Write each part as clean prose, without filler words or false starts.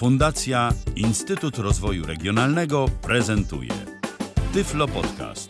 Fundacja Instytut Rozwoju Regionalnego prezentuje Tyflo Podcast.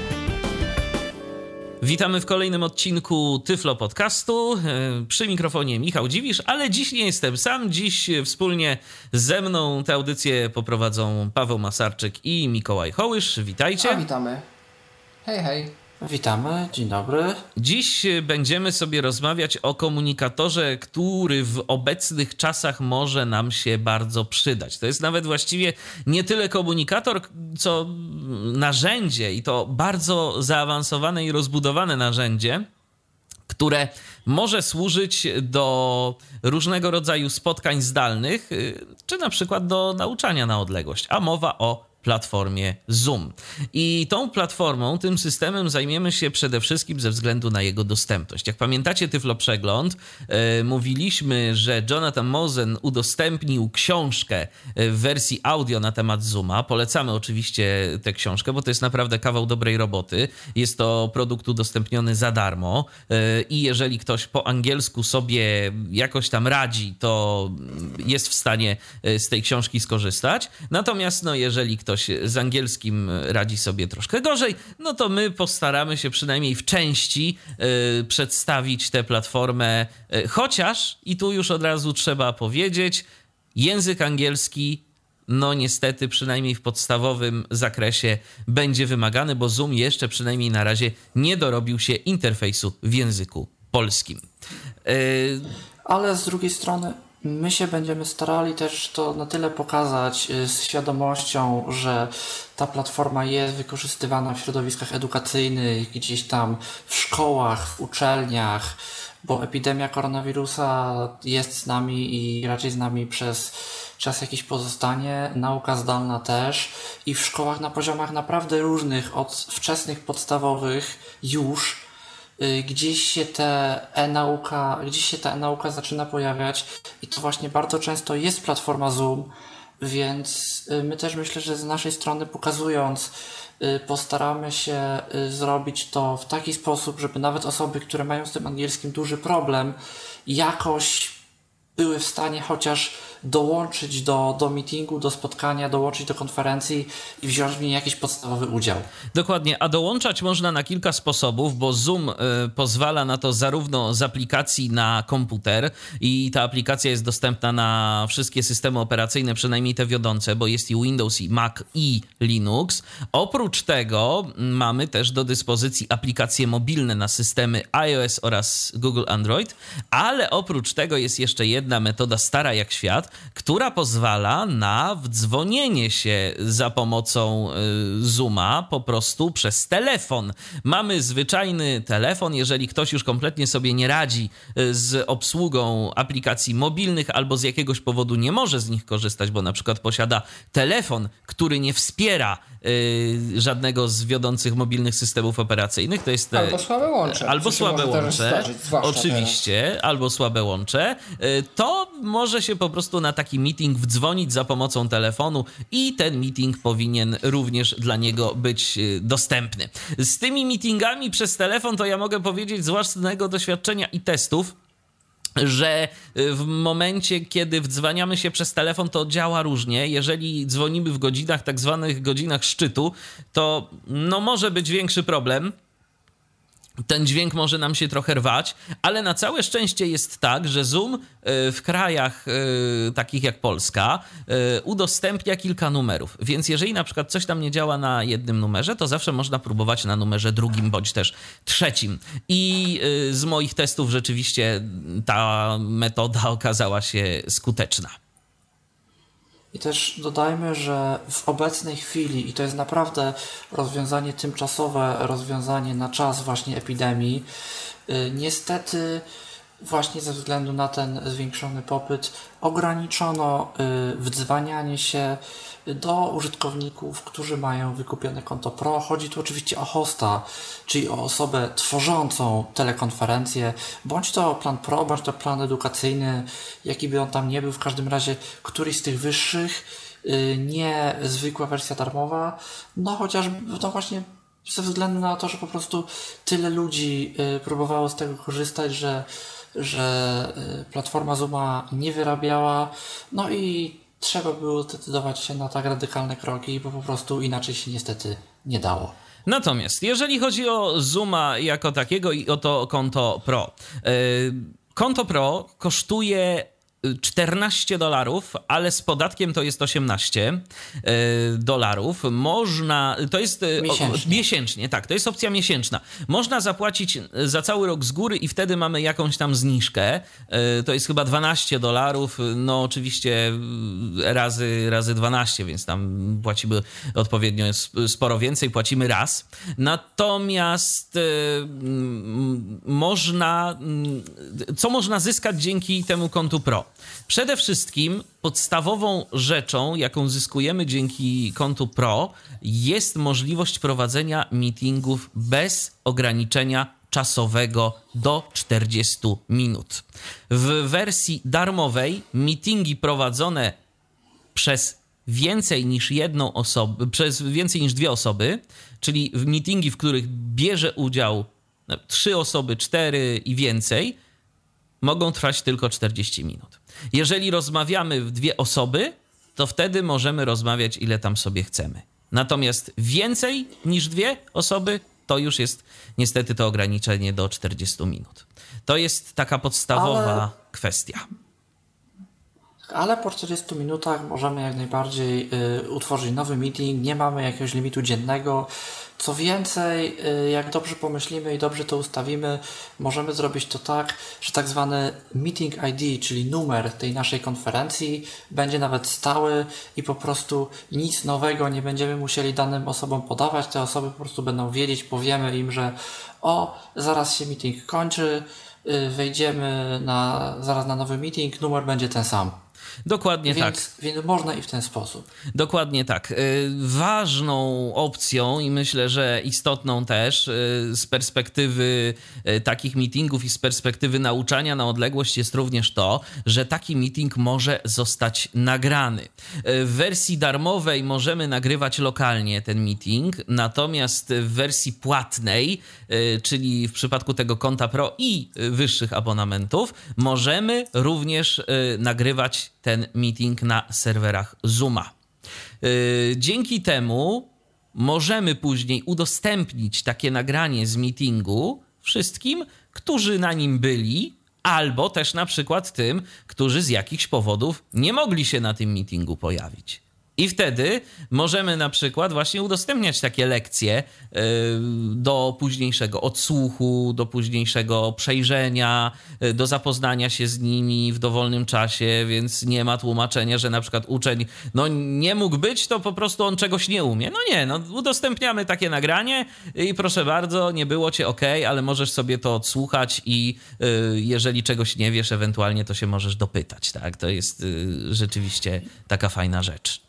Witamy w kolejnym odcinku Tyflo Podcastu. Przy mikrofonie Michał Dziwisz, ale dziś nie jestem sam. Dziś wspólnie ze mną tę audycję poprowadzą Paweł Masarczyk i Mikołaj Hołysz. Witajcie. Witamy. Hej, hej. Witamy, dzień dobry. Dziś będziemy sobie rozmawiać o komunikatorze, który w obecnych czasach może nam się bardzo przydać. To jest nawet właściwie nie tyle komunikator, co narzędzie i to bardzo zaawansowane i rozbudowane narzędzie, które może służyć do różnego rodzaju spotkań zdalnych, czy na przykład do nauczania na odległość, a mowa o platformie Zoom. I tą platformą, tym systemem zajmiemy się przede wszystkim ze względu na jego dostępność. Jak pamiętacie Tyflo Przegląd, mówiliśmy, że Jonathan Mosen udostępnił książkę w wersji audio na temat Zooma. Polecamy oczywiście tę książkę, bo to jest naprawdę kawał dobrej roboty. Jest to produkt udostępniony za darmo i jeżeli ktoś po angielsku sobie jakoś tam radzi, to jest w stanie z tej książki skorzystać. Natomiast jeżeli ktoś z angielskim radzi sobie troszkę gorzej, no to my postaramy się przynajmniej w części przedstawić tę platformę, chociaż, i tu już od razu trzeba powiedzieć, język angielski no niestety przynajmniej w podstawowym zakresie będzie wymagany, bo Zoom jeszcze przynajmniej na razie nie dorobił się interfejsu w języku polskim. Ale z drugiej strony my się będziemy starali też to na tyle pokazać z świadomością, że ta platforma jest wykorzystywana w środowiskach edukacyjnych, gdzieś tam w szkołach, w uczelniach, bo epidemia koronawirusa jest z nami i raczej z nami przez czas jakiś pozostanie, nauka zdalna też i w szkołach na poziomach naprawdę różnych, od wczesnych, podstawowych już, gdzieś się ta e-nauka zaczyna pojawiać i to właśnie bardzo często jest platforma Zoom, więc my też myślę, że z naszej strony pokazując, postaramy się zrobić to w taki sposób, żeby nawet osoby, które mają z tym angielskim duży problem, jakoś były w stanie chociaż dołączyć do meetingu, do spotkania, dołączyć do konferencji i wziąć w niej jakiś podstawowy udział. Dokładnie, a dołączać można na kilka sposobów, bo Zoom pozwala na to zarówno z aplikacji na komputer i ta aplikacja jest dostępna na wszystkie systemy operacyjne, przynajmniej te wiodące, bo jest i Windows, i Mac, i Linux. Oprócz tego mamy też do dyspozycji aplikacje mobilne na systemy iOS oraz Google Android, ale oprócz tego jest jeszcze jedna metoda stara jak świat, która pozwala na wdzwonienie się za pomocą Zooma po prostu przez telefon. Mamy zwyczajny telefon, jeżeli ktoś już kompletnie sobie nie radzi z obsługą aplikacji mobilnych albo z jakiegoś powodu nie może z nich korzystać, bo na przykład posiada telefon, który nie wspiera żadnego z wiodących mobilnych systemów operacyjnych, to jest albo słabe łącze. Albo słabe łącze, oczywiście, teraz. Albo słabe łącze, to może się po prostu na taki meeting wdzwonić za pomocą telefonu i ten meeting powinien również dla niego być dostępny. Z tymi meetingami przez telefon to ja mogę powiedzieć z własnego doświadczenia i testów, że w momencie, kiedy wdzwaniamy się przez telefon, to działa różnie. Jeżeli dzwonimy w godzinach, tak zwanych godzinach szczytu, to no może być większy problem. Ten dźwięk może nam się trochę rwać, ale na całe szczęście jest tak, że Zoom w krajach takich jak Polska udostępnia kilka numerów. Więc jeżeli na przykład coś tam nie działa na jednym numerze, to zawsze można próbować na numerze drugim bądź też trzecim. I z moich testów rzeczywiście ta metoda okazała się skuteczna. I też dodajmy, że w obecnej chwili, i to jest naprawdę rozwiązanie tymczasowe, rozwiązanie na czas właśnie epidemii, niestety właśnie ze względu na ten zwiększony popyt ograniczono wdzwanianie się do użytkowników, którzy mają wykupione konto Pro. Chodzi tu oczywiście o hosta, czyli o osobę tworzącą telekonferencję, bądź to plan Pro, bądź to plan edukacyjny, jaki by on tam nie był, w każdym razie któryś z tych wyższych, nie zwykła wersja darmowa, no chociaż to właśnie ze względu na to, że po prostu tyle ludzi próbowało z tego korzystać, że platforma Zooma nie wyrabiała, no i trzeba było zdecydować się na tak radykalne kroki, bo po prostu inaczej się niestety nie dało. Natomiast jeżeli chodzi o Zooma jako takiego i o to konto Pro. Konto Pro kosztuje $14, ale z podatkiem to jest $18. Można, to jest miesięcznie, tak, to jest opcja miesięczna. Można zapłacić za cały rok z góry i wtedy mamy jakąś tam zniżkę. To jest chyba $12, no oczywiście razy 12, więc tam płacimy odpowiednio sporo więcej, płacimy raz. Natomiast co można zyskać dzięki temu kontu Pro? Przede wszystkim podstawową rzeczą, jaką zyskujemy dzięki kontu Pro, jest możliwość prowadzenia meetingów bez ograniczenia czasowego do 40 minut. W wersji darmowej meetingi prowadzone przez więcej niż jedną osobę, przez więcej niż 2 osoby, czyli meetingi, w których bierze udział 3 osoby, 4 i więcej, mogą trwać tylko 40 minut. Jeżeli rozmawiamy w 2 osoby, to wtedy możemy rozmawiać ile tam sobie chcemy. Natomiast więcej niż 2 osoby, to już jest niestety to ograniczenie do 40 minut. To jest taka podstawowa kwestia. Ale po 40 minutach możemy jak najbardziej utworzyć nowy meeting, nie mamy jakiegoś limitu dziennego. Co więcej, jak dobrze pomyślimy i dobrze to ustawimy, możemy zrobić to tak, że tak zwany meeting ID, czyli numer tej naszej konferencji, będzie nawet stały i po prostu nic nowego nie będziemy musieli danym osobom podawać. Te osoby po prostu będą wiedzieć, powiemy im, że zaraz się meeting kończy, wejdziemy zaraz na nowy meeting, numer będzie ten sam. Dokładnie tak. Więc można i w ten sposób. Dokładnie tak. Ważną opcją i myślę, że istotną też z perspektywy takich meetingów i z perspektywy nauczania na odległość jest również to, że taki meeting może zostać nagrany. W wersji darmowej możemy nagrywać lokalnie ten meeting, natomiast w wersji płatnej, czyli w przypadku tego konta Pro i wyższych abonamentów, możemy również nagrywać ten meeting na serwerach Zooma. Dzięki temu możemy później udostępnić takie nagranie z meetingu wszystkim, którzy na nim byli, albo też na przykład tym, którzy z jakichś powodów nie mogli się na tym meetingu pojawić. I wtedy możemy na przykład właśnie udostępniać takie lekcje do późniejszego odsłuchu, do późniejszego przejrzenia, do zapoznania się z nimi w dowolnym czasie, więc nie ma tłumaczenia, że na przykład uczeń nie mógł być, to po prostu on czegoś nie umie. Udostępniamy takie nagranie i proszę bardzo, nie było cię, ale możesz sobie to odsłuchać i jeżeli czegoś nie wiesz, ewentualnie to się możesz dopytać. Tak? To jest rzeczywiście taka fajna rzecz.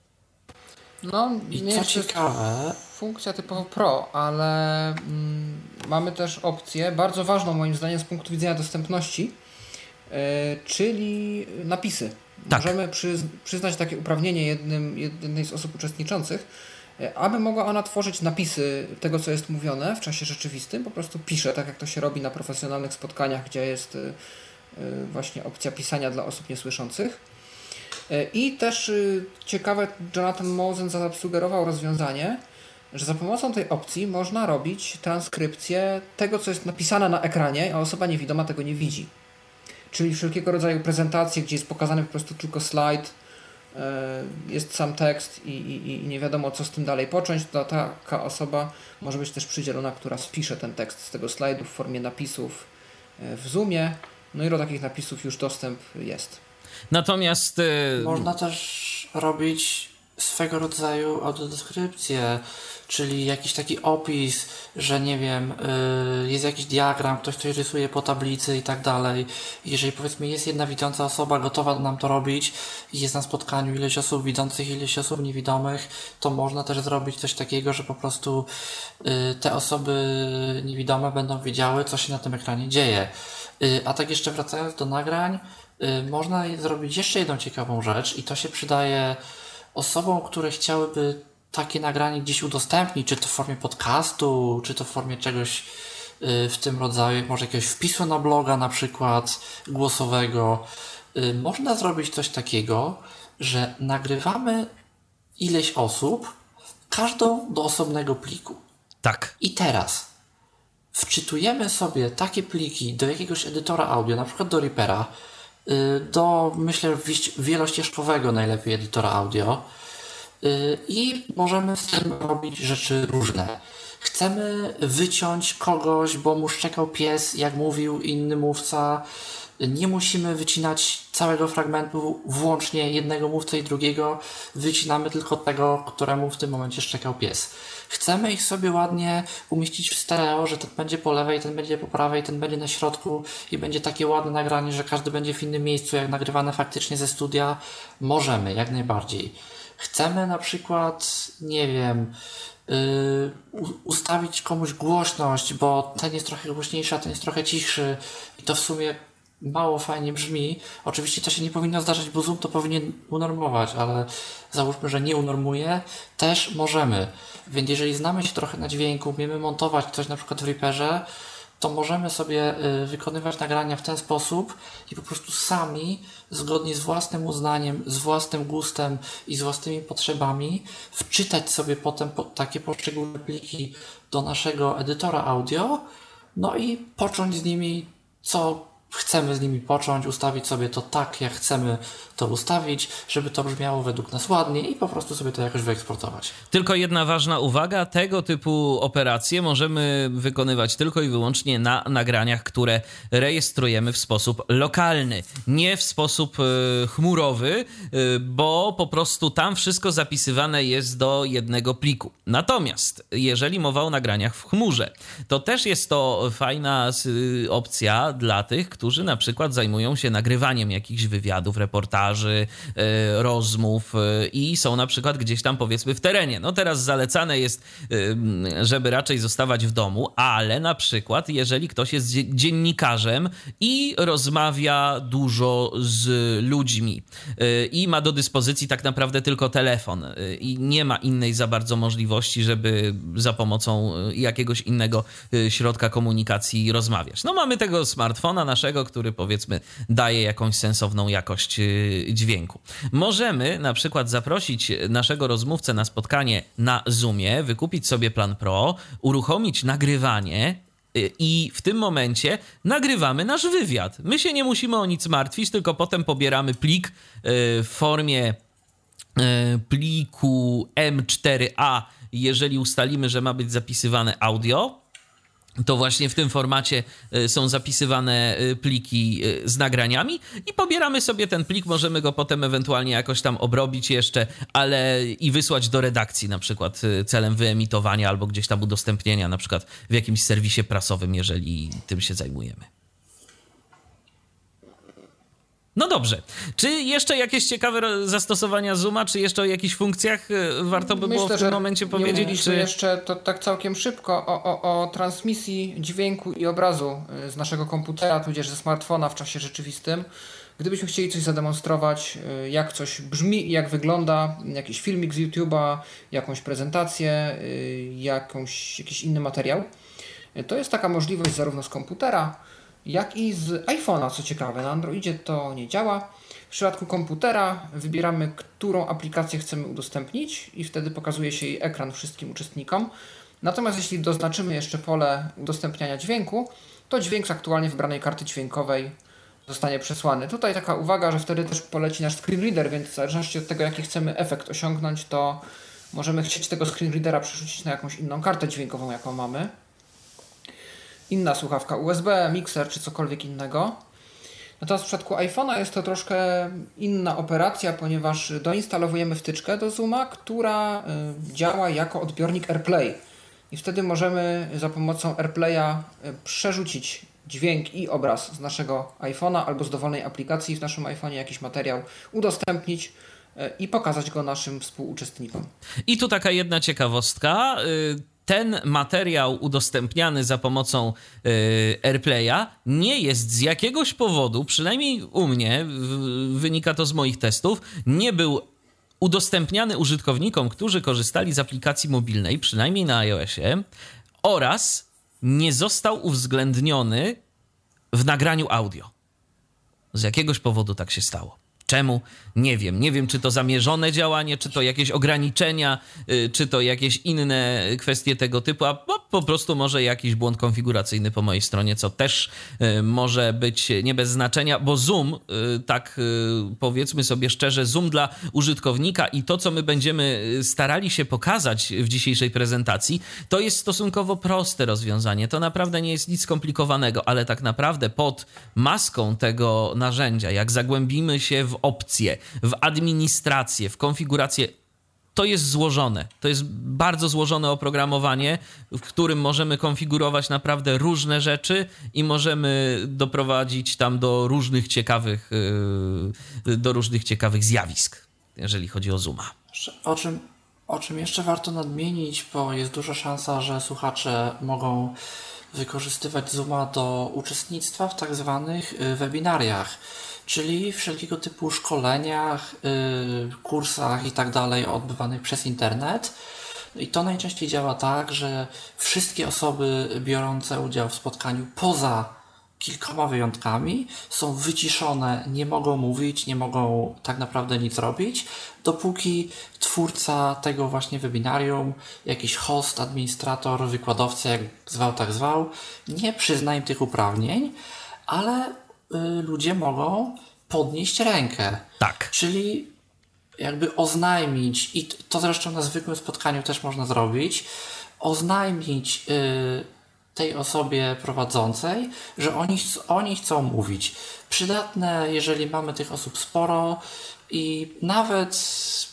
I co ciekawe, funkcja typowo Pro, ale mamy też opcję bardzo ważną moim zdaniem z punktu widzenia dostępności, czyli napisy. Tak. Możemy przyznać takie uprawnienie jednej z osób uczestniczących, aby mogła ona tworzyć napisy tego, co jest mówione w czasie rzeczywistym. Po prostu pisze, tak jak to się robi na profesjonalnych spotkaniach, gdzie jest właśnie opcja pisania dla osób niesłyszących. I też ciekawe, Jonathan Mosen zasugerował rozwiązanie, że za pomocą tej opcji można robić transkrypcję tego, co jest napisane na ekranie, a osoba niewidoma tego nie widzi. Czyli wszelkiego rodzaju prezentacje, gdzie jest pokazany po prostu tylko slajd, jest sam tekst i nie wiadomo, co z tym dalej począć, to taka osoba może być też przydzielona, która spisze ten tekst z tego slajdu w formie napisów w Zoomie. I do takich napisów już dostęp jest. Natomiast można też robić swego rodzaju audiodeskrypcję, czyli jakiś taki opis, że nie wiem, jest jakiś diagram, ktoś coś rysuje po tablicy i tak dalej. Jeżeli powiedzmy jest jedna widząca osoba gotowa nam to robić i jest na spotkaniu ileś osób widzących, ileś osób niewidomych, to można też zrobić coś takiego, że po prostu te osoby niewidome będą wiedziały, co się na tym ekranie dzieje. A tak jeszcze wracając do nagrań, można zrobić jeszcze jedną ciekawą rzecz i to się przydaje osobom, które chciałyby takie nagranie gdzieś udostępnić, czy to w formie podcastu, czy to w formie czegoś w tym rodzaju, może jakiegoś wpisu na bloga na przykład głosowego. Można zrobić coś takiego, że nagrywamy ileś osób, każdą do osobnego pliku. Tak. I teraz wczytujemy sobie takie pliki do jakiegoś edytora audio, na przykład do Reapera, do, myślę, wielościeżkowego najlepiej edytora audio i możemy z tym robić rzeczy różne. Chcemy wyciąć kogoś, bo mu szczekał pies, jak mówił inny mówca. Nie musimy wycinać całego fragmentu, włącznie jednego mówcę i drugiego. Wycinamy tylko tego, któremu w tym momencie szczekał pies. Chcemy ich sobie ładnie umieścić w stereo, że ten będzie po lewej, ten będzie po prawej, ten będzie na środku i będzie takie ładne nagranie, że każdy będzie w innym miejscu, jak nagrywane faktycznie ze studia. Możemy, jak najbardziej. Chcemy na przykład, nie wiem, ustawić komuś głośność, bo ten jest trochę głośniejszy, a ten jest trochę cichszy i to w sumie mało fajnie brzmi. Oczywiście to się nie powinno zdarzać, bo Zoom to powinien unormować, ale załóżmy, że nie unormuje, też możemy. Więc jeżeli znamy się trochę na dźwięku, umiemy montować coś na przykład w Reaperze, to możemy sobie wykonywać nagrania w ten sposób i po prostu sami, zgodnie z własnym uznaniem, z własnym gustem i z własnymi potrzebami, wczytać sobie potem takie poszczególne pliki do naszego edytora audio, no i począć z nimi, co chcemy z nimi począć, ustawić sobie to tak, jak chcemy to ustawić, żeby to brzmiało według nas ładnie i po prostu sobie to jakoś wyeksportować. Tylko jedna ważna uwaga, tego typu operacje możemy wykonywać tylko i wyłącznie na nagraniach, które rejestrujemy w sposób lokalny, nie w sposób chmurowy, bo po prostu tam wszystko zapisywane jest do jednego pliku. Natomiast jeżeli mowa o nagraniach w chmurze, to też jest to fajna opcja dla tych, którzy na przykład zajmują się nagrywaniem jakichś wywiadów, reportaży, rozmów i są na przykład gdzieś tam, powiedzmy, w terenie. No teraz zalecane jest, żeby raczej zostawać w domu, ale na przykład jeżeli ktoś jest dziennikarzem i rozmawia dużo z ludźmi i ma do dyspozycji tak naprawdę tylko telefon i nie ma innej za bardzo możliwości, żeby za pomocą jakiegoś innego środka komunikacji rozmawiać. No mamy tego smartfona naszego, który, powiedzmy, daje jakąś sensowną jakość dźwięku. Możemy na przykład zaprosić naszego rozmówcę na spotkanie na Zoomie, wykupić sobie Plan Pro, uruchomić nagrywanie i w tym momencie nagrywamy nasz wywiad. My się nie musimy o nic martwić, tylko potem pobieramy plik w formie pliku M4A, jeżeli ustalimy, że ma być zapisywane audio. To właśnie w tym formacie są zapisywane pliki z nagraniami i pobieramy sobie ten plik, możemy go potem ewentualnie jakoś tam obrobić jeszcze, ale i wysłać do redakcji na przykład celem wyemitowania albo gdzieś tam udostępnienia na przykład w jakimś serwisie prasowym, jeżeli tym się zajmujemy. No dobrze. Czy jeszcze jakieś ciekawe zastosowania Zooma, czy jeszcze o jakichś funkcjach warto by było w tym momencie powiedzieć? Nie mówiliśmy jeszcze to tak całkiem szybko o transmisji dźwięku i obrazu z naszego komputera, tudzież ze smartfona w czasie rzeczywistym. Gdybyśmy chcieli coś zademonstrować, jak coś brzmi i jak wygląda, jakiś filmik z YouTube'a, jakąś prezentację, jakiś inny materiał, to jest taka możliwość zarówno z komputera, jak i z iPhone'a, co ciekawe. Na Androidzie to nie działa. W przypadku komputera wybieramy, którą aplikację chcemy udostępnić i wtedy pokazuje się jej ekran wszystkim uczestnikom. Natomiast jeśli doznaczymy jeszcze pole udostępniania dźwięku, to dźwięk z aktualnie wybranej karty dźwiękowej zostanie przesłany. Tutaj taka uwaga, że wtedy też poleci nasz screen reader, więc w zależności od tego, jaki chcemy efekt osiągnąć, to możemy chcieć tego screen readera przerzucić na jakąś inną kartę dźwiękową, jaką mamy. Inna słuchawka USB, mikser czy cokolwiek innego. Natomiast w przypadku iPhone'a jest to troszkę inna operacja, ponieważ doinstalowujemy wtyczkę do Zooma, która działa jako odbiornik AirPlay. I wtedy możemy za pomocą AirPlaya przerzucić dźwięk i obraz z naszego iPhone'a albo z dowolnej aplikacji w naszym iPhone'ie jakiś materiał udostępnić i pokazać go naszym współuczestnikom. I tu taka jedna ciekawostka. Ten materiał udostępniany za pomocą AirPlaya nie jest z jakiegoś powodu, przynajmniej u mnie, wynika to z moich testów, nie był udostępniany użytkownikom, którzy korzystali z aplikacji mobilnej, przynajmniej na iOSie, oraz nie został uwzględniony w nagraniu audio. Z jakiegoś powodu tak się stało. Czemu? Nie wiem. Nie wiem, czy to zamierzone działanie, czy to jakieś ograniczenia, czy to jakieś inne kwestie tego typu, a po prostu może jakiś błąd konfiguracyjny po mojej stronie, co też może być nie bez znaczenia, bo Zoom, tak powiedzmy sobie szczerze, Zoom dla użytkownika i to, co my będziemy starali się pokazać w dzisiejszej prezentacji, to jest stosunkowo proste rozwiązanie. To naprawdę nie jest nic skomplikowanego, ale tak naprawdę pod maską tego narzędzia, jak zagłębimy się w opcje, w administrację, w konfigurację, to jest złożone. To jest bardzo złożone oprogramowanie, w którym możemy konfigurować naprawdę różne rzeczy i możemy doprowadzić tam do różnych ciekawych zjawisk, jeżeli chodzi o Zooma. O czym jeszcze warto nadmienić, bo jest duża szansa, że słuchacze mogą wykorzystywać Zooma do uczestnictwa w tak zwanych webinariach, czyli wszelkiego typu szkoleniach, kursach i tak dalej odbywanych przez internet. I to najczęściej działa tak, że wszystkie osoby biorące udział w spotkaniu poza kilkoma wyjątkami są wyciszone, nie mogą mówić, nie mogą tak naprawdę nic robić, dopóki twórca tego właśnie webinarium, jakiś host, administrator, wykładowca, jak zwał, tak zwał, nie przyzna im tych uprawnień, ale ludzie mogą podnieść rękę. Tak. Czyli jakby oznajmić, i to zresztą na zwykłym spotkaniu też można zrobić, oznajmić tej osobie prowadzącej, że oni chcą mówić. Przydatne, jeżeli mamy tych osób sporo i nawet,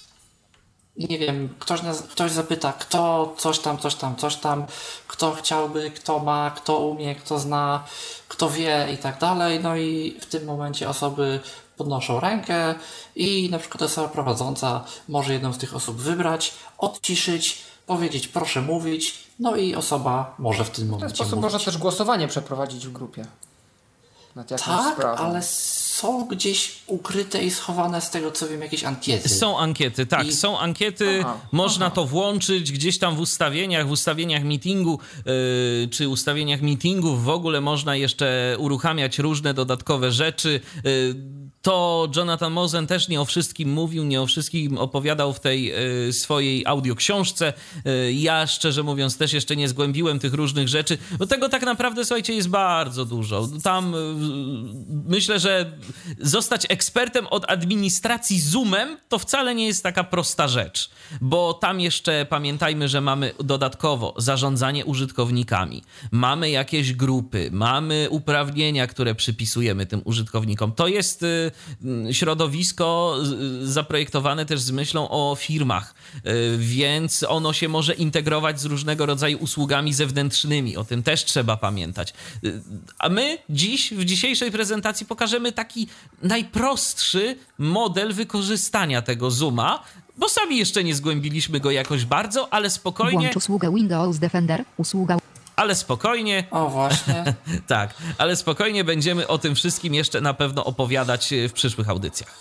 nie wiem, ktoś zapyta, kto coś tam, kto chciałby, kto ma, kto umie, kto zna, kto wie i tak dalej. No i w tym momencie osoby podnoszą rękę i na przykład osoba prowadząca może jedną z tych osób wybrać, odciszyć, powiedzieć proszę mówić, no i osoba może w tym momencie mówić. W ten sposób można też głosowanie przeprowadzić w grupie. Nad jakąś sprawą. Ale są gdzieś ukryte i schowane, z tego co wiem, jakieś ankiety. Są ankiety, tak. Są ankiety, można to włączyć gdzieś tam w ustawieniach meetingu, czy ustawieniach meetingów w ogóle można jeszcze uruchamiać różne dodatkowe rzeczy. To Jonathan Mosen też nie o wszystkim mówił, nie o wszystkim opowiadał w tej swojej audioksiążce. Ja, szczerze mówiąc, też jeszcze nie zgłębiłem tych różnych rzeczy, bo tego tak naprawdę, słuchajcie, jest bardzo dużo. Tam myślę, że zostać ekspertem od administracji Zoomem to wcale nie jest taka prosta rzecz, bo tam jeszcze pamiętajmy, że mamy dodatkowo zarządzanie użytkownikami, mamy jakieś grupy, mamy uprawnienia, które przypisujemy tym użytkownikom. To jest środowisko zaprojektowane też z myślą o firmach, więc ono się może integrować z różnego rodzaju usługami zewnętrznymi. O tym też trzeba pamiętać. A my dziś, w dzisiejszej prezentacji pokażemy taki najprostszy model wykorzystania tego Zooma, bo sami jeszcze nie zgłębiliśmy go jakoś bardzo, ale spokojnie... Włącz usługę Windows Defender, Ale spokojnie. O, właśnie. Tak, ale spokojnie będziemy o tym wszystkim jeszcze na pewno opowiadać w przyszłych audycjach.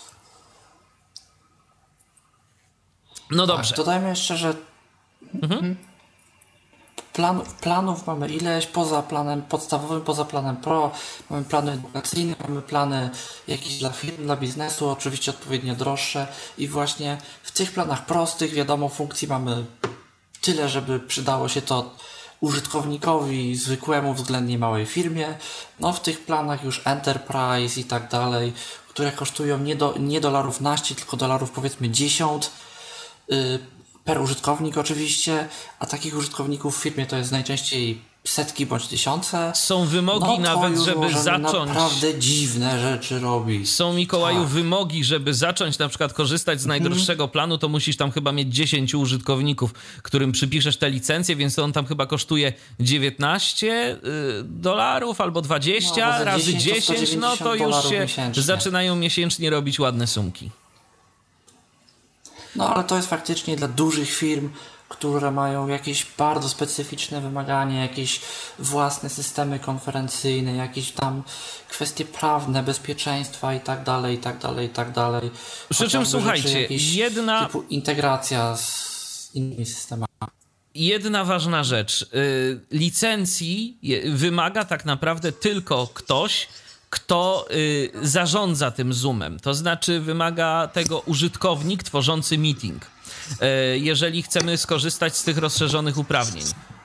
No dobrze. Tak, dodajmy jeszcze, że planów mamy ileś, poza planem podstawowym, poza planem Pro, mamy plany edukacyjne, mamy plany jakieś dla firm, dla biznesu, oczywiście odpowiednio droższe i właśnie w tych planach prostych, wiadomo, funkcji mamy tyle, żeby przydało się to użytkownikowi zwykłemu, względnie małej firmie. No w tych planach już Enterprise i tak dalej, które kosztują nie dolarów naście, tylko dolarów powiedzmy 10 per użytkownik oczywiście, a takich użytkowników w firmie to jest najczęściej setki bądź tysiące. Są wymogi nawet, żeby zacząć... naprawdę dziwne rzeczy robić. Są, Mikołaju, wymogi, żeby zacząć na przykład korzystać z najdroższego planu, to musisz tam chyba mieć 10 użytkowników, którym przypiszesz te licencje, więc on tam chyba kosztuje $19 albo 20 razy 10, no to już się miesięcznie zaczynają miesięcznie robić ładne sumki. No ale to jest faktycznie dla dużych firm, które mają jakieś bardzo specyficzne wymagania, jakieś własne systemy konferencyjne, jakieś tam kwestie prawne, bezpieczeństwa i tak dalej, i tak dalej, i tak dalej. Przy czym słuchajcie, typu integracja z innymi systemami. Jedna ważna rzecz. Licencji wymaga tak naprawdę tylko ktoś, kto zarządza tym Zoomem. To znaczy wymaga tego użytkownik tworzący meeting, jeżeli chcemy skorzystać z tych rozszerzonych uprawnień.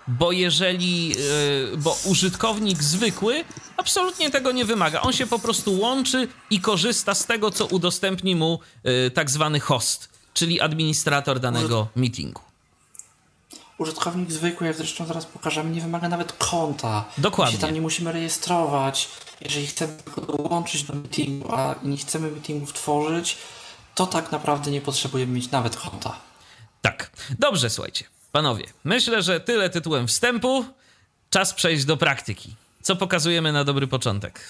Bo użytkownik zwykły absolutnie tego nie wymaga. On się po prostu łączy i korzysta z tego, co udostępni mu tak zwany host, czyli administrator danego meetingu. Użytkownik zwykły, jak zresztą zaraz pokażemy, nie wymaga nawet konta. Dokładnie. My się tam nie musimy rejestrować. Jeżeli chcemy tylko dołączyć do meetingu, a nie chcemy meetingów tworzyć, to tak naprawdę nie potrzebujemy mieć nawet konta. Tak. Dobrze, słuchajcie. Panowie, myślę, że tyle tytułem wstępu. Czas przejść do praktyki. Co pokazujemy na dobry początek?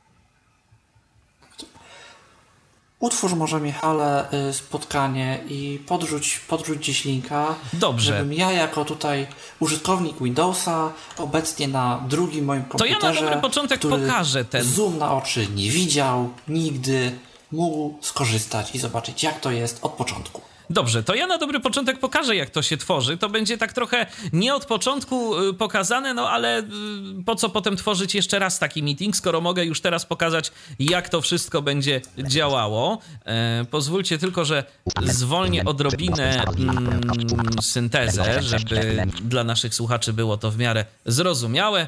Utwórz może, Michale, spotkanie i podrzuć gdzieś linka. Dobrze. Żebym ja jako tutaj użytkownik Windowsa obecnie na drugim moim komputerze, to ja na dobry początek pokażę ten Zoom na oczy nie widział nigdy, mógł skorzystać i zobaczyć, jak to jest od początku. Dobrze, to ja na dobry początek pokażę, jak to się tworzy. To będzie tak trochę nie od początku pokazane, no ale po co potem tworzyć jeszcze raz taki meeting, skoro mogę już teraz pokazać, jak to wszystko będzie działało. Pozwólcie tylko, że zwolnię odrobinę syntezę, żeby dla naszych słuchaczy było to w miarę zrozumiałe.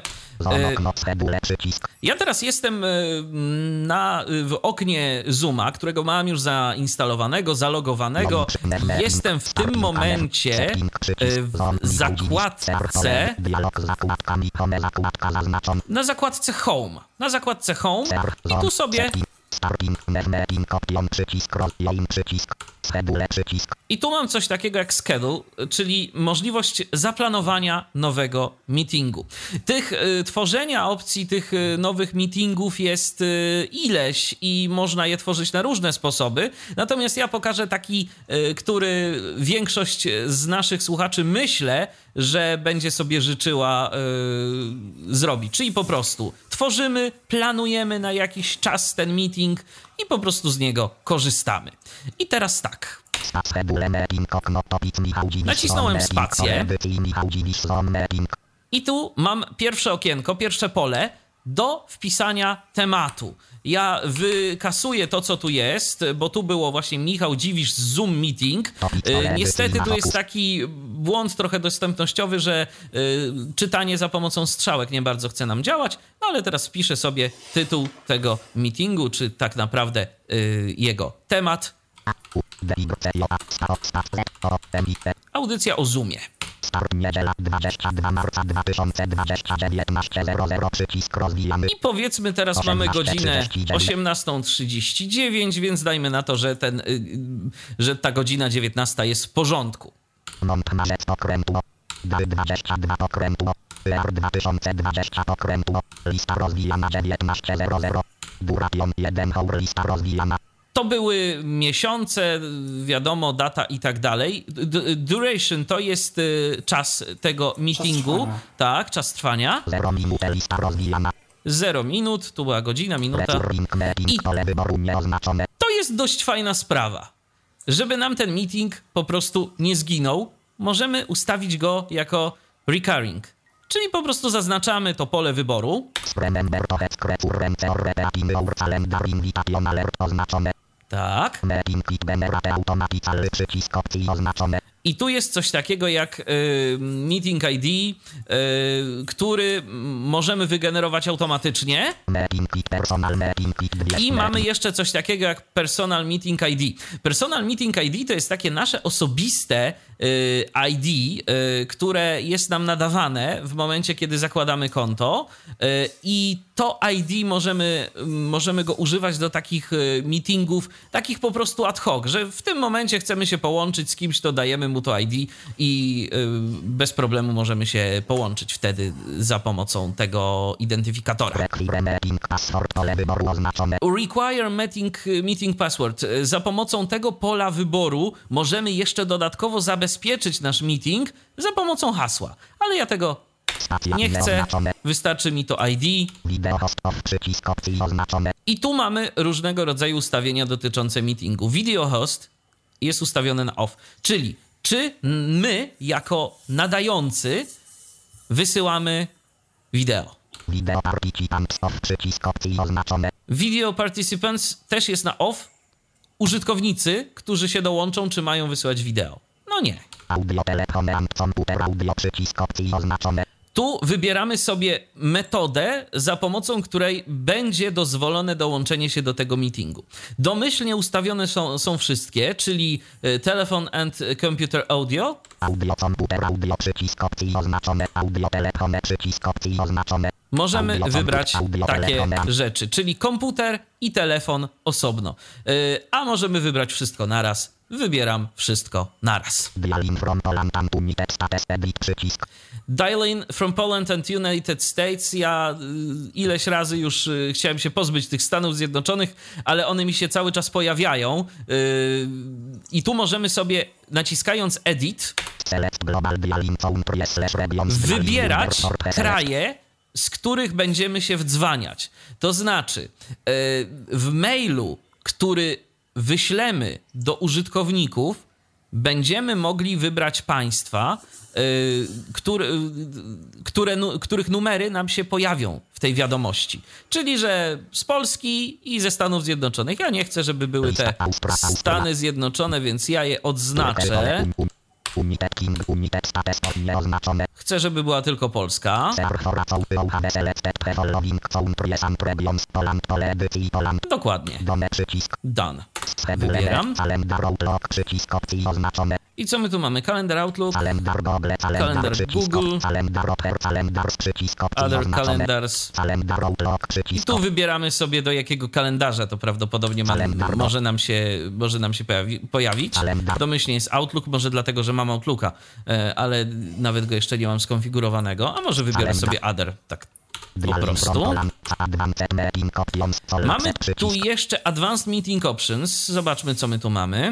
Ja teraz jestem w oknie Zooma, którego mam już zainstalowanego, zalogowanego. Jestem w tym momencie w zakładce, na zakładce Home. Na zakładce Home i tu sobie... I tu mam coś takiego jak schedule, czyli możliwość zaplanowania nowego meetingu. Tworzenia opcji tych nowych meetingów jest ileś i można je tworzyć na różne sposoby. Natomiast ja pokażę taki, który większość z naszych słuchaczy myślę, że będzie sobie życzyła zrobić. Czyli po prostu tworzymy, planujemy na jakiś czas ten meeting i po prostu z niego korzystamy. I teraz tak. Nacisnąłem spację i tu mam pierwsze okienko, pierwsze pole do wpisania tematu. Ja wykasuję to, co tu jest, bo tu było właśnie Michał Dziwisz z Zoom Meeting. Niestety tu jest taki błąd trochę dostępnościowy, że czytanie za pomocą strzałek nie bardzo chce nam działać, no ale teraz wpiszę sobie tytuł tego meetingu, czy tak naprawdę jego temat. Audycja o Zoomie. Niedziela 22 marca 2019 00 przycisk rozwijamy. I powiedzmy teraz mamy godzinę 18:39, więc dajmy na to, że ta godzina 19 jest w porządku. 22 okrętło, 2020 okrętło, lista rozwijana 19:00, duration 1 hour, lista rozwijana. To były miesiące, wiadomo, data i tak dalej. Duration to jest czas tego meetingu. Tak, czas trwania. 0 minut, lista rozwijana. 0 minut, tu była godzina, minuta. I to jest dość fajna sprawa. Żeby nam ten meeting po prostu nie zginął, możemy ustawić go jako recurring. Czyli po prostu zaznaczamy to pole wyboru. Tak. I tu jest coś takiego jak Meeting ID, który możemy wygenerować automatycznie. I mamy jeszcze coś takiego jak Personal Meeting ID. Personal Meeting ID to jest takie nasze osobiste ID, które jest nam nadawane w momencie, kiedy zakładamy konto. I to ID możemy go używać do takich meetingów, takich po prostu ad hoc, że w tym momencie chcemy się połączyć z kimś, to dajemy mu to ID i bez problemu możemy się połączyć wtedy za pomocą tego identyfikatora. Require meeting password. Za pomocą tego pola wyboru możemy jeszcze dodatkowo zabezpieczyć nasz meeting za pomocą hasła. Ale ja tego nie chcę, wystarczy mi to ID. I tu mamy różnego rodzaju ustawienia dotyczące meetingu. Video host jest ustawiony na off, czyli czy my jako nadający wysyłamy wideo. Video participants też jest na off. Użytkownicy, którzy się dołączą, czy mają wysyłać wideo? No nie. Audio, telefon, komputer, audio, przycisk opcji oznaczone. Tu wybieramy sobie metodę, za pomocą której będzie dozwolone dołączenie się do tego meetingu. Domyślnie ustawione są wszystkie, czyli telefon and computer audio. Audio, komputer, audio, przycisk opcji oznaczone. Audio, telefon, przycisk opcji oznaczone. Możemy Audio, wybrać audio, takie telefon. rzeczy, czyli komputer i telefon osobno. A możemy wybrać wszystko naraz. Wybieram wszystko naraz. Dialing from Poland and United States, edit przycisk. Dialing from Poland and United States. Ja ileś razy już chciałem się pozbyć tych Stanów Zjednoczonych, ale one mi się cały czas pojawiają. I tu możemy sobie, naciskając edit, Select global dialing phone regions, wybierać kraje, z których będziemy się wdzwaniać. To znaczy, w mailu, który wyślemy do użytkowników, będziemy mogli wybrać państwa, których numery nam się pojawią w tej wiadomości. Czyli, że z Polski i ze Stanów Zjednoczonych. Ja nie chcę, żeby były te Stany Zjednoczone, więc ja je odznaczę. United States, nieoznaczone. Chcę, żeby była tylko Polska. Dokładnie. Done. Wybieram. I co my tu mamy? Kalendar Outlook, kalendar Google, Other Calendars. I tu wybieramy sobie, do jakiego kalendarza to prawdopodobnie może nam się pojawić. Domyślnie jest Outlook, może dlatego, że mam Outlooka, ale nawet go jeszcze nie mam skonfigurowanego, a może wybiorę sobie Other, tak po prostu. Mamy tu jeszcze Advanced Meeting Options. Zobaczmy, co my tu mamy.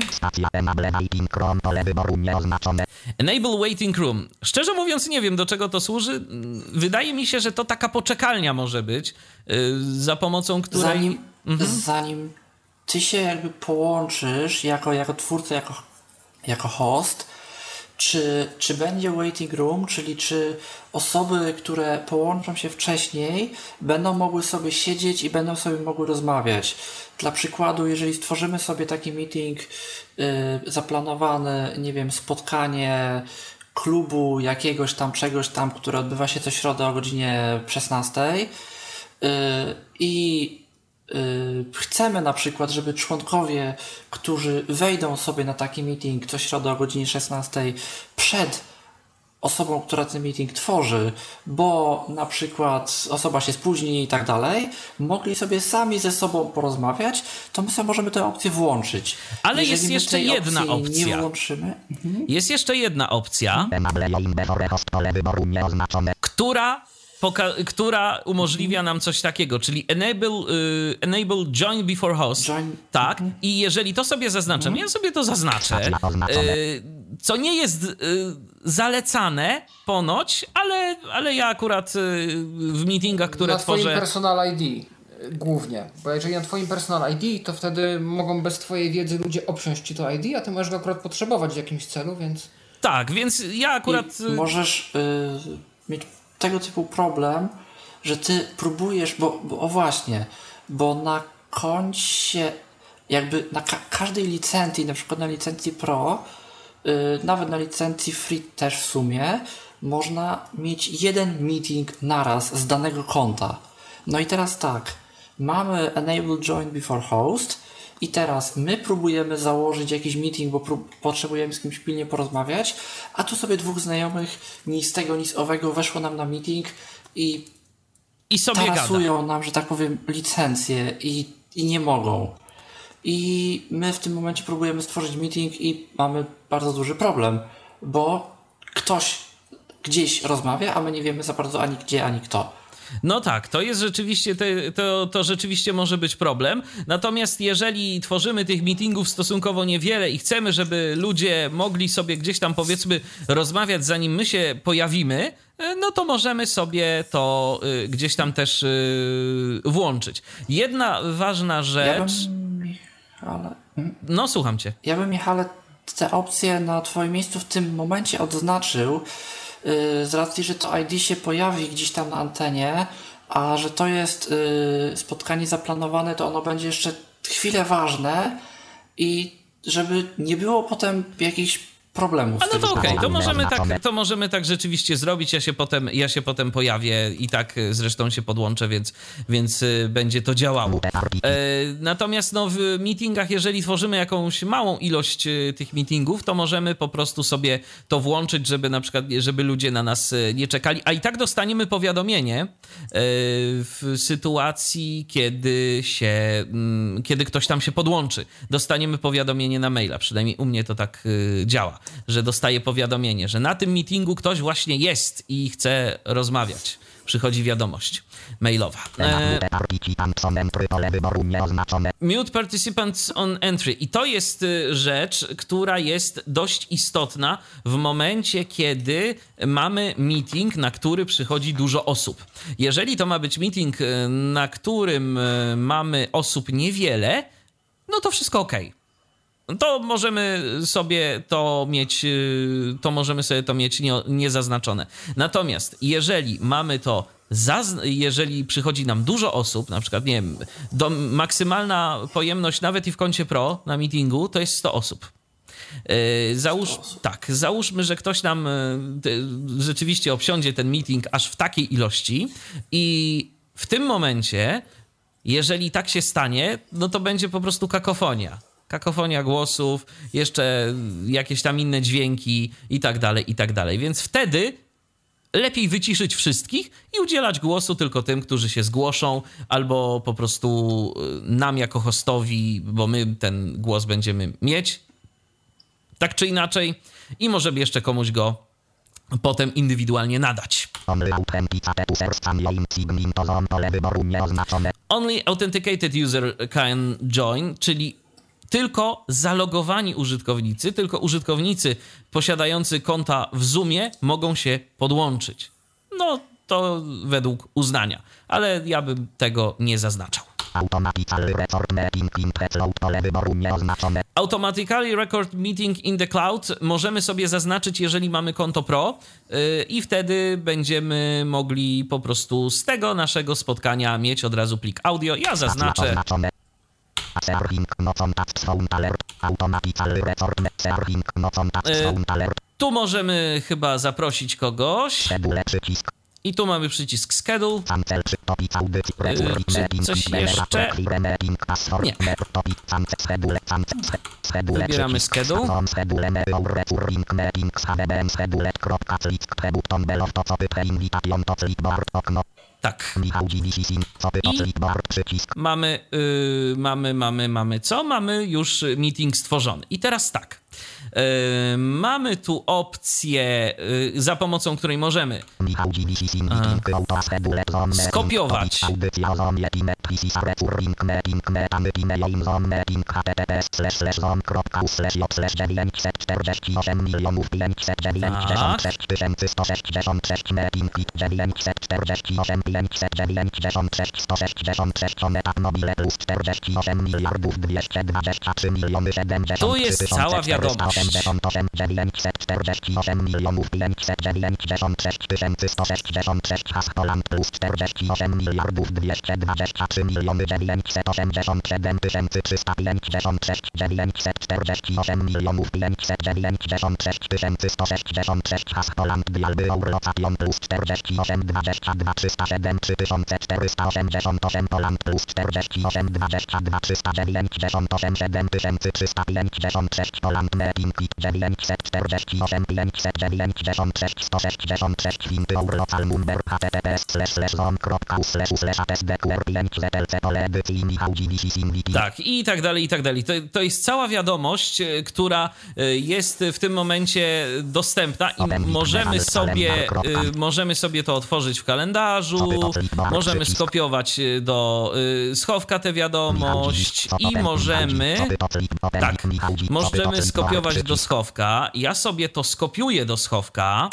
Enable Waiting Room. Szczerze mówiąc, nie wiem, do czego to służy. Wydaje mi się, że to taka poczekalnia może być, za pomocą której... Zanim ty się jakby połączysz jako twórca, jako host, czy będzie waiting room, czyli czy osoby, które połączą się wcześniej, będą mogły sobie siedzieć i będą sobie mogły rozmawiać. Dla przykładu, jeżeli stworzymy sobie taki meeting zaplanowany, nie wiem, spotkanie klubu jakiegoś tam, czegoś tam, które odbywa się co środę o godzinie 16 i chcemy na przykład, żeby członkowie, którzy wejdą sobie na taki meeting co środę o godzinie 16 przed osobą, która ten meeting tworzy, bo na przykład osoba się spóźni i tak dalej, mogli sobie sami ze sobą porozmawiać, to my sobie możemy tę opcję włączyć. Ale jeżeli jest jeszcze jedna opcja. Nie włączymy, Jest jeszcze jedna opcja, która umożliwia nam coś takiego, czyli enable join before host. Tak, i jeżeli to sobie zaznaczę, ja sobie to zaznaczę, co nie jest zalecane ponoć, ale ja akurat w meetingach, które tworzę... Na twoim personal ID głównie, bo jeżeli na twoim personal ID, to wtedy mogą bez twojej wiedzy ludzie obsiąść ci to ID, a ty możesz go akurat potrzebować w jakimś celu, więc... Tak, więc ja akurat... I możesz mieć tego typu problem, że ty próbujesz, bo na koncie, jakby na każdej licencji, na przykład na licencji Pro, nawet na licencji Free też w sumie, można mieć jeden meeting naraz z danego konta. No i teraz tak, mamy Enable Join Before Host i teraz my próbujemy założyć jakiś meeting, bo potrzebujemy z kimś pilnie porozmawiać, a tu sobie dwóch znajomych ni z tego, ni z owego weszło nam na meeting i sobie tarasują nam, że tak powiem, licencje i nie mogą. I my w tym momencie próbujemy stworzyć meeting i mamy bardzo duży problem, bo ktoś gdzieś rozmawia, a my nie wiemy za bardzo ani gdzie, ani kto. No tak, to jest rzeczywiście, to rzeczywiście może być problem. Natomiast jeżeli tworzymy tych meetingów stosunkowo niewiele i chcemy, żeby ludzie mogli sobie gdzieś tam, powiedzmy, rozmawiać, zanim my się pojawimy, no to możemy sobie to gdzieś tam też włączyć. Jedna ważna rzecz... No, słucham cię. Ja bym, Michale, te opcje na twoim miejscu w tym momencie odznaczył, z racji, że to ID się pojawi gdzieś tam na antenie, a że to jest spotkanie zaplanowane, to ono będzie jeszcze chwilę ważne i żeby nie było potem jakichś problemów. A no to okej, to możemy tak rzeczywiście zrobić. Ja się potem pojawię i tak zresztą się podłączę, więc będzie to działało. Natomiast w meetingach, jeżeli tworzymy jakąś małą ilość tych meetingów, to możemy po prostu sobie to włączyć, żeby na przykład, żeby ludzie na nas nie czekali, a i tak dostaniemy powiadomienie w sytuacji, kiedy ktoś tam się podłączy. Dostaniemy powiadomienie na maila, przynajmniej u mnie to tak działa, że dostaję powiadomienie, że na tym meetingu ktoś właśnie jest i chce rozmawiać. Przychodzi wiadomość mailowa. Mute participants on entry. I to jest rzecz, która jest dość istotna w momencie, kiedy mamy meeting, na który przychodzi dużo osób. Jeżeli to ma być meeting, na którym mamy osób niewiele, no to wszystko okej. To możemy sobie to mieć niezaznaczone. Natomiast jeżeli mamy to, jeżeli przychodzi nam dużo osób, na przykład, nie wiem, maksymalna pojemność nawet i w koncie Pro na meetingu to jest 100 osób. Załóżmy, że ktoś nam rzeczywiście obsiądzie ten meeting aż w takiej ilości i w tym momencie, jeżeli tak się stanie, no to będzie po prostu kakofonia. Kakofonia głosów, jeszcze jakieś tam inne dźwięki i tak dalej. Więc wtedy lepiej wyciszyć wszystkich i udzielać głosu tylko tym, którzy się zgłoszą, albo po prostu nam jako hostowi, bo my ten głos będziemy mieć, tak czy inaczej, i możemy jeszcze komuś go potem indywidualnie nadać. Only authenticated user can join, czyli tylko zalogowani użytkownicy, tylko użytkownicy posiadający konta w Zoomie mogą się podłączyć. No to według uznania, ale ja bym tego nie zaznaczał. Automatically record meeting in the cloud możemy sobie zaznaczyć, jeżeli mamy konto Pro, i wtedy będziemy mogli po prostu z tego naszego spotkania mieć od razu plik audio. Ja zaznaczę. Tu możemy chyba zaprosić kogoś. I tu mamy przycisk schedule. Czy coś jeszcze? Nie. Wybieramy schedule. Tak. I mamy co? Mamy już meeting stworzony. I teraz tak. Mamy tu opcję, za pomocą której możemy skopiować tu jest cała wiadomość. Tak, i tak dalej, i tak dalej. To jest cała wiadomość, która jest w tym momencie dostępna i możemy sobie to otworzyć w kalendarzu, możemy skopiować do schowka tę wiadomość i możemy skopiować do schowka. Ja sobie to skopiuję do schowka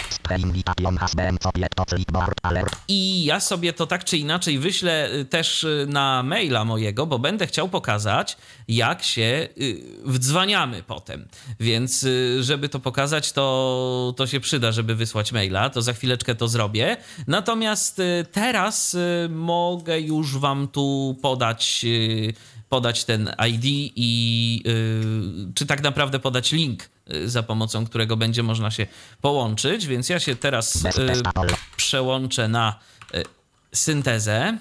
i ja sobie to tak czy inaczej wyślę też na maila mojego, bo będę chciał pokazać, jak się wdzwaniamy potem. Więc żeby to pokazać, to się przyda, żeby wysłać maila. To za chwileczkę to zrobię. Natomiast teraz mogę już wam tu podać ten ID i czy tak naprawdę podać link, za pomocą którego będzie można się połączyć. Więc ja się teraz przełączę na syntezę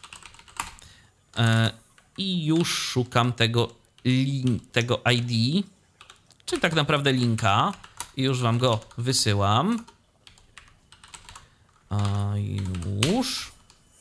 i już szukam tego ID, czy tak naprawdę linka, i już wam go wysyłam. Już.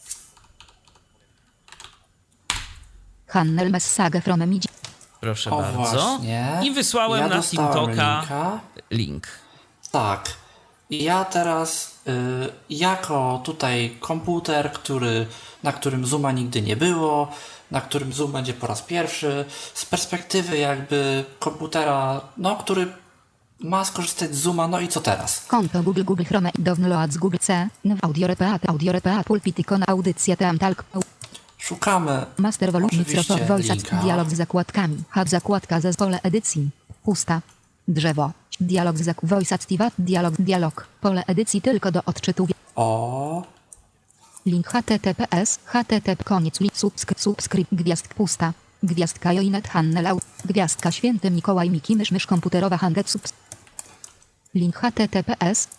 Handel Message from Emidzi. Proszę O, bardzo. właśnie. I wysłałem na TeamTalka link. Tak. I ja teraz jako tutaj komputer, na którym Zooma nigdy nie było, na którym Zoom będzie po raz pierwszy, z perspektywy jakby komputera, który ma skorzystać z Zooma, no i co teraz? Konto Google Chrome i download z Google C. Audio RPA, pulpit ikona audycja TeamTalk. Szukamy Master Volume oczywiście Microsoft Voice linka. dialog z zakładkami. Zakładka zespole edycji. Pusta. Drzewo. Dialog z Voice Activate. Dialog. Pole edycji tylko do odczytu. O. Link https koniec link subskrypt gwiazdk pusta. Gwiazdka Joinet Hannelał. Gwiazdka Święty Mikołaj Miki mysz komputerowa Hanget subs. Link https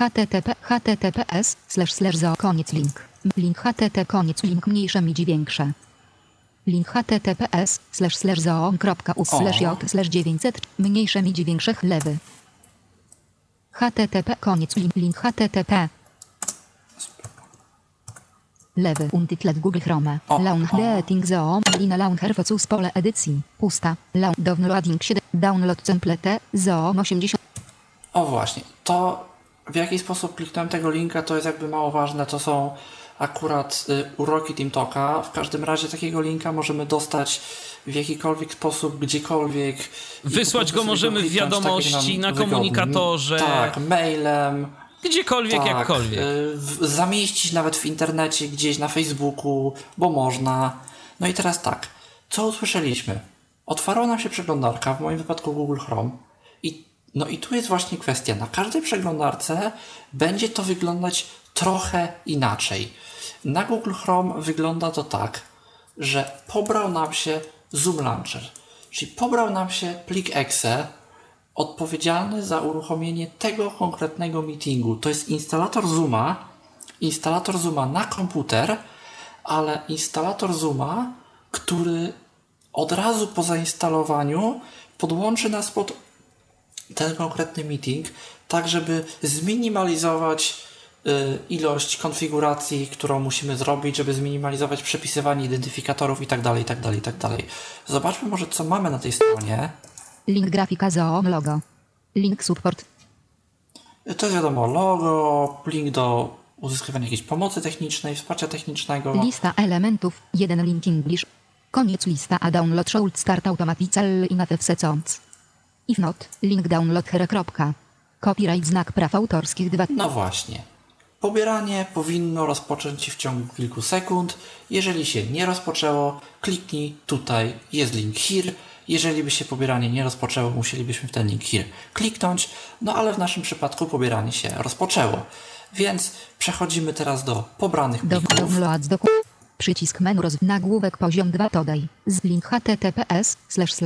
// koniec link. Link http koniec link mniejsze midzi większe. Link https //zoo.us/j/900 mniejsze midzi większych lewy. http koniec link http lewy untitled Google Chrome Launch Zoo Lina Launcher Focus pole edycji pusta downloading 7 download template Zoo 80. O właśnie, to w jaki sposób kliknąłem tego linka, to jest jakby mało ważne, to są akurat uroki TeamTalka. W każdym razie takiego linka możemy dostać w jakikolwiek sposób, gdziekolwiek. Wysłać go możemy w wiadomości, na komunikatorze. Tak, mailem. Gdziekolwiek, tak, jakkolwiek. Zamieścić nawet w internecie, gdzieś na Facebooku, bo można. No i teraz tak, co usłyszeliśmy? Otwarła nam się przeglądarka, w moim wypadku Google Chrome. I tu jest właśnie kwestia. Na każdej przeglądarce będzie to wyglądać trochę inaczej. Na Google Chrome wygląda to tak, że pobrał nam się Zoom Launcher, czyli pobrał nam się plik exe odpowiedzialny za uruchomienie tego konkretnego meetingu. To jest instalator Zooma na komputer, ale instalator Zooma, który od razu po zainstalowaniu podłączy nas pod ten konkretny meeting, tak żeby zminimalizować ilość konfiguracji, którą musimy zrobić, żeby zminimalizować przepisywanie identyfikatorów itd. Zobaczmy może, co mamy na tej stronie. Link grafika Zoo logo. Link support. To jest wiadomo logo, link do uzyskiwania jakiejś pomocy technicznej, wsparcia technicznego. Lista elementów. 1 link English. Koniec lista a download should start automatically in a few seconds. If not, link download here. Copyright znak praw autorskich 2. No właśnie. Pobieranie powinno rozpocząć się w ciągu kilku sekund. Jeżeli się nie rozpoczęło, kliknij tutaj, jest link here. Jeżeli by się pobieranie nie rozpoczęło, musielibyśmy w ten link here kliknąć. No ale w naszym przypadku pobieranie się rozpoczęło. Więc przechodzimy teraz do pobranych plików. Download przycisk menu nagłówek poziom 2 dodaj. Z link https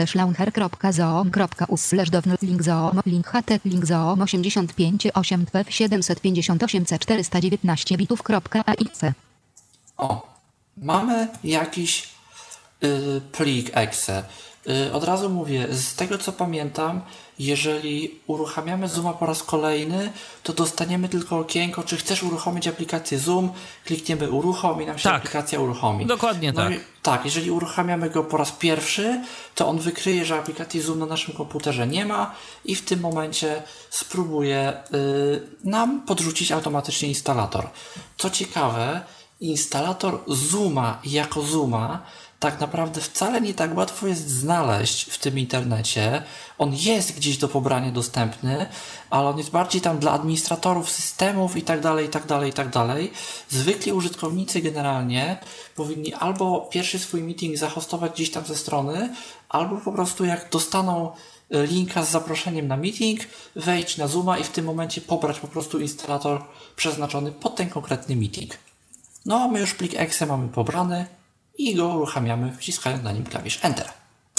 //launcher.zoo.us/download link zoo link http link zoo 85.8 web 758 419 bitów.aic. O, mamy jakiś plik exe. Od razu mówię, z tego co pamiętam, jeżeli uruchamiamy Zooma po raz kolejny, to dostaniemy tylko okienko, czy chcesz uruchomić aplikację Zoom, klikniemy uruchom i nam się aplikacja uruchomi. Dokładnie tak. Tak, jeżeli uruchamiamy go po raz pierwszy, to on wykryje, że aplikacji Zoom na naszym komputerze nie ma i w tym momencie spróbuje nam podrzucić automatycznie instalator. Co ciekawe, instalator Zooma jako Zooma tak naprawdę wcale nie tak łatwo jest znaleźć w tym internecie. On jest gdzieś do pobrania dostępny, ale on jest bardziej tam dla administratorów systemów i tak dalej. Zwykli użytkownicy generalnie powinni albo pierwszy swój meeting zahostować gdzieś tam ze strony, albo po prostu jak dostaną linka z zaproszeniem na meeting, wejść na Zooma i w tym momencie pobrać po prostu instalator przeznaczony pod ten konkretny meeting. No a my już plik exe mamy pobrany i go uruchamiamy, wciskając na nim klawisz Enter.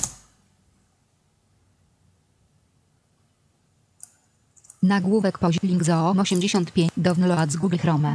Nagłówek link Zoom 85 download z Google Chrome.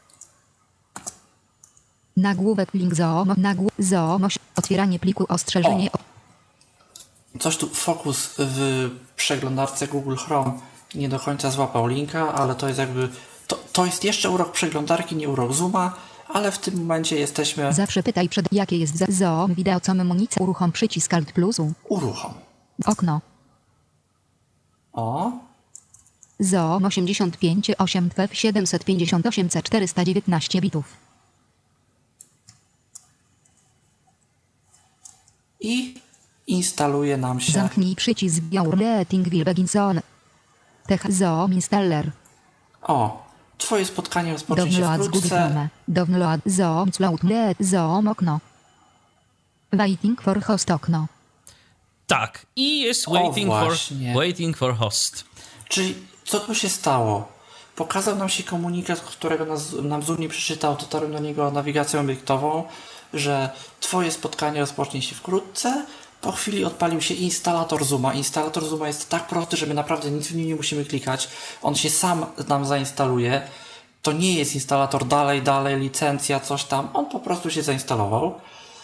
Nagłówek link Zoom otwieranie pliku ostrzeżenie. Coś tu Focus w przeglądarce Google Chrome nie do końca złapał linka, ale to jest jakby to jest jeszcze urok przeglądarki, nie urok Zooma, ale w tym momencie jesteśmy... Zawsze pytaj jakie jest Zoom wideo co monitor. Uruchom przycisk Alt plusu. Uruchom. Okno. O. Zoom 85 8 TWF 758 419 bitów. I instaluje nam się... Zamknij przycisk Your Meeting will begin soon. Zoom installer. O, twoje spotkanie rozpocznie się Download z Google wkrótce. Chrome. Download Zoom Zoom okno. Waiting for host okno. Tak, i jest waiting for host. Czyli co tu się stało? Pokazał nam się komunikat, którego nam Zoom nie przeczytał, dotarłem do niego nawigacją obiektową, że twoje spotkanie rozpocznie się wkrótce. Po chwili odpalił się instalator Zooma. Instalator Zooma jest tak prosty, że my naprawdę nic w nim nie musimy klikać. On się sam nam zainstaluje. To nie jest instalator dalej, licencja, coś tam. On po prostu się zainstalował.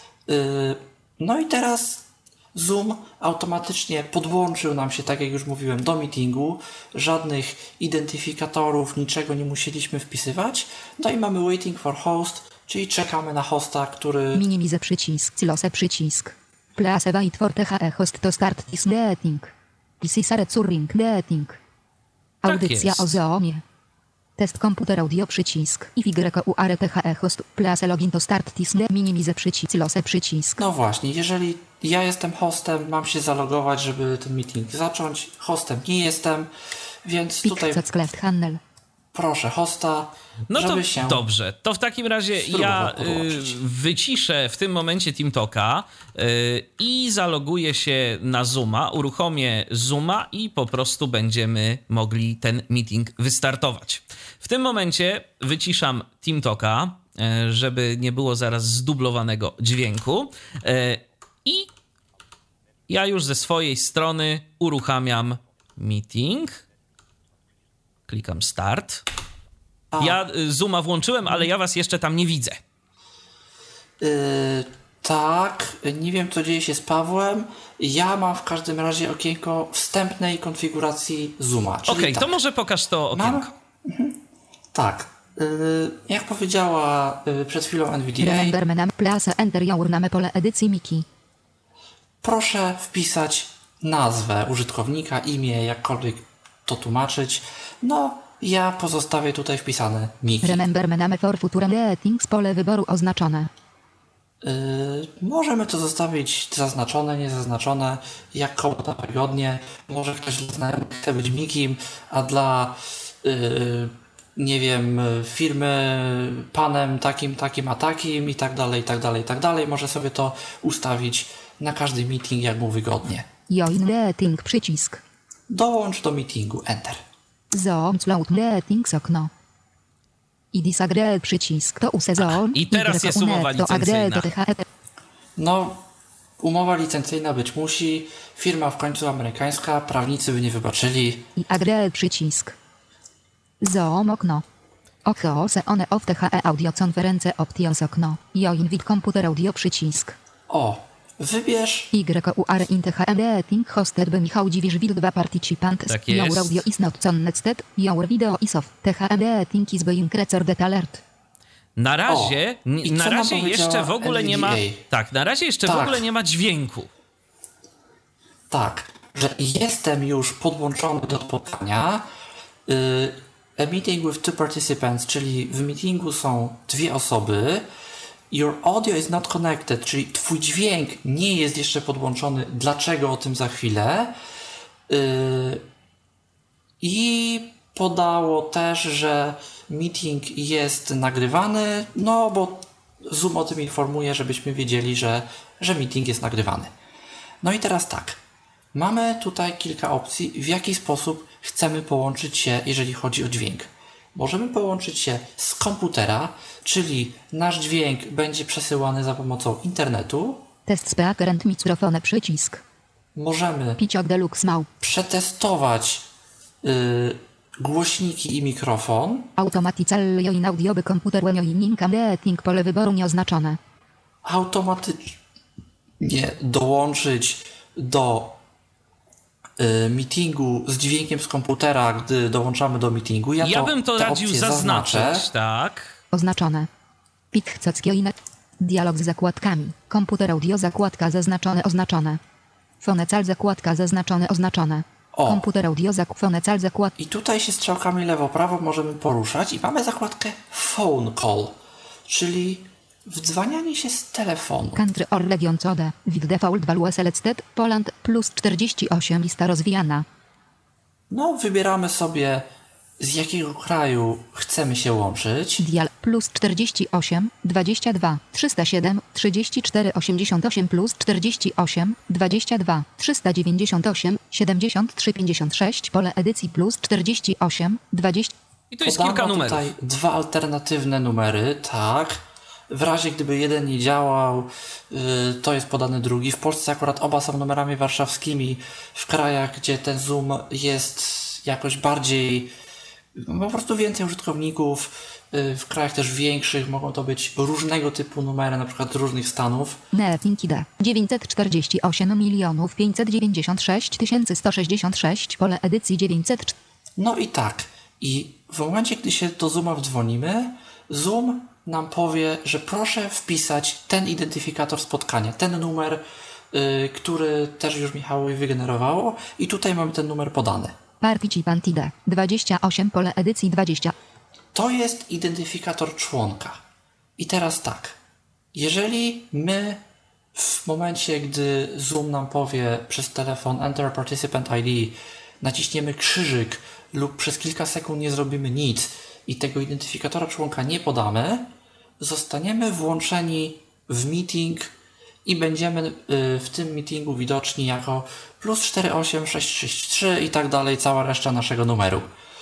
No i teraz Zoom automatycznie podłączył nam się, tak jak już mówiłem, do meetingu. Żadnych identyfikatorów, niczego nie musieliśmy wpisywać. No i mamy waiting for host, czyli czekamy na hosta, który... Minimize przycisk, close przycisk. Place wait for the host to start this meeting. This is a recurring meeting. Audycja o Zoomie. Test komputer audio przycisk. YUARTHE host. Place login to start this minimize przycisk, close przycisk. No właśnie, jeżeli ja jestem hostem, mam się zalogować, żeby ten meeting zacząć. Hostem nie jestem, więc tutaj proszę hosta, no żeby to się... Dobrze, to w takim razie ja wyciszę w tym momencie TeamTalka i zaloguję się na Zooma, uruchomię Zooma i po prostu będziemy mogli ten meeting wystartować. W tym momencie wyciszam TeamTalka, żeby nie było zaraz zdublowanego dźwięku i ja już ze swojej strony uruchamiam meeting. Klikam start. Ja Zooma włączyłem, ale ja was jeszcze tam nie widzę. Tak, nie wiem co dzieje się z Pawłem. Ja mam w każdym razie okienko wstępnej konfiguracji Zooma. Okej, tak. To może pokaż to okienko. Tak. Jak powiedziała przed chwilą NVDA, enter your name pole edycji Miki. Proszę wpisać nazwę użytkownika, imię, jakkolwiek to tłumaczyć. No, ja pozostawię tutaj wpisane Miki. Remember name for future meetings, pole wyboru oznaczone. Możemy to zostawić zaznaczone, niezaznaczone, jak komu to wygodnie. Może ktoś znajomy chce być Mikim, a dla nie wiem, firmy panem takim i tak dalej. Może sobie to ustawić na każdy meeting, jak mu wygodnie. Join meeting przycisk. Dołącz do meetingu, Enter. Zoom Cloud Meetings okno. I disagree przycisk to usezon. I teraz jest umowa licencyjna. No, umowa licencyjna być musi. Firma w końcu amerykańska, prawnicy by nie wybaczyli. I agree przycisk. Zoom okno. Okno se one of the audio conference options okno. Join with computer audio przycisk. O, wybierz. YUR in the meeting hosted by Michał Dziwisz will 2 participants. Tak jest. Your audio is not connected. Your video is off. The meeting is being recorded alert. Na razie, na razie jeszcze w ogóle NVDA? nie ma. Tak, na razie jeszcze w ogóle nie ma dźwięku. Tak, że jestem już podłączony do spotkania. A meeting with 2 participants, czyli w meetingu są 2 osoby. your audio is not connected, czyli twój dźwięk nie jest jeszcze podłączony. Dlaczego? O tym za chwilę. I podało też, że meeting jest nagrywany, no bo Zoom o tym informuje, żebyśmy wiedzieli, że meeting jest nagrywany. No i teraz tak. Mamy tutaj kilka opcji, w jaki sposób chcemy połączyć się, jeżeli chodzi o dźwięk. Możemy połączyć się z komputera, czyli nasz dźwięk będzie przesyłany za pomocą internetu. Test speaker and mikrofon przycisk. Możemy Piciok Deluxe Mał. przetestować głośniki i mikrofon. Automatically join audioby komputer when joining meeting pole wyboru nieoznaczone. Automatycznie dołączyć do meetingu z dźwiękiem z komputera, gdy dołączamy do meetingu. Ja bym to radził zaznaczyć, tak. Oznaczone. Dialog z zakładkami. Komputer audio zakładka zaznaczone oznaczone. Fonecal zakładka zaznaczone oznaczone. Komputer audio fonecal zakładka. I tutaj się strzałkami lewo-prawo możemy poruszać i mamy zakładkę phone call, czyli wdzwanianie się z telefonu. Country or region code. With default value selected. Poland plus 48 lista rozwijana. No, wybieramy sobie, z jakiego kraju chcemy się łączyć. Dial plus 48, 22, 307, 34, 88 plus 48, 22, 398, 73, 56 pole edycji plus 48, 20. I to jest Podano kilka numerów. tutaj dwa alternatywne numery, tak. W razie gdyby jeden nie działał, to jest podany drugi. W Polsce akurat oba są numerami warszawskimi. W krajach, gdzie ten Zoom jest jakoś bardziej, po prostu więcej użytkowników, w krajach też większych mogą to być różnego typu numery, na przykład z różnych stanów. Neetinkide 948 596 166 pole edycji 900. No i tak. I w momencie, gdy się do Zooma wdzwonimy, Zoom nam powie, że proszę wpisać ten identyfikator spotkania, ten numer, który też już Michałowi wygenerowało i tutaj mamy ten numer podany. Participantide 28 pole edycji 20. To jest identyfikator członka. I teraz tak, jeżeli my w momencie, gdy Zoom nam powie przez telefon Enter Participant ID, naciśniemy krzyżyk lub przez kilka sekund nie zrobimy nic i tego identyfikatora członka nie podamy, zostaniemy włączeni w meeting i będziemy w tym meetingu widoczni jako plus 48663 i tak dalej, cała reszta naszego numeru.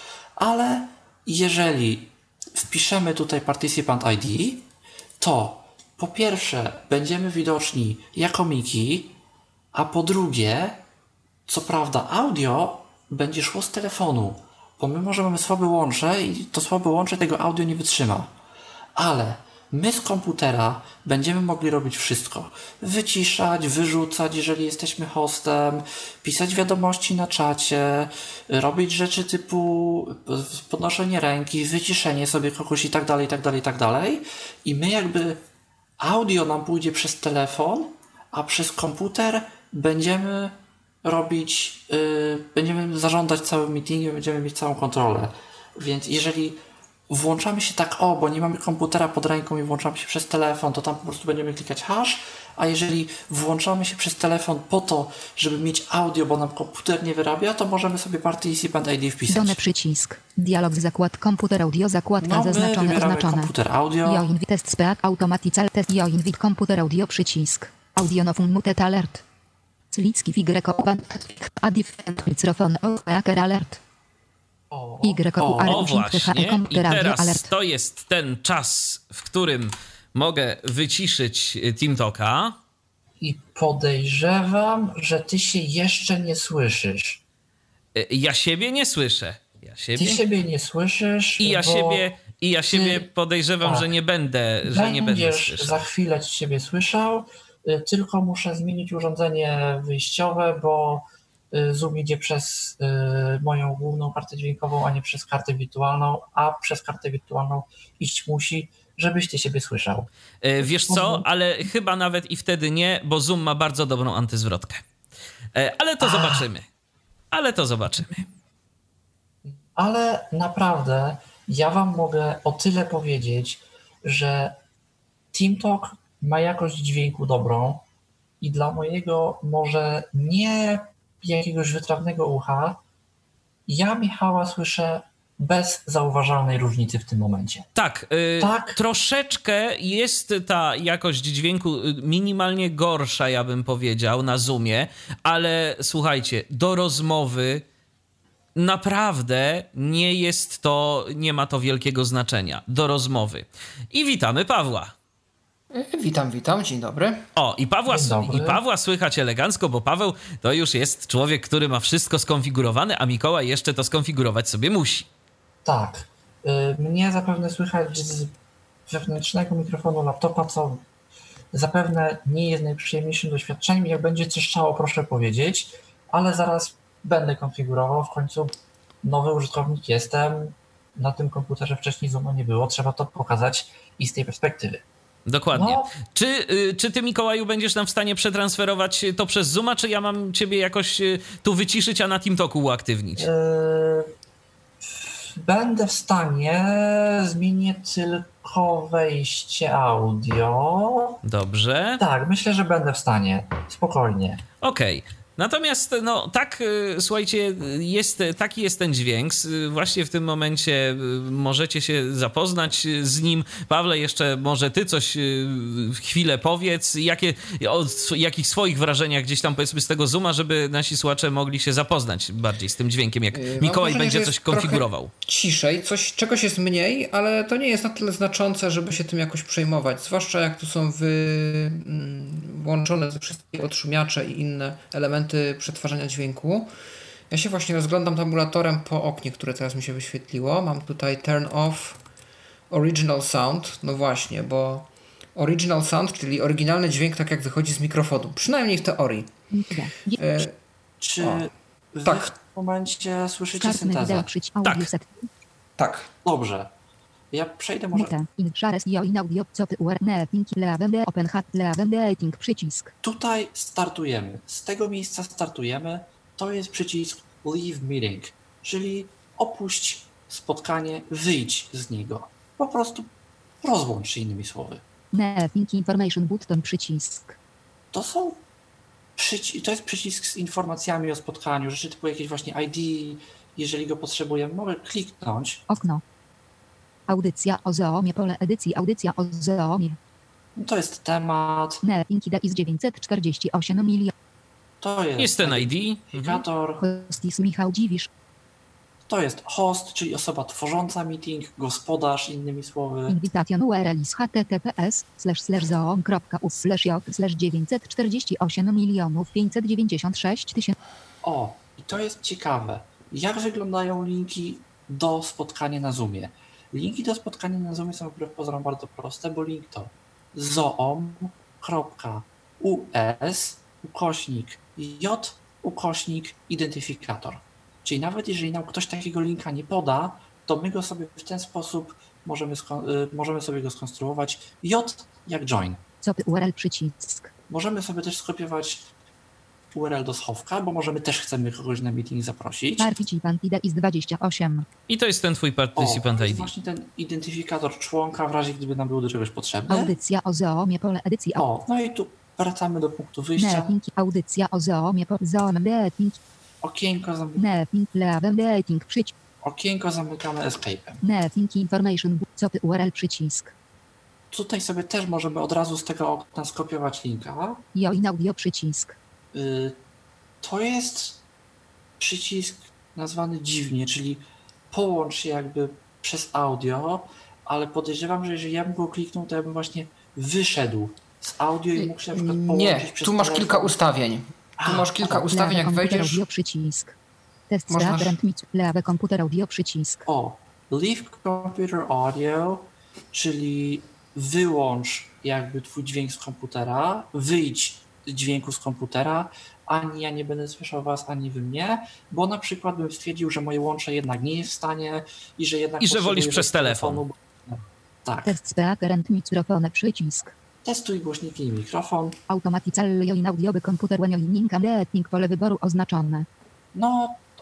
Ale jeżeli wpiszemy tutaj Participant ID, to po pierwsze będziemy widoczni jako Miki, a po drugie, co prawda audio będzie szło z telefonu, bo my może mamy słabe łącze i to słabe łącze tego audio nie wytrzyma. Ale my z komputera będziemy mogli robić wszystko. Wyciszać, wyrzucać, jeżeli jesteśmy hostem, pisać wiadomości na czacie, robić rzeczy typu podnoszenie ręki, wyciszenie sobie kogoś i tak dalej, i tak dalej, i tak dalej. I my jakby audio nam pójdzie przez telefon, a przez komputer będziemy robić, będziemy zarządzać całym meetingiem, będziemy mieć całą kontrolę. Więc jeżeli włączamy się tak, bo nie mamy komputera pod ręką i włączamy się przez telefon, to tam po prostu będziemy klikać hash, a jeżeli włączamy się przez telefon po to, żeby mieć audio, bo nam komputer nie wyrabia, to możemy sobie Participant ID wpisać. Dane przycisk. Dialog z zakład komputer audio zakładka zaznaczone oznaczone. Komputer audio. Join with test speak automatical test join with komputer audio przycisk. Audio no muted alert. Clicki Y adif mikrofon speaker alert. O właśnie, i teraz to jest ten czas, w którym mogę wyciszyć TeamTalka. I podejrzewam, że ty się jeszcze nie słyszysz. Ja siebie nie słyszę. Ty siebie nie słyszysz, I ja siebie podejrzewam, tak, że nie będę słyszał. Za chwilę siebie słyszał, tylko muszę zmienić urządzenie wyjściowe, bo Zoom idzie przez moją główną kartę dźwiękową, a nie przez kartę wirtualną, a przez kartę wirtualną iść musi, żebyś ty siebie słyszał. Wiesz co, ale chyba nawet i wtedy nie, bo Zoom ma bardzo dobrą antyzwrotkę. Ale to zobaczymy. Ale naprawdę ja wam mogę o tyle powiedzieć, że TeamTalk ma jakość dźwięku dobrą i dla mojego może nie jakiegoś wytrawnego ucha ja Michała słyszę bez zauważalnej różnicy w tym momencie. Tak, troszeczkę jest ta jakość dźwięku minimalnie gorsza, ja bym powiedział, na Zoomie, ale słuchajcie, do rozmowy naprawdę nie ma to wielkiego znaczenia. Do rozmowy. I witamy Pawła. Witam, dzień dobry. O, i Pawła słychać elegancko, bo Paweł to już jest człowiek, który ma wszystko skonfigurowane, a Mikołaj jeszcze to skonfigurować sobie musi. Tak. Mnie zapewne słychać z wewnętrznego mikrofonu laptopa, co zapewne nie jest najprzyjemniejszym doświadczeniem. Jak będzie trzeszczało, proszę powiedzieć, ale zaraz będę konfigurował. W końcu nowy użytkownik jestem. Na tym komputerze wcześniej Zooma nie było. Trzeba to pokazać i z tej perspektywy. Dokładnie. No. Czy ty, Mikołaju, będziesz nam w stanie przetransferować to przez Zooma, czy ja mam ciebie jakoś tu wyciszyć, a na TeamTalku uaktywnić? Będę w stanie, zmienię tylko wejście audio. Dobrze. Tak, myślę, że będę w stanie. Spokojnie. Okej. Natomiast, no tak, słuchajcie, taki jest ten dźwięk. Właśnie w tym momencie możecie się zapoznać z nim. Pawle, jeszcze może ty coś chwilę powiedz. O jakich swoich wrażeniach gdzieś tam, powiedzmy, z tego Zooma, żeby nasi słuchacze mogli się zapoznać bardziej z tym dźwiękiem, jak Mikołaj będzie coś konfigurował. Ciszej, czegoś jest mniej, ale to nie jest na tyle znaczące, żeby się tym jakoś przejmować. Zwłaszcza jak tu są włączone te wszystkie odszumiacze i inne elementy przetwarzania dźwięku. Ja się właśnie rozglądam tabulatorem po oknie, które teraz mi się wyświetliło. Mam tutaj turn off original sound. No właśnie, bo original sound, czyli oryginalny dźwięk, tak jak wychodzi z mikrofonu. Przynajmniej w teorii. Czy wy w tym momencie słyszycie syntezę? Tak. Dobrze. Ja przejdę może... Przycisk. Tutaj startujemy. Z tego miejsca startujemy. To jest przycisk Leave Meeting, czyli opuść spotkanie, wyjdź z niego. Po prostu rozłącz się, innymi słowy. Information button, przycisk. To jest przycisk z informacjami o spotkaniu, rzeczy typu jakieś właśnie ID, jeżeli go potrzebujemy, mogę kliknąć. Okno. Audycja o Zoomie, pole edycji, audycja o Zoomie. To jest temat. Inkida is 948 milionów. To jest ten ID. Identifikator. Hostis Michał Dziwisz. To jest host, czyli osoba tworząca meeting, gospodarz, innymi słowy. Invitation URL is https://zoom.us/948 596 000. O, i to jest ciekawe. Jak wyglądają linki do spotkania na Zoomie? Linki do spotkania na Zoomie są wbrew pozorom bardzo proste, bo link to zoom.us/j/identyfikator. Czyli nawet jeżeli nam ktoś takiego linka nie poda, to my go sobie w ten sposób możemy sobie go skonstruować. J jak join. URL przycisk. Możemy sobie też skopiować URL do schowka, bo chcemy kogoś na meeting zaprosić. Participant ID is 28. I to jest ten twój participant ID. To jest ID. właśnie ten identyfikator członka, w razie gdyby nam był do czegoś potrzebny. Audycja o Zoomie, pole edycji. No i tu wracamy do punktu wyjścia. Audycja o Zoomie, Zoom meeting. Okienko zamykamy. Okienko zamykamy escape'em. Information URL przycisk. Tutaj sobie też możemy od razu z tego okna skopiować linka. Join audio przycisk. To jest przycisk nazwany dziwnie, czyli połącz się jakby przez audio, ale podejrzewam, że jeżeli ja bym go kliknął, to ja bym właśnie wyszedł z audio i mógł się na przykład połączyć przez tu masz kilka ustawień. Jak wejdziesz... Przycisk. Test lewe komputer audio przycisk. Leave computer audio, czyli wyłącz jakby twój dźwięk z komputera, wyjdź dźwięku z komputera, ani ja nie będę słyszał was, ani wy mnie, bo na przykład bym stwierdził, że moje łącze jednak nie jest w stanie i że jednak... I że wolisz przez telefon. Tak. Test speakerent mikrofon przycisk. Testuj głośniki i mikrofon. Automatically join audioby komputer when joining pole wyboru oznaczone. No,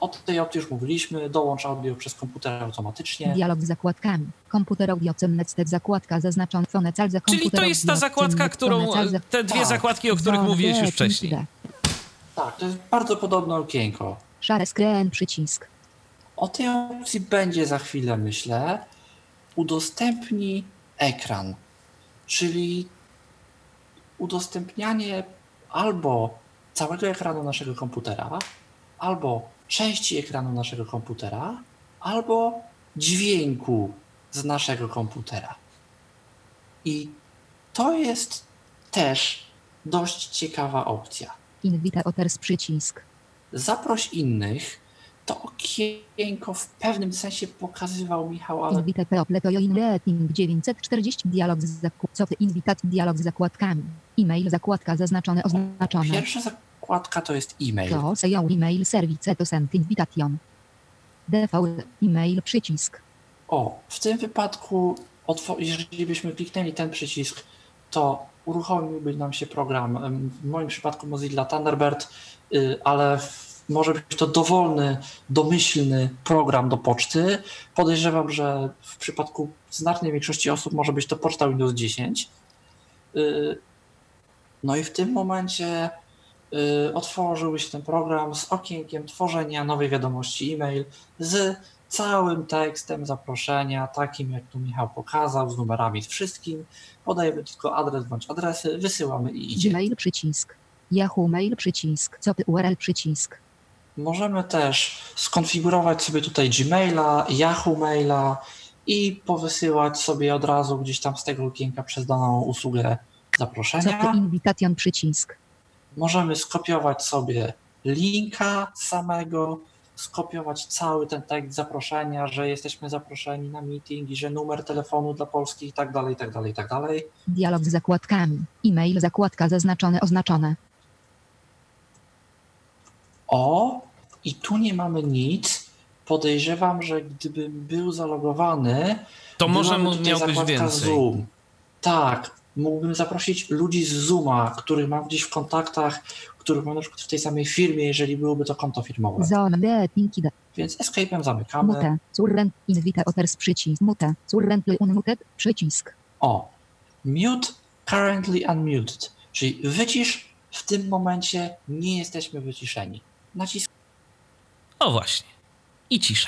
O tej opcji już mówiliśmy, dołącz audio przez komputer automatycznie. Dialog z zakładkami. Komputer audio cemnectet zakładka zaznaczona fonecal za komputer. Czyli to jest ta zakładka, te dwie zakładki, o których mówiłeś już wcześniej. Tak, to jest bardzo podobne okienko. Szare screen przycisk. O tej opcji będzie za chwilę, myślę. Udostępnij ekran, czyli udostępnianie albo całego ekranu naszego komputera, albo części ekranu naszego komputera, albo dźwięku z naszego komputera. I to jest też dość ciekawa opcja. Invite others przycisk. Zaproś innych. To okienko w pewnym sensie pokazywał Michał, ale... Invite Peopleto Inleting 940 dialog z dialog z zakładkami. E-mail zakładka zaznaczone oznaczone. Pierwsza zakładka to jest e-mail. To seją e-mail service to send invitation. Default e-mail przycisk. W tym wypadku, jeżeli byśmy kliknęli ten przycisk, to uruchomiłby nam się program, w moim przypadku Mozilla Thunderbird, ale może być to dowolny, domyślny program do poczty. Podejrzewam, że w przypadku znacznej większości osób może być to poczta Windows 10. No i w tym momencie otworzyłby się ten program z okienkiem tworzenia nowej wiadomości e-mail z całym tekstem zaproszenia, takim jak tu Michał pokazał, z numerami, z wszystkim. Podajemy tylko adres bądź adresy, wysyłamy i idzie. Gmail przycisk. Yahoo Mail przycisk. Copy URL przycisk. Możemy też skonfigurować sobie tutaj Gmaila, Yahoo Maila i powysyłać sobie od razu gdzieś tam z tego okienka przez daną usługę zaproszenia. Copy Invitation przycisk. Możemy skopiować sobie linka samego, skopiować cały ten tekst zaproszenia, że jesteśmy zaproszeni na meeting i że numer telefonu dla Polski i tak dalej, i tak dalej, i tak dalej. Dialog z zakładkami. E-mail zakładka zaznaczone oznaczone. I tu nie mamy nic. Podejrzewam, że gdybym był zalogowany, to może miałbyś więcej. Zoom. Tak, mógłbym zaprosić ludzi z Zooma, których mam gdzieś w kontaktach, których mam na przykład w tej samej firmie, jeżeli byłoby to konto firmowe. Więc escape'em zamykamy. Mute, current, invite others przycisk. Mute, currently unmuted, przycisk. Mute, currently unmuted, czyli wycisz, w tym momencie nie jesteśmy wyciszeni. Nacisk. Właśnie. I cisza.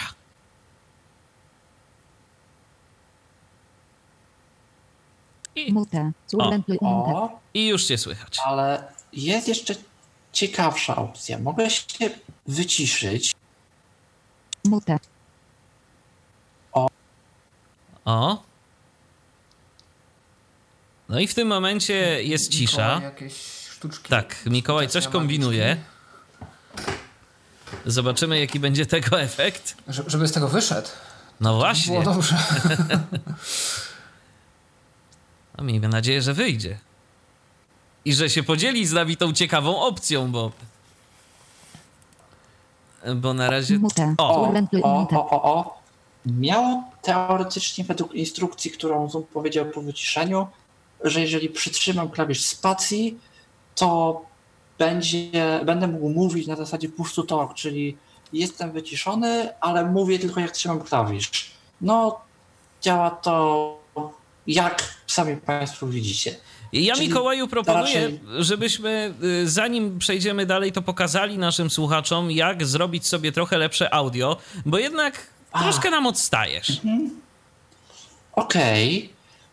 Mute, currently unmuted. I już cię słychać. Ale jest jeszcze ciekawsza opcja. Mogę się wyciszyć. Mute. No i w tym momencie jest cisza. Mikołaj jakieś sztuczki. Tak, Mikołaj coś kombinuje. Zobaczymy, jaki będzie tego efekt. Żeby z tego wyszedł. No właśnie. Było dobrze. No, miejmy nadzieję, że wyjdzie. I że się podzieli z nami tą ciekawą opcją, bo na razie... Miało teoretycznie według instrukcji, którą Zoom powiedział po wyciszeniu, że jeżeli przytrzymam klawisz spacji, to będę mógł mówić na zasadzie push to talk, czyli jestem wyciszony, ale mówię tylko jak trzymam klawisz. No, działa to jak sami Państwo widzicie. Ja, Mikołaju, proponuję, żebyśmy, zanim przejdziemy dalej, to pokazali naszym słuchaczom, jak zrobić sobie trochę lepsze audio, bo jednak troszkę nam odstajesz. Okej.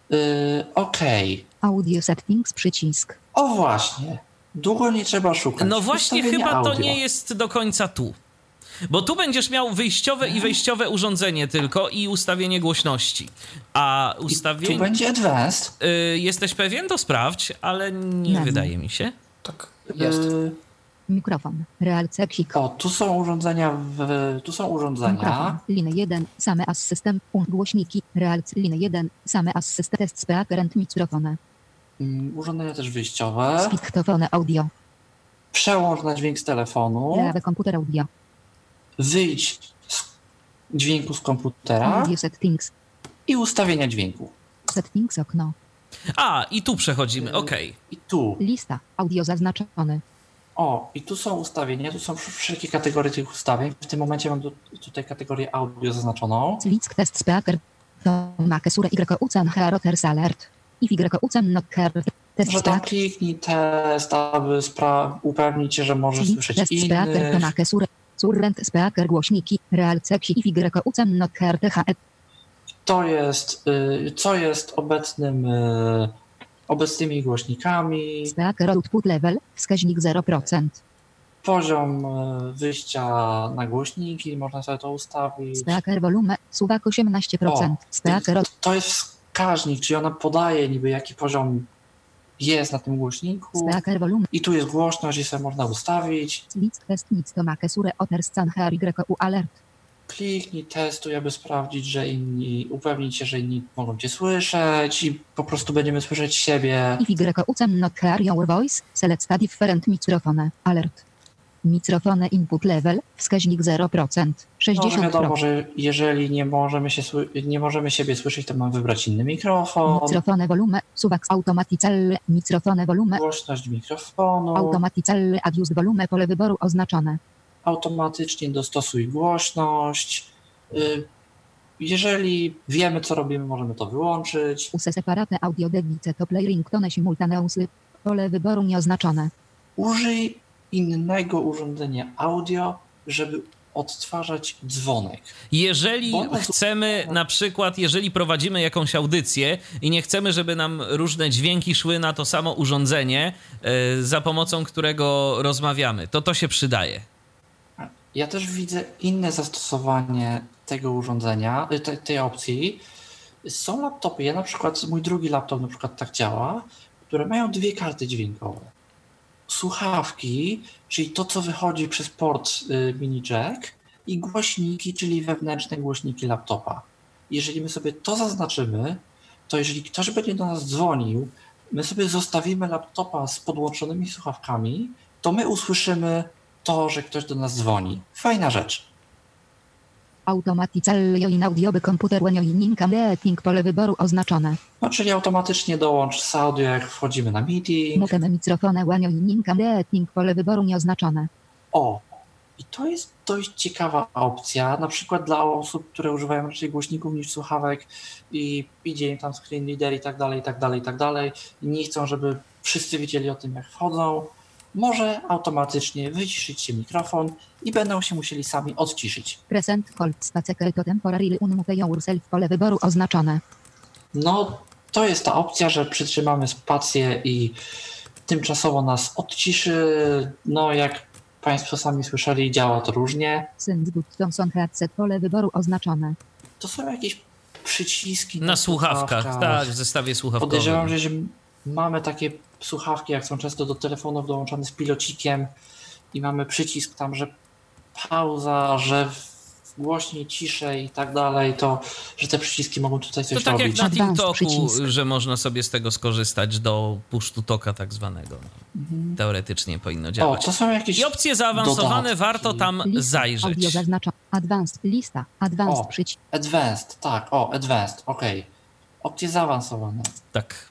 Audio settings przycisk. Właśnie. Długo nie trzeba szukać. No właśnie, chyba to nie jest do końca tu. Bo tu będziesz miał wyjściowe i wejściowe urządzenie tylko i ustawienie głośności. A ustawienie... Tu będzie advanced. Jesteś pewien? To sprawdź, ale nie wydaje mi się. Tak, jest. Mikrofon. Realce ksik. Tu są urządzenia. Mikrofon. Line 1. Same as system. Głośniki. Realce. Line 1. Same as system. Test speaker and mikrofony. Urządzenia też wyjściowe. Spiktofone audio. Przełącz na dźwięk z telefonu. Lewy komputer audio. Wyjdź z dźwięku z komputera. Audio settings. I ustawienia dźwięku. Settings okno. I tu przechodzimy, okej. I tu. Lista. Audio zaznaczony. I tu są ustawienia, tu są wszelkie kategorie tych ustawień. W tym momencie mam tutaj kategorię audio zaznaczoną. Slick test speaker. To makesure YUCN Heroters alert. YUCN not her. Test Że tam speaker. kliknij test, aby upewnić się, że możesz Slick słyszeć test speaker. To innych. makesure. Current speaker głośniki. Real ceki YUCN not her. THE. To jest, co jest obecnymi głośnikami, Speaker output level. Wskaźnik 0%. poziom wyjścia na głośniki, można sobie to ustawić. Speaker volume. Suwak 18%. Speaker To jest wskaźnik, czyli ona podaje niby jaki poziom jest na tym głośniku Speaker volume. i tu jest głośność i sobie można ustawić. Slick test nic to makesure. Oters can her YU alert. Kliknij, testuj, aby sprawdzić, upewnić się, że inni mogą cię słyszeć i po prostu będziemy słyszeć siebie. YUCN not hear your voice. Select a different microphone. Alert. Microphone input level. Wskaźnik 0%. No, 60%. wiadomo, że jeżeli nie możemy siebie słyszeć, to mam wybrać inny mikrofon. Microphone volume. Suwak automatically. Microphone volume. Głośność mikrofonu. Automatically adjust volume. Pole wyboru oznaczone. Automatycznie dostosuj głośność. Jeżeli wiemy, co robimy, możemy to wyłączyć. Use separate audio device to play ringtone simultaneously. Pole wyboru nieoznaczone. Użyj innego urządzenia audio, żeby odtwarzać dzwonek. Jeżeli chcemy, na przykład, jeżeli prowadzimy jakąś audycję i nie chcemy, żeby nam różne dźwięki szły na to samo urządzenie, za pomocą którego rozmawiamy, to się przydaje. Ja też widzę inne zastosowanie tego urządzenia, tej opcji. Są laptopy, na przykład mój drugi laptop na przykład tak działa, które mają 2 karty dźwiękowe. Słuchawki, czyli to, co wychodzi przez port mini jack i głośniki, czyli wewnętrzne głośniki laptopa. Jeżeli my sobie to zaznaczymy, to jeżeli ktoś będzie do nas dzwonił, my sobie zostawimy laptopa z podłączonymi słuchawkami, to my usłyszymy to, że ktoś do nas dzwoni. Fajna rzecz. Automatically in audioby komputer when joining meeting. Pole wyboru oznaczone. No, czyli automatycznie dołącz z audio, jak wchodzimy na meeting. Mutemy microphone when joining meeting. Pole wyboru nieoznaczone. I to jest dość ciekawa opcja, na przykład dla osób, które używają raczej głośników niż słuchawek i idzie im tam screen reader i tak dalej, i nie chcą, żeby wszyscy wiedzieli o tym, jak wchodzą. Może automatycznie wyciszyć się mikrofon i będą się musieli sami odciszyć. Present hold spacekel to temporarily unmute yourself. Pole wyboru oznaczone. No, to jest ta opcja, że przytrzymamy spację i tymczasowo nas odciszy. No, jak Państwo sami słyszeli, działa to różnie. Send button headset. Pole wyboru oznaczone. To są jakieś przyciski Na słuchawkach, tak, w zestawie słuchawkowym. Podejrzewam, że mamy takie słuchawki, jak są często do telefonów dołączane z pilocikiem i mamy przycisk tam, że pauza, że głośniej, ciszej i tak dalej, to że te przyciski mogą tutaj coś to tak robić. jak na TikToku, przycisk. że można sobie z tego skorzystać do push to talka tak zwanego. Teoretycznie powinno działać. To są jakieś I opcje zaawansowane, dodatki. warto tam Lista zajrzeć. audio zaznaczona. Advanced. Lista. Advanced przycisk. Advanced, tak, Advanced, okej. Opcje zaawansowane. Tak.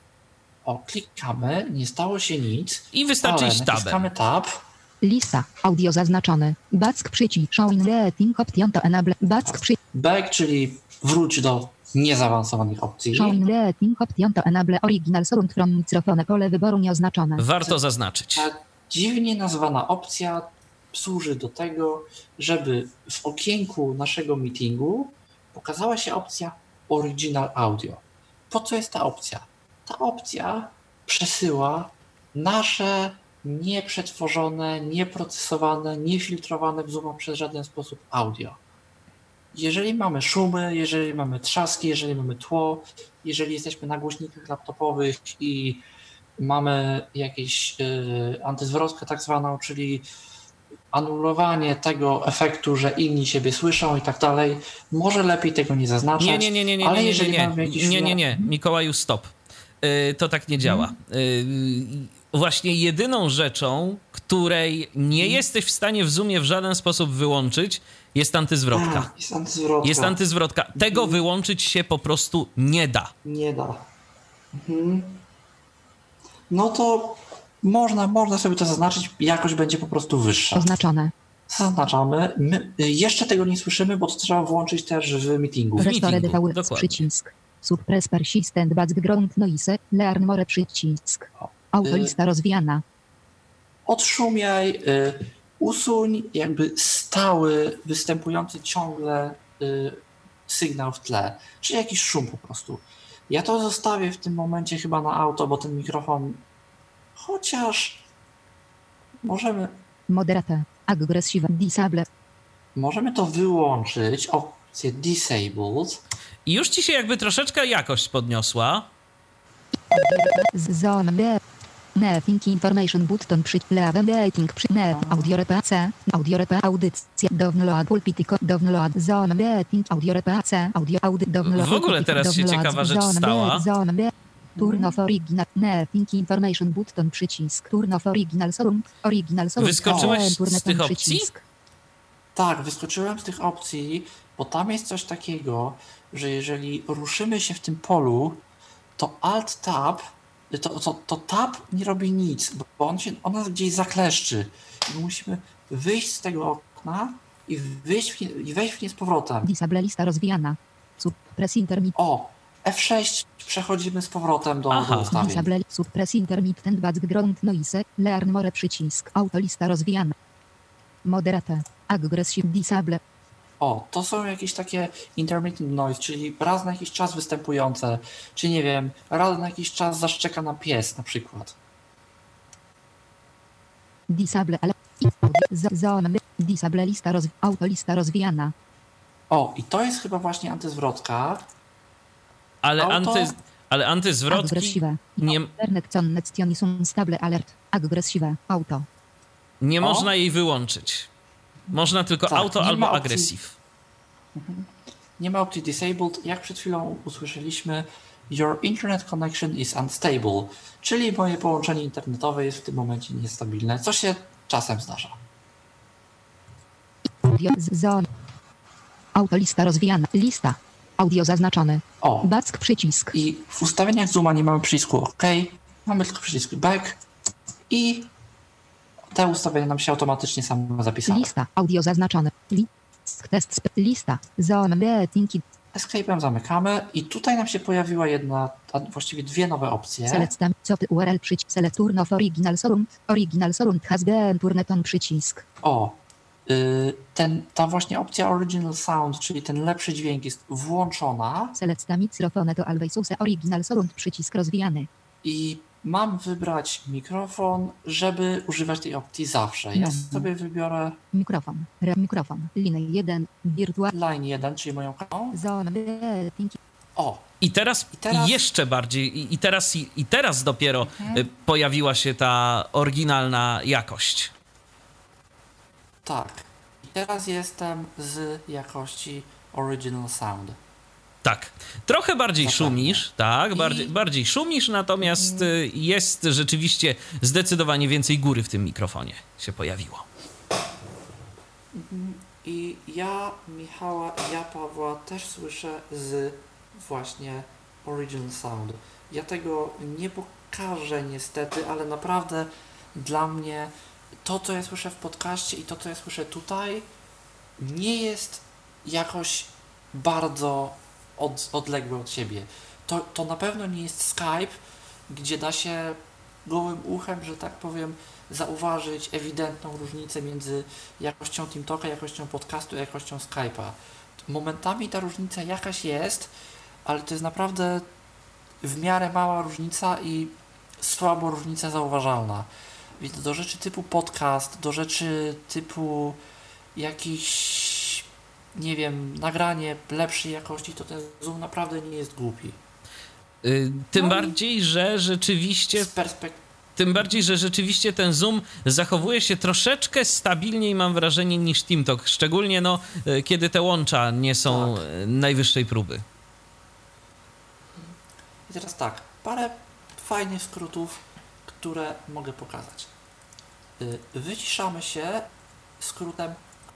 Klikamy, nie stało się nic. I wystarczy ale iść tabem. naciskamy tab. Lista. Audio zaznaczony. Back przycisk. Showing rating option to enable. Back przycisk. Back, czyli wróć do niezaawansowanych opcji. Showing rating option to enable original sound from microphone. Pole wyboru nieoznaczone. Warto zaznaczyć. Ta dziwnie nazwana opcja służy do tego, żeby w okienku naszego meetingu pokazała się opcja Original Audio. Po co jest ta opcja? Ta opcja przesyła nasze nieprzetworzone, nieprocesowane, niefiltrowane w Zooma przez żaden sposób audio. Jeżeli mamy szumy, jeżeli mamy trzaski, jeżeli mamy tło, jeżeli jesteśmy na głośnikach laptopowych i mamy jakieś antyzwrotkę tak zwaną, czyli anulowanie tego efektu, że inni siebie słyszą i tak dalej, może lepiej tego nie zaznaczać. Nie, Mikołaju, stop. To tak nie działa. Właśnie jedyną rzeczą, której nie jesteś w stanie w Zoomie w żaden sposób wyłączyć, jest antyzwrotka. Jest antyzwrotka. Tego wyłączyć się po prostu nie da. Nie da. No to Można sobie to zaznaczyć, jakość będzie po prostu wyższa. Oznaczone. Zaznaczamy. My jeszcze tego nie słyszymy, bo to trzeba włączyć też w meetingu. Restore default przycisk. Suppress persistent background noise. Learn more przycisk. Autolista rozwijana. Odszumiaj, usuń jakby stały, występujący ciągle sygnał w tle, czyli jakiś szum po prostu. Ja to zostawię w tym momencie chyba na auto, bo ten mikrofon, chociaż możemy... Moderate, aggressive, disable. Możemy to wyłączyć, opcję disabled. I już ci się jakby troszeczkę jakość podniosła. Zone B. Nothing information button waiting audio repace audycja download pulpitico download zone betting audio repace audio download. W ogóle teraz się ciekawa rzecz stała. Zone B. Turn off original nothing information button przycisk turn off original sound Wyskoczyłeś z tych opcji? Tak, wyskoczyłem z tych opcji, bo tam jest coś takiego, że jeżeli ruszymy się w tym polu, to Alt Tab to tab nie robi nic, bo on nas gdzieś zakleszczy. I my musimy wyjść z tego okna i wejść w nie z powrotem. Disable lista rozwijana. Suppress intermittent. F6 przechodzimy z powrotem do ustawień. Disable suppress intermittent background noise. Learn more przycisk. Autolista rozwijana. Moderate. Aggressive disable. To są jakieś takie intermittent noise, czyli raz na jakiś czas występujące, czy nie wiem, raz na jakiś czas zaszczeka nam pies na przykład. Disable, ale disable lista autolista rozwijana. I to jest chyba właśnie antyzwrotka. Ale antywrotki nie... Auto. Nie można jej wyłączyć. Można tylko auto albo aggressive. Nie ma opcji disabled. Jak przed chwilą usłyszeliśmy, your internet connection is unstable, czyli moje połączenie internetowe jest w tym momencie niestabilne, co się czasem zdarza. Autolista rozwijana. Lista. Audio zaznaczony. Back przycisk. I w ustawieniach Zooma nie mamy przycisku OK, mamy tylko przycisk back i te ustawienia nam się automatycznie same zapisały. Lista. Audio zaznaczone. Test. Lista. Zone betting. Escape'em zamykamy i tutaj nam się pojawiła a właściwie dwie nowe opcje. Select URL przycisk. Select turn off original sound has been turned on przycisk. Ta właśnie opcja original sound, czyli ten lepszy dźwięk jest włączona. Select mikrofon to always use original sound przycisk rozwijany. I mam wybrać mikrofon, żeby używać tej opcji zawsze. Ja sobie wybiorę mikrofon, line 1, virtual line 1, czyli moją kanałą. I teraz jeszcze bardziej, i teraz dopiero pojawiła się ta oryginalna jakość. Tak. I teraz jestem z jakości original sound. Tak. Trochę bardziej szumisz, tak, bardziej szumisz, natomiast jest rzeczywiście zdecydowanie więcej góry w tym mikrofonie się pojawiło. I ja Michała i ja Pawła też słyszę z właśnie original sound. Ja tego nie pokażę niestety, ale naprawdę dla mnie to, co ja słyszę w podcaście i to, co ja słyszę tutaj, nie jest jakoś bardzo odległe od siebie. To na pewno nie jest Skype, gdzie da się gołym uchem, że tak powiem, zauważyć ewidentną różnicę między jakością TeamTalka, jakością podcastu i jakością Skype'a. Momentami ta różnica jakaś jest, ale to jest naprawdę w miarę mała różnica i słabo różnica zauważalna. Więc do rzeczy typu podcast, do rzeczy typu jakiś, nie wiem, nagranie lepszej jakości, to ten Zoom naprawdę nie jest głupi. Tym bardziej, że rzeczywiście ten Zoom zachowuje się troszeczkę stabilniej, mam wrażenie, niż TeamTalk. Szczególnie kiedy te łącza nie są najwyższej próby. I teraz tak, parę fajnych skrótów, które mogę pokazać. Wyciszamy się skrótem.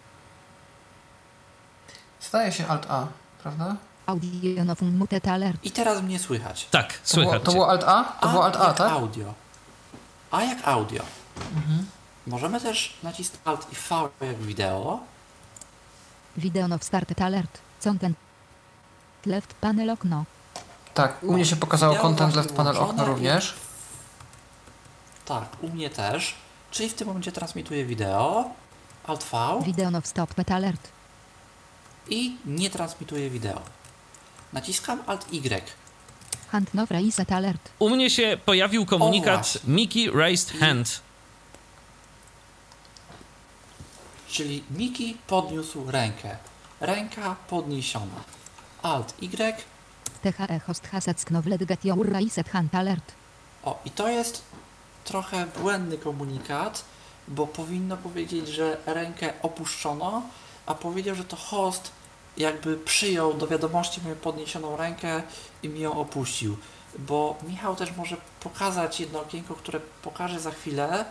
Staje się Alt-A, prawda? Audio no muted alert. I teraz mnie słychać. Tak, słychać. To było Alt-A? To było Alt-A, tak? Audio. A jak audio? Możemy też nacisnąć Alt i V jak wideo. Video now started alert. Content. Left panel okno. Tak, u mnie się pokazało Wideo content właśnie left panel okno włączone również. Tak, u mnie też. Czyli w tym momencie transmituję wideo. Alt V. Video now stopped alert. I nie transmituję wideo. Naciskam Alt Y. Hand now raised alert. U mnie się pojawił komunikat właśnie. Mickey raised hand. Czyli Miki podniósł rękę. Ręka podniesiona. Alt Y. THE host has acknowledged get your raised hand alert. O, i to jest trochę błędny komunikat, bo powinno powiedzieć, że rękę opuszczono, a powiedział, że to host jakby przyjął do wiadomości moją podniesioną rękę i mi ją opuścił. Bo Michał też może pokazać jedno okienko, które pokaże za chwilę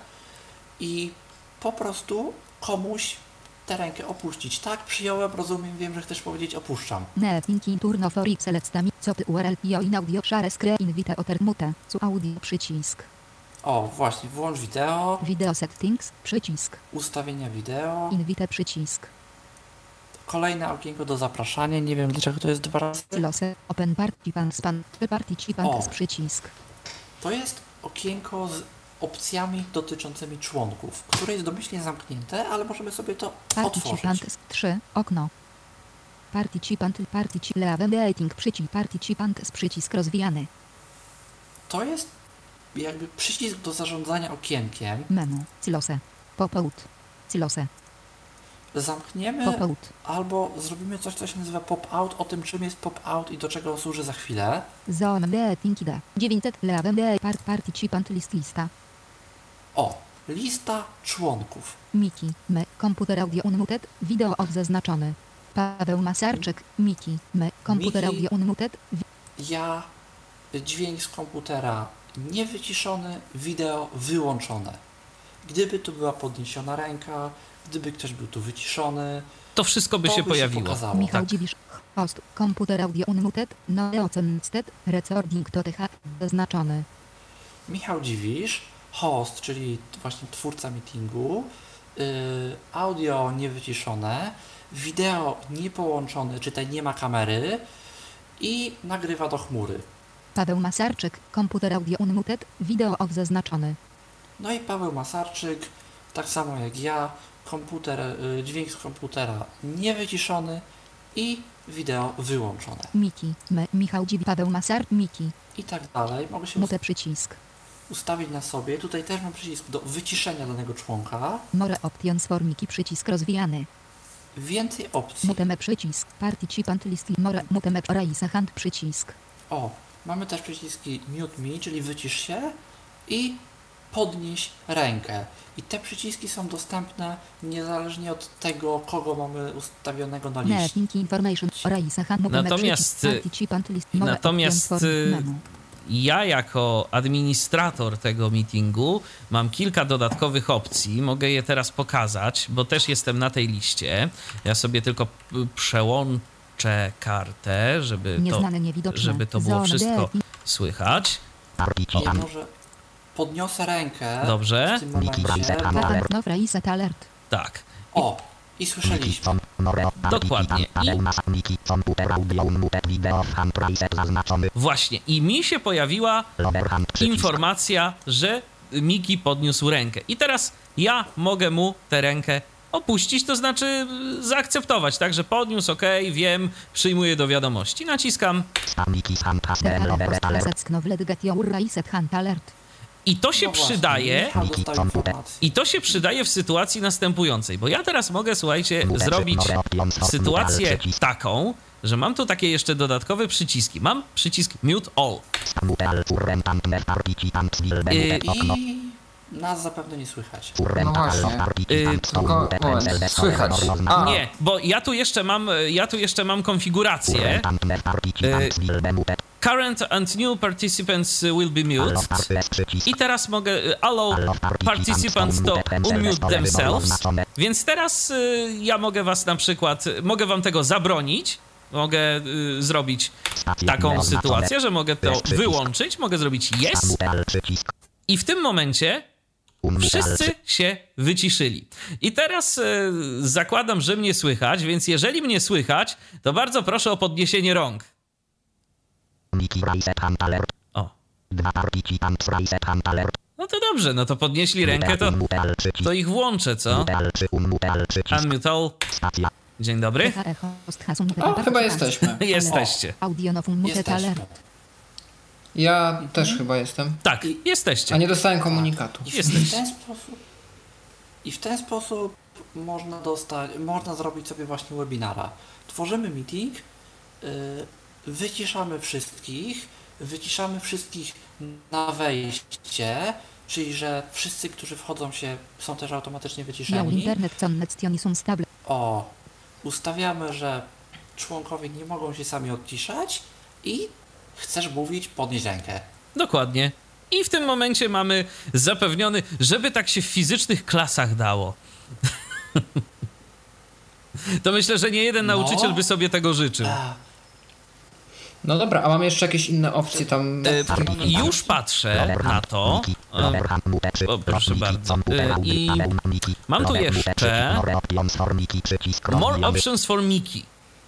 i po prostu komuś tę rękę opuścić. Tak, przyjąłem, rozumiem, wiem, że chcesz powiedzieć opuszczam. Ne thinking turn of or select co ty URL pio in audio share screen video othermute. Cu audio przycisk. O, właśnie, włącz wideo, Video settings przycisk. ustawienia wideo, Invite przycisk. kolejne okienko do zapraszania, nie wiem dlaczego to jest 2 razy. Lose open participant span participant przycisk. To jest okienko z opcjami dotyczącymi członków, które jest domyślnie zamknięte, ale możemy sobie to otworzyć. Participant 3 okno. Participant leaving przycisk participant przycisk rozwijany. To jest jakby przycisk do zarządzania okienkiem. Menu Cilose. Pop-out. Cilose. Zamkniemy Pop-out. albo zrobimy coś, co się nazywa pop-out. O tym, czym jest pop-out i do czego on służy za chwilę. Zone meeting ida. 900 leaving participant lista. O, lista członków. Miki, komputer audio unmuted, wideo off zaznaczony. Paweł Masarczyk, Miki, komputer Miki. audio unmuted, Ja, dźwięk z komputera niewyciszony, wideo wyłączone. Gdyby tu była podniesiona ręka, gdyby ktoś był tu wyciszony, To wszystko by to się by pojawiło. pokazało. Michał tak. Dziwisz, host, komputer audio unmuted, neocensted, recording to TH, zaznaczony. Michał Dziwisz, host, czyli właśnie twórca meetingu, audio niewyciszone, wideo niepołączone, czytaj nie ma kamery i nagrywa do chmury. Paweł Masarczyk, komputer audio unmuted, wideo off zaznaczony. No i Paweł Masarczyk, tak samo jak ja, dźwięk z komputera niewyciszony i wideo wyłączone. Miki, Michał Dziwisz, Paweł Masar, Miki, I tak dalej. Mogę się mute przycisk. ustawić na sobie. Tutaj też mam przycisk do wyciszenia danego członka. More options for Miki, przycisk rozwijany. Więcej opcji. Muteme przycisk, participant list, more, muteme raise hand przycisk. O, mamy też przyciski mute me, czyli wycisz się i podnieś rękę. I te przyciski są dostępne niezależnie od tego, kogo mamy ustawionego na liście. Netting information, raise hand, muteme Natomiast- przycisk, participant list, more natomiast, options for menu. Ja jako administrator tego meetingu mam kilka dodatkowych opcji. Mogę je teraz pokazać, bo też jestem na tej liście. Ja sobie tylko przełączę kartę, Nieznane, niewidoczne. żeby to było Zone wszystko D. słychać. I Participant. może podniosę rękę Dobrze. w tym momencie. Patent no raise alert. Tak. O, i słyszeliśmy. Son, more, Dokładnie. Paweł Mas, Miki, komputer audio unmuted, video hand reset zaznaczony. Właśnie. I mi się pojawiła Lower hand przycisk. informacja, że Miki podniósł rękę. I teraz ja mogę mu tę rękę opuścić, to znaczy zaakceptować, tak, że podniósł, okej, wiem, przyjmuję do wiadomości. Naciskam Miki hand has been lower alert. Zacknowled get your raise hand alert. i to się No właśnie, przydaje. Michał dostał informację. I to się przydaje w sytuacji następującej, bo ja teraz mogę, słuchajcie, Mute zrobić more options for sytuację mute przycisk. taką, że mam tu takie jeszcze dodatkowe przyciski. Mam przycisk Mute All. Mute all current and net participants will be muted okno. I nas zapewne nie słychać. Current No właśnie. all participants Tylko will mute moment, cancel the słychać. server A. Nie, bo ja tu jeszcze mam konfigurację. Current and net participants will be muted. Current and new participants will be muted. I teraz mogę allow participants to unmute themselves. Więc teraz ja mogę was na przykład, mogę wam tego zabronić. Mogę zrobić taką sytuację, że mogę to wyłączyć. Mogę zrobić yes. I w tym momencie Wszyscy się wyciszyli. I teraz zakładam, że mnie słychać, więc jeżeli mnie słychać, to bardzo proszę o podniesienie rąk. O. No to dobrze, no to podnieśli rękę, to ich włączę, co? Unmute. Dzień dobry. O, chyba jesteśmy. Jesteście. Jesteśmy. Ja też chyba jestem. Tak, jesteście. A nie dostałem komunikatu. I w ten sposób można zrobić sobie właśnie webinara. Tworzymy meeting, wyciszamy wszystkich na wejście, czyli że wszyscy, którzy wchodzą są też automatycznie wyciszeni. Ustawiamy, że członkowie nie mogą się sami odciszać i chcesz mówić, podnieś rękę. Dokładnie. I w tym momencie mamy zapewniony, żeby tak się w fizycznych klasach dało. To myślę, że nie jeden nauczyciel by sobie tego życzył. No dobra, a mamy jeszcze jakieś inne opcje tam? Już patrzę na to. O, proszę bardzo. I mam tu jeszcze More Options for Miki.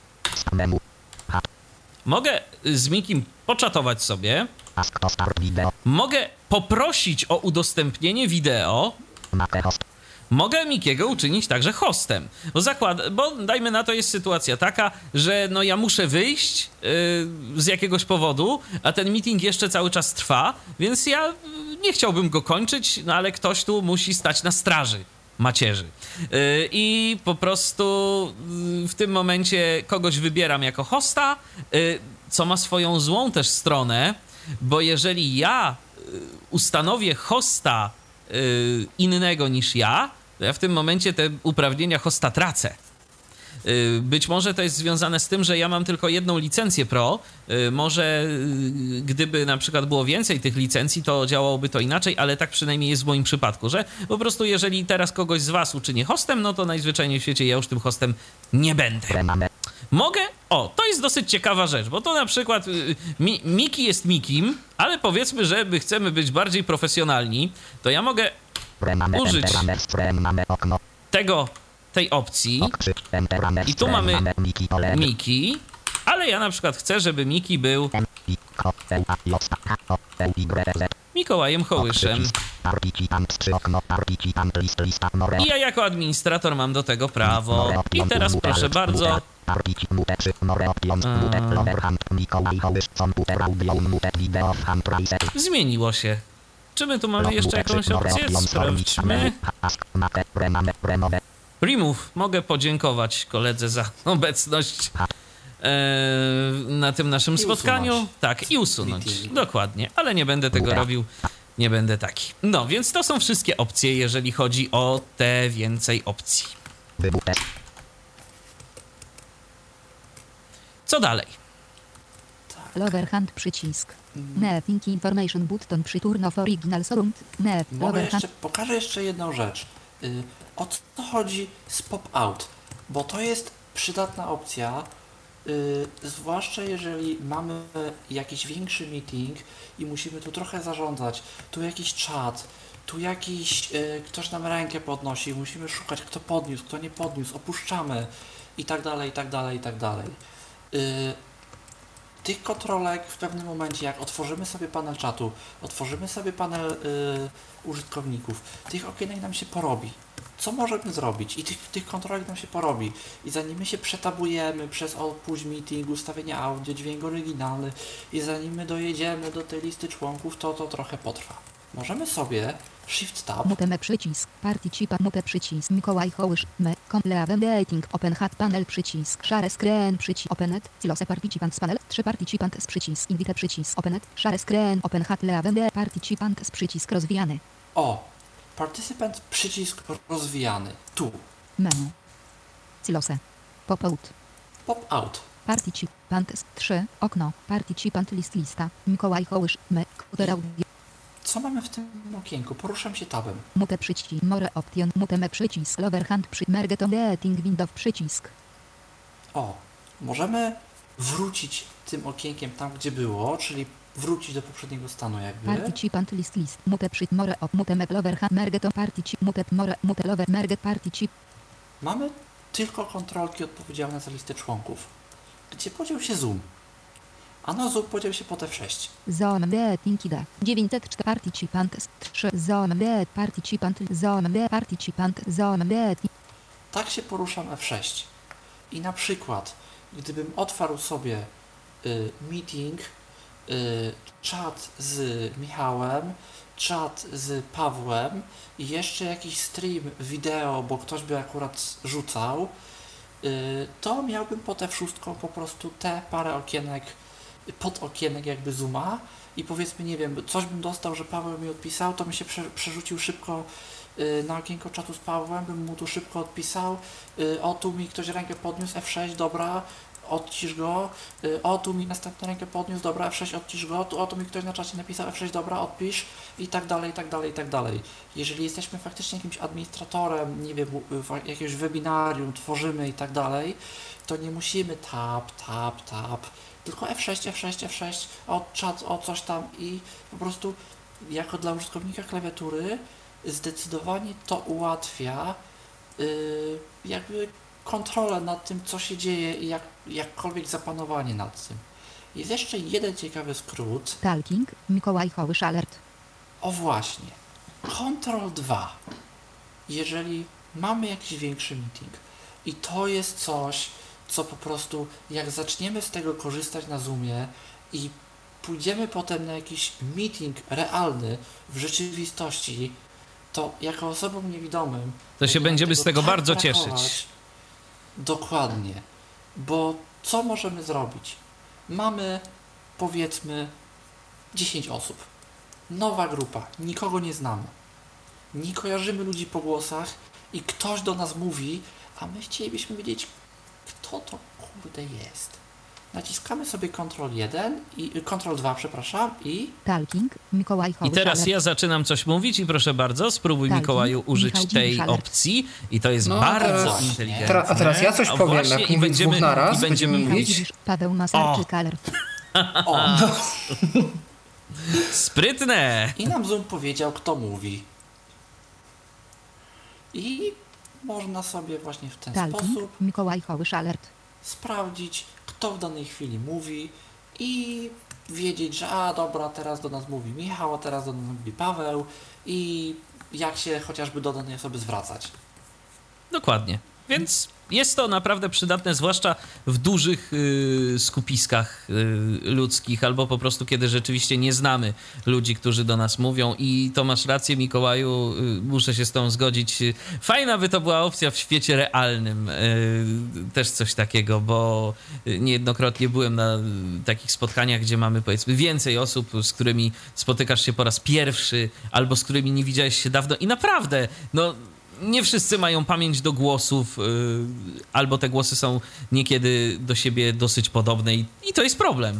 Mogę z Mikim poczatować sobie. Mogę poprosić o udostępnienie wideo. Mogę Mikiego uczynić także hostem. Bo dajmy na to, jest sytuacja taka, że no ja muszę wyjść z jakiegoś powodu, a ten meeting jeszcze cały czas trwa, więc ja nie chciałbym go kończyć, no ale ktoś tu musi stać na straży macierzy. I po prostu w tym momencie kogoś wybieram jako hosta, co ma swoją złą też stronę, bo jeżeli ja ustanowię hosta innego niż ja, to ja w tym momencie te uprawnienia hosta tracę. Być może to jest związane z tym, że ja mam tylko jedną licencję Pro. Może gdyby na przykład było więcej tych licencji, to działałoby to inaczej, ale tak przynajmniej jest w moim przypadku, że po prostu jeżeli teraz kogoś z was uczynię hostem, no to najzwyczajniej w świecie ja już tym hostem nie będę. Mogę? O, to jest dosyć ciekawa rzecz, bo to na przykład Miki jest Mikim, ale powiedzmy, że my chcemy być bardziej profesjonalni, to ja mogę użyć tej opcji i tu mamy Miki, ale ja na przykład chcę, żeby Miki był Mikołajem Hołyszem. I ja jako administrator mam do tego prawo. I teraz proszę bardzo. Zmieniło się. Czy my tu mamy jeszcze jakąś opcję? Sprawdźmy. Remove. Mogę podziękować koledze za obecność na tym naszym spotkaniu. Tak, i usunąć. Dokładnie, ale nie będę tego robił. Nie będę taki. No, więc to są wszystkie opcje, jeżeli chodzi o te więcej opcji. Co dalej? Lower hand przycisk. Meeting information button przy turn of original sound. Pokażę jeszcze jedną rzecz. O co chodzi z pop-out? Bo to jest przydatna opcja, zwłaszcza jeżeli mamy jakiś większy meeting i musimy tu trochę zarządzać, tu jakiś czat, tu jakiś ktoś nam rękę podnosi, musimy szukać, kto podniósł, kto nie podniósł, opuszczamy i tak dalej, i tak dalej, i tak dalej. Tych kontrolek w pewnym momencie, jak otworzymy sobie panel czatu, otworzymy sobie panel użytkowników, tych okienek nam się porobi. Co możemy zrobić? I tych kontrolek nam się porobi. I zanim my się przetabujemy przez push meeting, ustawienia audio, dźwięk oryginalny i zanim my dojedziemy do tej listy członków, to trochę potrwa. Możemy sobie Shift Tab. Mute przycisk. Participant mute przycisk. Mikołaj Hołysz. Complete meeting. Open hat panel przycisk. Share screen przycisk. Openet. Close participants panel. 3 participants przycisk. Invite przycisk. Openet. Share screen. Open hat leave participants przycisk rozwijany. Participant przycisk rozwijany. Tu. Menu. Close. Pop-out. Pop-out. Participant 3. Okno. Participant lista. Mikołaj Hołysz. Audio. Co mamy w tym okienku? Poruszam się tabem. Mute przycisk. More option. Mute przycisk. Lower hand Merge to meeting window przycisk. Możemy wrócić tym okienkiem tam, gdzie było, czyli wrócić do poprzedniego stanu jakby. Participant list mute przy more op mute maplover merge mute more mute lover merge particip. Mamy tylko kontrolki odpowiedzialne za listę członków. Gdzie podział się zoom? Ano zoom podział się po F6. Zoom B Tinkida 904 participant 3 Zoom B participant Zoom B participant Zoom B. Tak się poruszam F6. I na przykład, gdybym otwarł sobie meeting, czat z Michałem, czat z Pawłem i jeszcze jakiś stream wideo, bo ktoś by akurat rzucał, to miałbym pod F6 po prostu te parę okienek, podokienek jakby zooma i powiedzmy, nie wiem, coś bym dostał, że Paweł mi odpisał, to bym się przerzucił szybko na okienko czatu z Pawłem, bym mu tu szybko odpisał, o tu mi ktoś rękę podniósł, F6, dobra, odcisz go, o tu mi następną rękę podniósł, dobra, F6, odcisz go, o tu mi ktoś na czacie napisał, F6, dobra, odpisz i tak dalej, i tak dalej, i tak dalej. Jeżeli jesteśmy faktycznie jakimś administratorem, nie wiem, jakiegoś webinarium tworzymy i tak dalej, to nie musimy tab, tylko F6, F6, F6, o czat, o coś tam i po prostu jako dla użytkownika klawiatury zdecydowanie to ułatwia jakby kontrolę nad tym, co się dzieje i jakkolwiek zapanowanie nad tym. Jest jeszcze jeden ciekawy skrót. Talking Mikołaj Hołysz alert. O właśnie. Ctrl 2. Jeżeli mamy jakiś większy meeting i to jest coś, co po prostu jak zaczniemy z tego korzystać na Zoomie i pójdziemy potem na jakiś meeting realny w rzeczywistości, to jako osobom niewidomym to się będziemy z tego tak bardzo brakować. cieszyć. Dokładnie, bo co możemy zrobić? Mamy, powiedzmy, 10 osób. Nowa grupa, nikogo nie znamy. Nie kojarzymy ludzi po głosach i ktoś do nas mówi, a my chcielibyśmy wiedzieć, kto to kurde jest. Naciskamy sobie Ctrl 2, przepraszam, i... Talking Mikołaj Hołysz I teraz alert. ja zaczynam coś mówić i proszę bardzo, spróbuj Talking, Mikołaju użyć Michał tej Dziwisz alert. opcji i to jest No, bardzo teraz- inteligentne. A teraz ja coś O, powiem, właśnie, jak i mówię będziemy, dwóch naraz, i będziemy będziemy Michał mówić. Dziwisz, Paweł Masarczyk alert. O! Sprytne! I nam Zoom powiedział, kto mówi. I można sobie właśnie w ten Talking sposób Mikołaj Hołysz alert. sprawdzić, kto w danej chwili mówi i wiedzieć, że dobra, teraz do nas mówi Michał, a teraz do nas mówi Paweł i jak się chociażby do danej osoby zwracać. Dokładnie. Więc jest to naprawdę przydatne, zwłaszcza w dużych skupiskach ludzkich, albo po prostu kiedy rzeczywiście nie znamy ludzi, którzy do nas mówią. I to masz rację, Mikołaju, muszę się z tą zgodzić. Fajna by to była opcja w świecie realnym. Też coś takiego, bo niejednokrotnie byłem na takich spotkaniach, gdzie mamy, powiedzmy, więcej osób, z którymi spotykasz się po raz pierwszy, albo z którymi nie widziałeś się dawno i naprawdę, no... Nie wszyscy mają pamięć do głosów, albo te głosy są niekiedy do siebie dosyć podobne i to jest problem.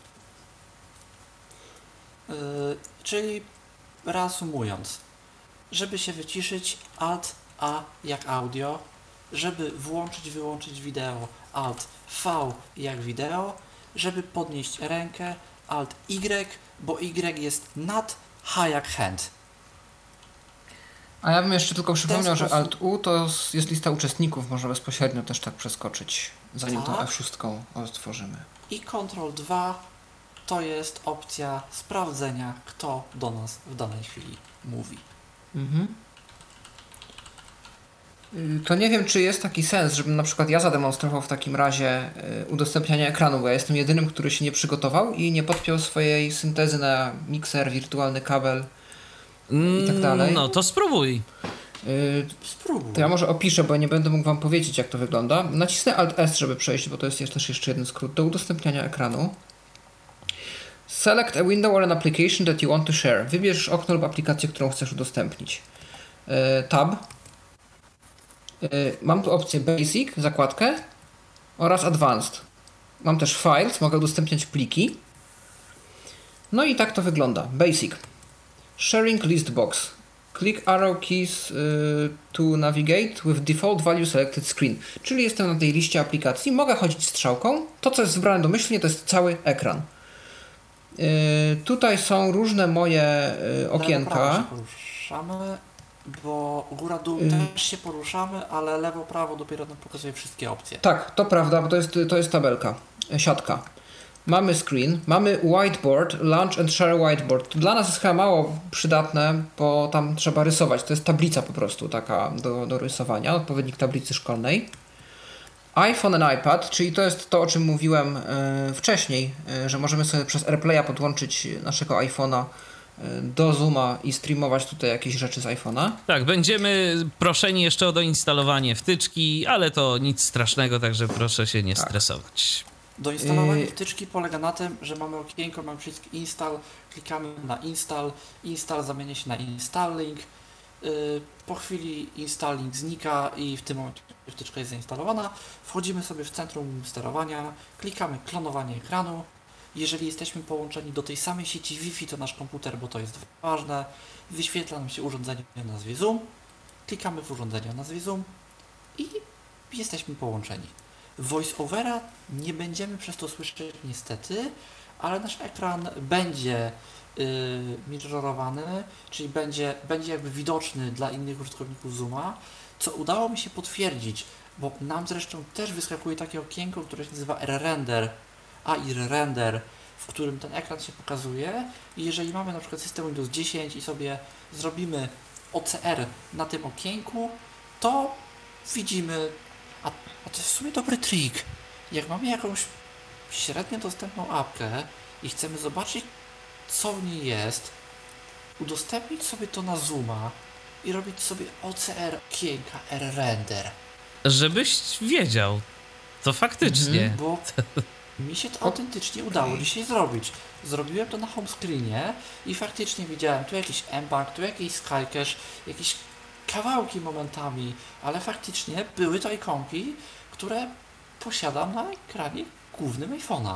Czyli reasumując, żeby się wyciszyć, Alt A jak audio, żeby włączyć, wyłączyć wideo, Alt V jak wideo, żeby podnieść rękę, Alt Y, bo Y jest nad, H jak hand. A ja bym jeszcze tylko przypomniał, że sposób- Alt-U to jest lista uczestników, można bezpośrednio też tak przeskoczyć, zanim tą Tak. F6 odtworzymy. I Ctrl 2 to jest opcja sprawdzenia, kto do nas w danej chwili mówi. To nie wiem, czy jest taki sens, żebym na przykład ja zademonstrował w takim razie udostępnianie ekranu, bo ja jestem jedynym, który się nie przygotował i nie podpiął swojej syntezy na mikser, wirtualny kabel i tak dalej. No to spróbuj. Spróbuj. To ja może opiszę, bo nie będę mógł wam powiedzieć, jak to wygląda. Nacisnę Alt-S, żeby przejść, bo to jest też jeszcze jeden skrót do udostępniania ekranu. Select a window or an application that you want to share. Wybierz okno lub aplikację, którą chcesz udostępnić. Tab. Mam tu opcję Basic, zakładkę oraz Advanced. Mam też Files, mogę udostępniać pliki. No i tak to wygląda. Basic. Sharing list box. Click arrow keys to navigate with default value selected screen. Czyli jestem na tej liście aplikacji, mogę chodzić strzałką. To, co jest wybrane domyślnie, to jest cały ekran. Tutaj są różne moje okienka. Lewo, prawo się poruszamy, bo góra-dół też się poruszamy, ale lewo-prawo dopiero nam pokazuje wszystkie opcje. Tak, to prawda, bo to jest tabelka, siatka. Mamy screen, mamy whiteboard, launch and share whiteboard. To dla nas jest chyba mało przydatne, bo tam trzeba rysować. To jest tablica po prostu taka do rysowania, odpowiednik tablicy szkolnej. iPhone and iPad, czyli to jest to, o czym mówiłem wcześniej, że możemy sobie przez AirPlaya podłączyć naszego iPhone'a do Zooma i streamować tutaj jakieś rzeczy z iPhone'a. Tak, będziemy proszeni jeszcze o doinstalowanie wtyczki, ale to nic strasznego, także proszę się nie stresować. Doinstalowanie wtyczki polega na tym, że mamy okienko, mamy przycisk install, klikamy na install zamienia się na installing, po chwili installing znika i w tym momencie wtyczka jest zainstalowana. Wchodzimy sobie w centrum sterowania, klikamy klonowanie ekranu. Jeżeli jesteśmy połączeni do tej samej sieci Wi-Fi, to nasz komputer, bo to jest ważne, wyświetla nam się urządzenie o nazwie Zoom, klikamy w urządzenie o nazwie Zoom i jesteśmy połączeni. Voice-overa nie będziemy przez to słyszeć niestety, ale nasz ekran będzie mirrorowany, czyli będzie jakby widoczny dla innych użytkowników Zooma, co udało mi się potwierdzić, bo nam zresztą też wyskakuje takie okienko, które się nazywa render, render, w którym ten ekran się pokazuje i jeżeli mamy na przykład system Windows 10 i sobie zrobimy OCR na tym okienku, to widzimy, a to jest w sumie dobry trik. Jak mamy jakąś średnio dostępną apkę i chcemy zobaczyć, co w niej jest, udostępnić sobie to na Zooma i robić sobie OCR okienka render. Żebyś wiedział, to faktycznie. Bo mi się to autentycznie udało dzisiaj zrobić. Zrobiłem to na home screenie i faktycznie widziałem tu jakiś mBank, tu jakiś Skycache, jakieś kawałki momentami, ale faktycznie były to ikonki, które posiadam na ekranie głównym iPhone'a.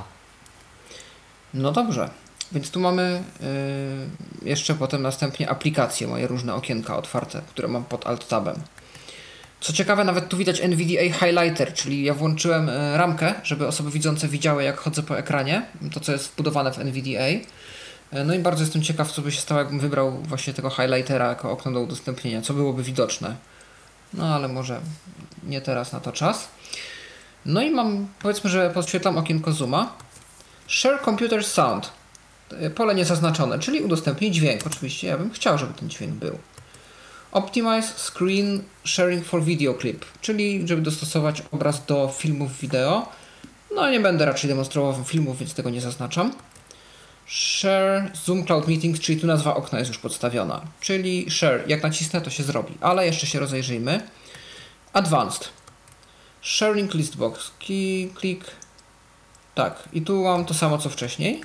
No dobrze, więc tu mamy jeszcze potem następnie aplikacje, moje różne okienka otwarte, które mam pod Alt-Tabem. Co ciekawe, nawet tu widać NVDA Highlighter, czyli ja włączyłem ramkę, żeby osoby widzące widziały, jak chodzę po ekranie, to co jest wbudowane w NVDA. No i bardzo jestem ciekaw, co by się stało, jakbym wybrał właśnie tego highlightera jako okno do udostępnienia, co byłoby widoczne. No ale może nie teraz na to czas. No i mam, powiedzmy, że podświetlam okienko Zooma. Share Computer Sound. Pole niezaznaczone, czyli udostępnij dźwięk. Oczywiście ja bym chciał, żeby ten dźwięk był. Optimize Screen Sharing for Video Clip, czyli żeby dostosować obraz do filmów wideo. No nie będę raczej demonstrował filmów, więc tego nie zaznaczam. Share Zoom Cloud Meetings, czyli tu nazwa okna jest już podstawiona. Czyli share, jak nacisnę, to się zrobi, ale jeszcze się rozejrzyjmy. Advanced. Sharing Listbox. Klik. Tak, i tu mam to samo co wcześniej.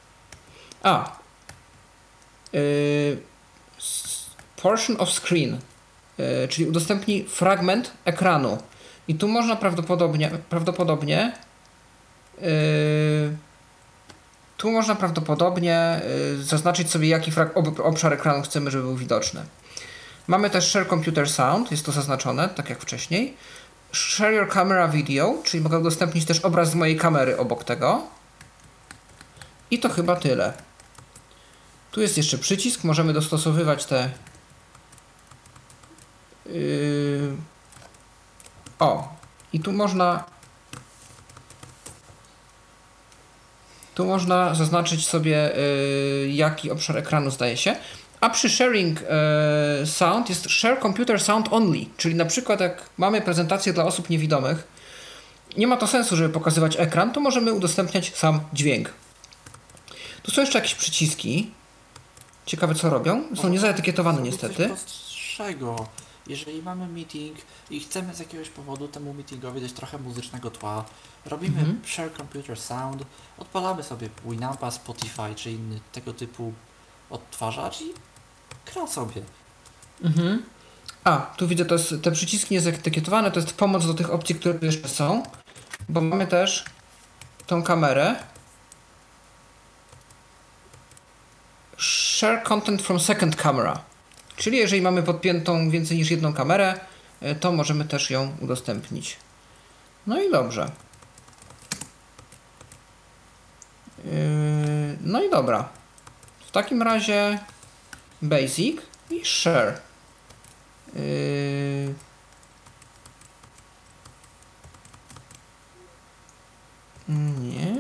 Portion of screen, czyli udostępnij fragment ekranu. I tu można prawdopodobnie zaznaczyć sobie, jaki obszar ekranu chcemy, żeby był widoczny. Mamy też Share Computer Sound, jest to zaznaczone, tak jak wcześniej. Share Your Camera Video, czyli mogę udostępnić też obraz z mojej kamery obok tego. I to chyba tyle. Tu jest jeszcze przycisk, możemy dostosowywać te... i tu można zaznaczyć sobie, jaki obszar ekranu zdaje się. A przy Sharing Sound jest Share Computer Sound Only, czyli na przykład jak mamy prezentację dla osób niewidomych, nie ma to sensu, żeby pokazywać ekran, to możemy udostępniać sam dźwięk. Tu są jeszcze jakieś przyciski. Ciekawe co robią. Są niezaetykietowane niestety. Coś prostszego. Jeżeli mamy meeting i chcemy z jakiegoś powodu temu meetingowi dać trochę muzycznego tła, robimy Share Computer Sound, odpalamy sobie Winampa, Spotify czy inny tego typu odtwarzacz i gra sobie. Tu widzę, te przyciski niezaetykietowane, to jest pomoc do tych opcji, które jeszcze są, bo mamy też tą kamerę. Share Content from Second Camera. Czyli jeżeli mamy podpiętą więcej niż jedną kamerę, to możemy też ją udostępnić. No i dobrze. No i dobra. W takim razie basic i share. Nie.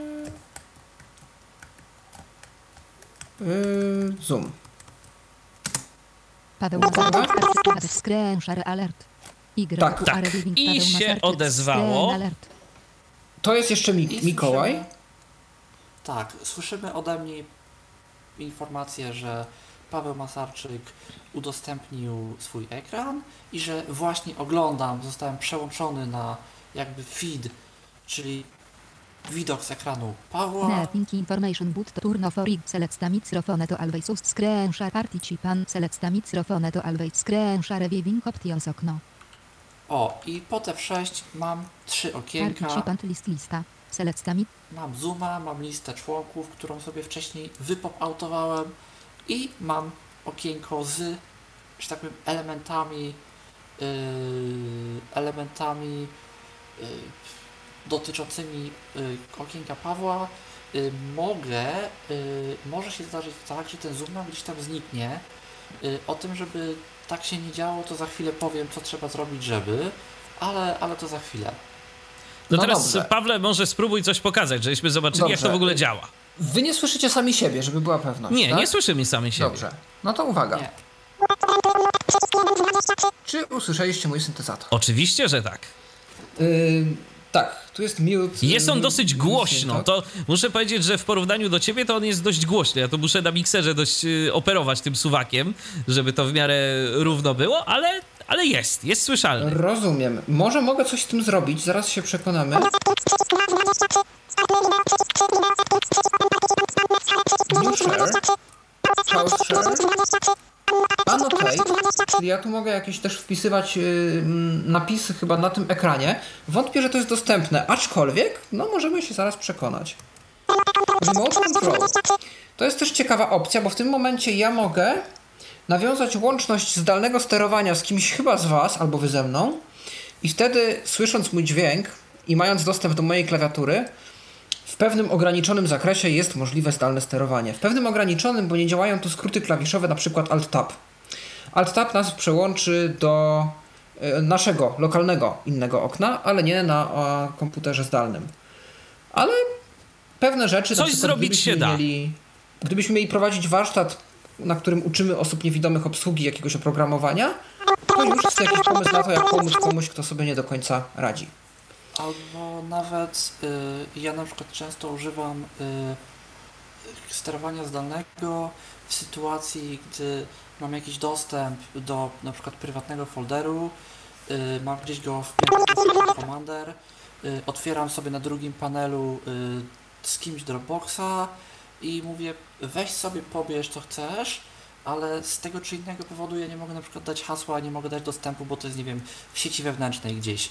Zoom. Paweł Dobra. Mazarczyk, screen share alert. Tak. I się odezwało. To jest jeszcze Mikołaj. Tak, słyszymy ode mnie informację, że Paweł Masarczyk udostępnił swój ekran i że właśnie oglądam, zostałem przełączony na jakby feed, czyli widok z ekranu Pawła. Netting information but to turn off or select the microphone to always use screen share participant select the microphone to always screen share viewing options okno. O, i po F6 mam 3 okienka. Participant lista. Select the Mam Zooma, mam listę członków, którą sobie wcześniej wypop-outowałem i mam okienko z, że tak powiem, elementami dotyczącymi okienka Pawła. Może się zdarzyć tak, że ten Zoom nam gdzieś tam zniknie. O tym, żeby tak się nie działo, to za chwilę powiem, co trzeba zrobić, żeby, ale to za chwilę. No No teraz, dobrze. Pawle, może spróbuj coś pokazać, żebyśmy zobaczyli, jak to w ogóle działa. Wy nie słyszycie sami siebie, żeby była pewność. Nie, tak? nie słyszymy sami siebie. Dobrze. No to uwaga. Nie. Czy usłyszeliście mój syntezator? Oczywiście, że tak. Tak, tu jest mute. Jest on dosyć głośno. To muszę powiedzieć, że w porównaniu do ciebie to on jest dość głośny. Ja to muszę na mikserze dość operować tym suwakiem, żeby to w miarę równo było, ale jest słyszalny. Rozumiem. Może mogę coś z tym zrobić, zaraz się przekonamy. New share. Pause share. Annotate, czyli ja tu mogę jakieś też wpisywać napisy chyba na tym ekranie. Wątpię, że to jest dostępne, aczkolwiek no możemy się zaraz przekonać. Remote control. To jest też ciekawa opcja, bo w tym momencie ja mogę nawiązać łączność zdalnego sterowania z kimś chyba z was, albo wy ze mną i wtedy słysząc mój dźwięk i mając dostęp do mojej klawiatury, w pewnym ograniczonym zakresie jest możliwe zdalne sterowanie. W pewnym ograniczonym, bo nie działają tu skróty klawiszowe, na przykład Alt-Tab. Alt-Tab nas przełączy do naszego lokalnego innego okna, ale nie na komputerze zdalnym. Ale pewne rzeczy... Coś na przykład, zrobić się da. Gdybyśmy mieli prowadzić warsztat, na którym uczymy osób niewidomych obsługi jakiegoś oprogramowania, to już jest jakiś pomysł na to, jak pomóc komuś, kto sobie nie do końca radzi. Albo nawet ja na przykład często używam sterowania zdalnego w sytuacji, gdy mam jakiś dostęp do na przykład prywatnego folderu, mam gdzieś go wpięty w Commander, otwieram sobie na drugim panelu z kimś Dropboxa i mówię, weź sobie pobierz co chcesz, ale z tego czy innego powodu ja nie mogę na przykład dać hasła, nie mogę dać dostępu, bo to jest, nie wiem, w sieci wewnętrznej gdzieś.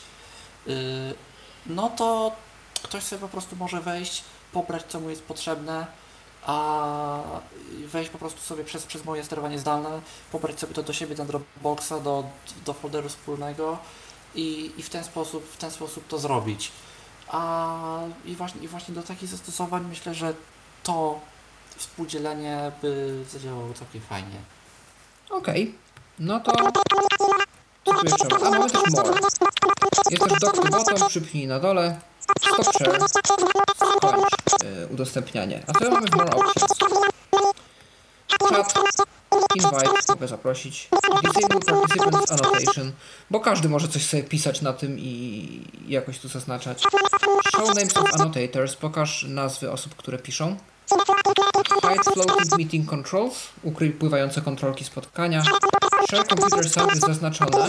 No to ktoś sobie po prostu może wejść, pobrać co mu jest potrzebne, a wejść po prostu sobie przez moje sterowanie zdalne, pobrać sobie to do siebie na Dropboxa, do folderu wspólnego i w ten sposób to zrobić. I właśnie do takich zastosowań myślę, że to współdzielenie by zadziałało całkiem fajnie. Okej. No to... Co tu jeszcze mamy? A mamy też more. Jest też dock to bottom, przypnij na dole. Stop share. Skończ udostępnianie. A co mamy w more options? Chat. Invite. Mogę zaprosić. Disable participants annotation. Bo każdy może coś sobie pisać na tym i jakoś tu zaznaczać. Show names of annotators. Pokaż nazwy osób, które piszą. Hide floating meeting controls. Ukryj pływające kontrolki spotkania. Share computer sound jest zaznaczone.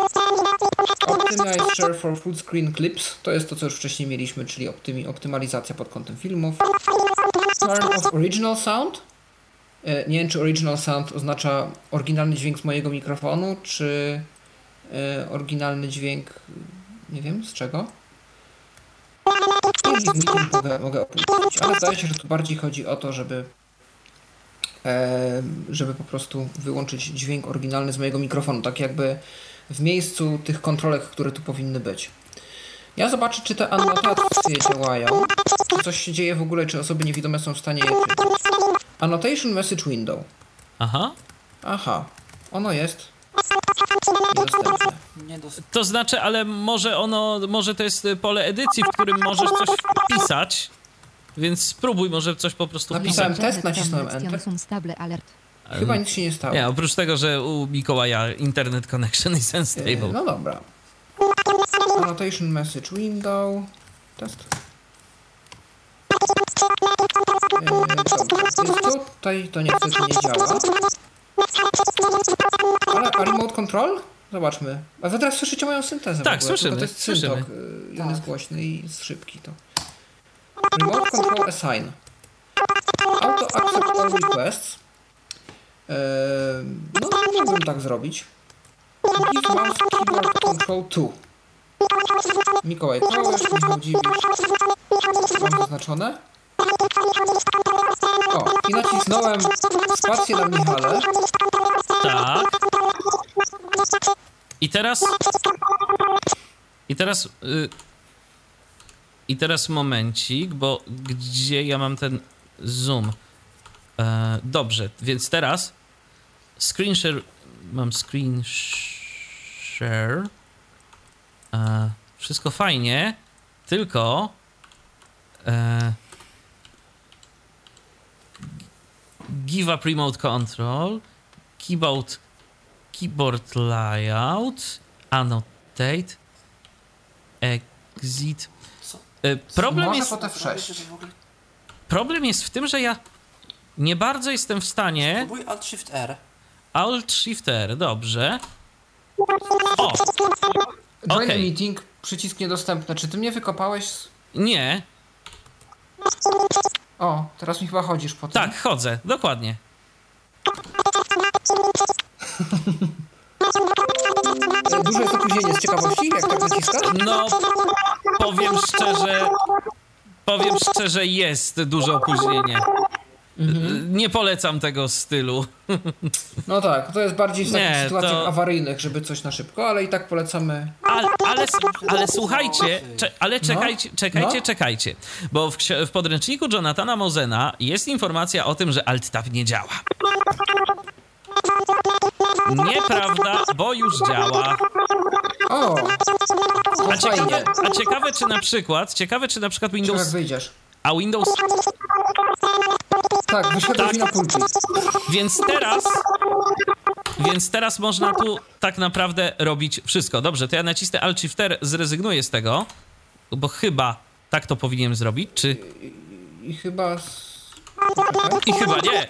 Optimize share for full screen clips. To jest to, co już wcześniej mieliśmy, czyli optymalizacja pod kątem filmów. Turn off original sound. Nie wiem, czy original sound oznacza oryginalny dźwięk z mojego mikrofonu, czy oryginalny dźwięk, nie wiem, z czego. I w meeting mogę opuścić, ale zdaje się, że tu bardziej chodzi o to, żeby po prostu wyłączyć dźwięk oryginalny z mojego mikrofonu, tak jakby w miejscu tych kontrolek, które tu powinny być. Ja zobaczę, czy te anotacje działają. czy coś się dzieje w ogóle, czy osoby niewidome są w stanie je czytać. Annotation message window. Aha. Ono jest niedostępne. To znaczy, ale może to jest pole edycji, w którym możesz coś wpisać, więc spróbuj może coś po prostu Napisałem wpisać. test, nacisnąłem Enter. Chyba nic się nie stało. Nie, oprócz tego, że u Mikołaja internet connection is unstable. No dobra. Annotation message window. Test. Więc tutaj to niestety nie działa. A remote control? Zobaczmy. A wy teraz słyszycie moją syntezę. Tak, słyszymy. To jest syntok. I on jest głośny i jest szybki. To. Remote control assign. Auto accept all requests. No, mógłbym tak zrobić. Give mouse keyboard control to. Mikołaj Kołysz, Michał Dziwisz. Mam zaznaczone. O, i nacisnąłem spację na Michale. Tak. I teraz momencik, bo gdzie ja mam ten zoom? Dobrze, więc teraz mam screen share. Wszystko fajnie, tylko give up remote control, keyboard layout, annotate, exit. Problem jest w tym, że ja nie bardzo jestem w stanie. Spróbuj Alt-Shift-R. Alt-Shift-R, dobrze. O! Join Okay. meeting, przycisk niedostępny. Czy ty mnie wykopałeś? Nie. O, teraz mi chyba chodzisz po tym. Tak, chodzę, dokładnie. Duże jest opóźnienie z ciekawości, jak tak naciskasz? No, powiem szczerze, jest duże opóźnienie. Nie polecam tego stylu. No tak, to jest bardziej w takich sytuacjach awaryjnych, żeby coś na szybko, ale i tak polecamy. Ale słuchajcie, czekajcie, bo w podręczniku Jonathana Mosena jest informacja o tym, że Alt-Tab nie działa. Nieprawda, bo już działa. O! A ciekawe, czy na przykład Windows... Jak wyjdziesz. A Windows... Tak, wyszedłeś na pulpit. Więc teraz można tu tak naprawdę robić wszystko. Dobrze, to ja nacisnę Alt-Shift-R, zrezygnuję z tego, bo chyba tak to powinienem zrobić, czy... I chyba... I chyba nie.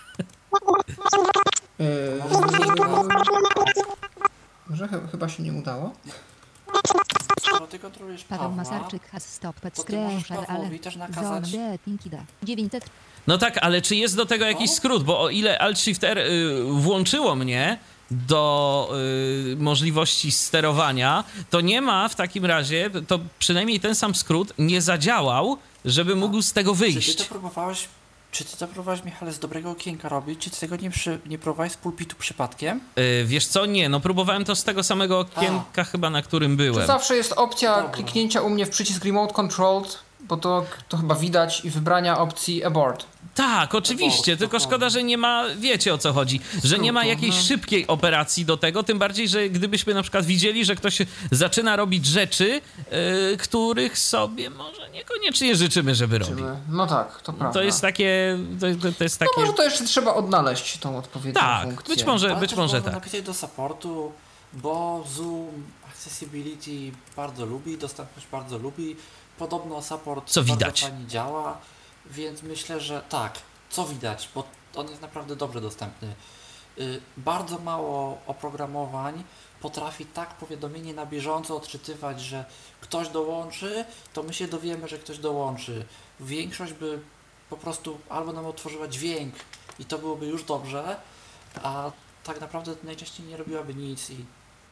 Może chyba się nie udało? Skoro ty kontrolujesz Paweł Pawła, Masarczyk has stopped to ty możesz screen Pawłowi ale też nakazać... 900. No tak, ale czy jest do tego jakiś skrót? Bo o ile Alt-Shift-R włączyło mnie do możliwości sterowania, to nie ma w takim razie, to przynajmniej ten sam skrót nie zadziałał, żeby mógł z tego wyjść. Czy ty to próbowałeś, Michale, z dobrego okienka robić? Czy ty tego nie próbowałeś z pulpitu przypadkiem? Wiesz co? Nie, no próbowałem to z tego samego okienka chyba, na którym byłem. Czy zawsze jest opcja kliknięcia u mnie w przycisk Remote Controlled, bo to chyba widać, i wybrania opcji Abort. Tak, oczywiście, tylko szkoda, że nie ma, wiecie o co chodzi, że nie ma jakiejś szybkiej operacji do tego, tym bardziej, że gdybyśmy na przykład widzieli, że ktoś zaczyna robić rzeczy, których sobie może niekoniecznie życzymy, żeby robił. No tak, to prawda. To jest takie... To jest takie... No może to jeszcze trzeba odnaleźć tą odpowiednią funkcję. Być może tak. napisać do supportu, bo Zoom Accessibility bardzo lubi, dostępność bardzo lubi, podobno support co widać. bardzo fajnie działa, więc myślę, że tak, co widać, bo on jest naprawdę dobrze dostępny. Bardzo mało oprogramowań potrafi tak powiadomienie na bieżąco odczytywać, że ktoś dołączy, to my się dowiemy, że ktoś dołączy. Większość by po prostu albo nam otworzyła dźwięk i to byłoby już dobrze, a tak naprawdę najczęściej nie robiłaby nic i...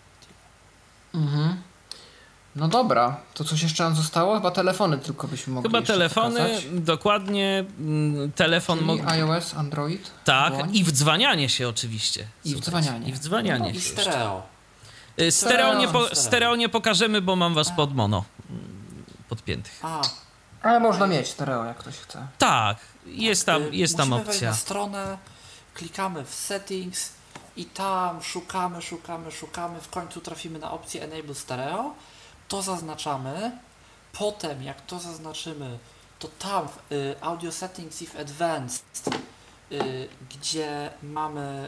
No dobra, to coś jeszcze nam zostało? Chyba telefony tylko byśmy mogli Chyba telefony, pokazać. Dokładnie, telefon... iOS, Android? Tak, dłoń. i wdzwanianie się oczywiście. I wdzwanianie. I wdzwanianie I się stereo. Stereo nie pokażemy, bo mam was pod mono podpiętych. Ale można mieć stereo, jak ktoś chce. Tak, jest tam Musimy wejść opcja. na stronę, klikamy w settings i tam szukamy, w końcu trafimy na opcję Enable Stereo, to zaznaczamy, potem jak to zaznaczymy, to tam w Audio Settings if Advanced, gdzie mamy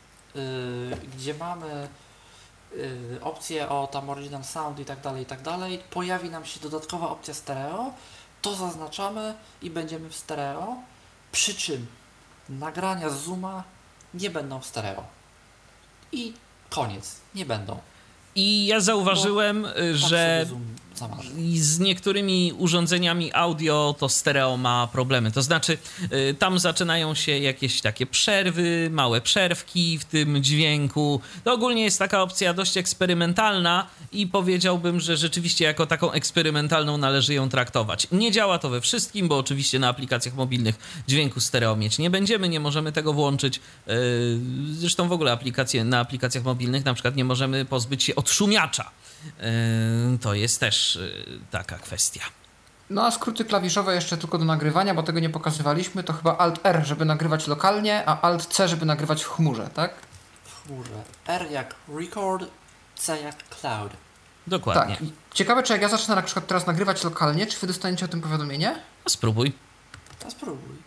opcję o tam Original Sound i tak dalej, pojawi nam się dodatkowa opcja stereo, to zaznaczamy i będziemy w stereo, przy czym nagrania z Zooma nie będą w stereo. I koniec, nie będą. I ja zauważyłem, że zamarzy. z niektórymi urządzeniami audio to stereo ma problemy. To znaczy, tam zaczynają się jakieś takie przerwy, małe przerwki w tym dźwięku. To ogólnie jest taka opcja dość eksperymentalna i powiedziałbym, że rzeczywiście jako taką eksperymentalną należy ją traktować. Nie działa to we wszystkim, bo oczywiście na aplikacjach mobilnych dźwięku stereo mieć nie będziemy, nie możemy tego włączyć. Zresztą w ogóle na aplikacjach mobilnych na przykład nie możemy pozbyć się odszumiacza. To jest też taka kwestia. No a skróty klawiszowe jeszcze tylko do nagrywania, bo tego nie pokazywaliśmy, to chyba Alt-R, żeby nagrywać lokalnie, a Alt-C, żeby nagrywać w chmurze, tak? W chmurze. R jak record, C jak cloud. Dokładnie. Tak. I ciekawe, czy jak ja zacznę na przykład teraz nagrywać lokalnie, czy wy dostaniecie o tym powiadomienie? No spróbuj. To spróbuj.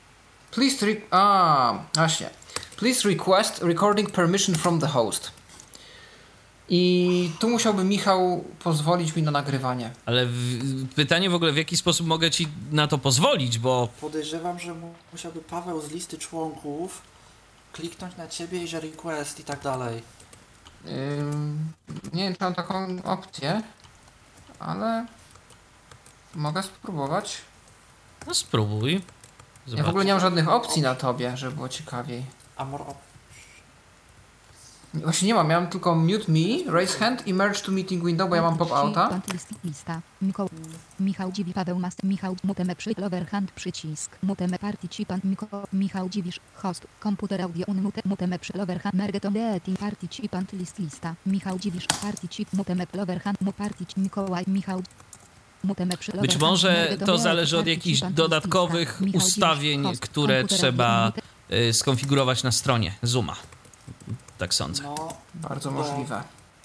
Właśnie. Please request recording permission from the host. I tu musiałby Michał pozwolić mi na nagrywanie. Ale pytanie w ogóle, w jaki sposób mogę ci na to pozwolić, bo... Podejrzewam, że musiałby Paweł z listy członków kliknąć na ciebie i że request i tak dalej. Nie wiem, czy mam taką opcję, ale mogę spróbować. No spróbuj. Zobacz. Ja w ogóle nie mam żadnych opcji na tobie, żeby było ciekawiej. Właśnie nie mam, miałem tylko mute me, raise hand i merge to meeting window, bo ja mam pop-outa. Lista. Michał Dziwi, Paweł Mast, Michał Muteme Lower hand przycisk. Muteme participant, Michał Dziwisz, host, komputer audio Muteme Lower hand, mergeton deeting participant lista. Michał Dziwisz, Muteme Lower hand, Mikołaj, Michał. Być może to zależy od jakichś dodatkowych ustawień, które trzeba skonfigurować na stronie Zooma. Tak sądzę. No, bardzo możliwe.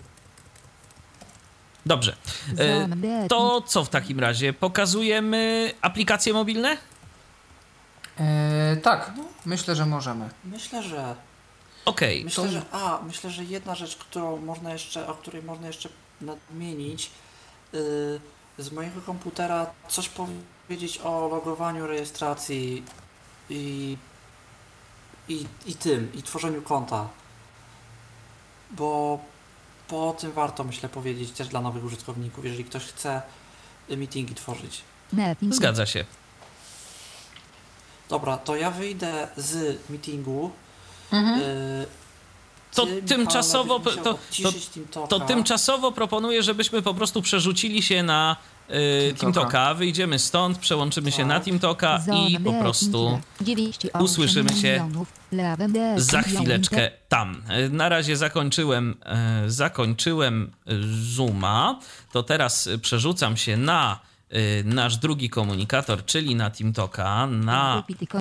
Dobrze. To co w takim razie? Pokazujemy aplikacje mobilne? Tak, myślę, że możemy. Myślę, że... Okej. Myślę, że jedna rzecz, o której można jeszcze nadmienić, z mojego komputera coś powiedzieć o logowaniu, rejestracji i tworzeniu konta. Bo o tym warto, myślę, powiedzieć też dla nowych użytkowników, jeżeli ktoś chce meetingi tworzyć. Zgadza się. Dobra, to ja wyjdę z meetingu. To tymczasowo proponuję, żebyśmy po prostu przerzucili się na TeamTalka. Wyjdziemy stąd, przełączymy się na TeamTalka i po prostu usłyszymy się za chwileczkę tam. Na razie zakończyłem Zooma. To teraz przerzucam się na nasz drugi komunikator, czyli na TeamTalka, na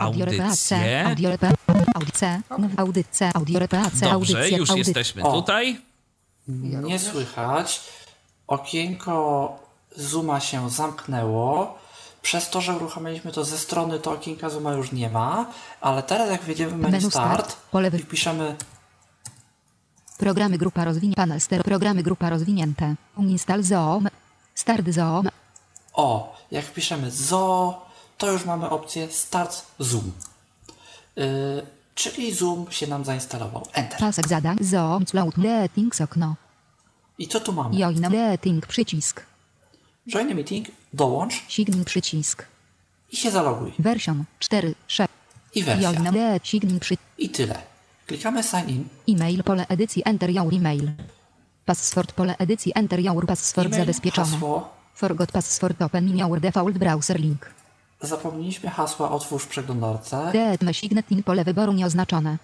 audycję. Dobrze, już jesteśmy tutaj. Nie słychać. Okienko Zooma się zamknęło. Przez to, że uruchomiliśmy to ze strony, to okienka Zooma już nie ma. Ale teraz jak wejdziemy w menu Start i wpiszemy programy grupa rozwinięta, panel ster, programy grupa rozwinięte, uninstall Zoom, start Zoom. Jak wpiszemy Zo, to już mamy opcję Start Zoom. Czyli Zoom się nam zainstalował. Enter. Pasek zadań Zoom, Cloud Meetings okno. I co tu mamy? Join Meeting przycisk. Join a meeting, dołącz. Sign przycisk. I się zaloguj. Version 4.6. I wersja. Join sign I tyle. Klikamy sign in. E-mail pole edycji enter your email. Password pole edycji enter your password E-mail, zabezpieczone. Hasło. Forgot password open your default browser link. Zapomnieliśmy hasła, otwórz w przeglądarce. Signet in pole wyboru nieoznaczone.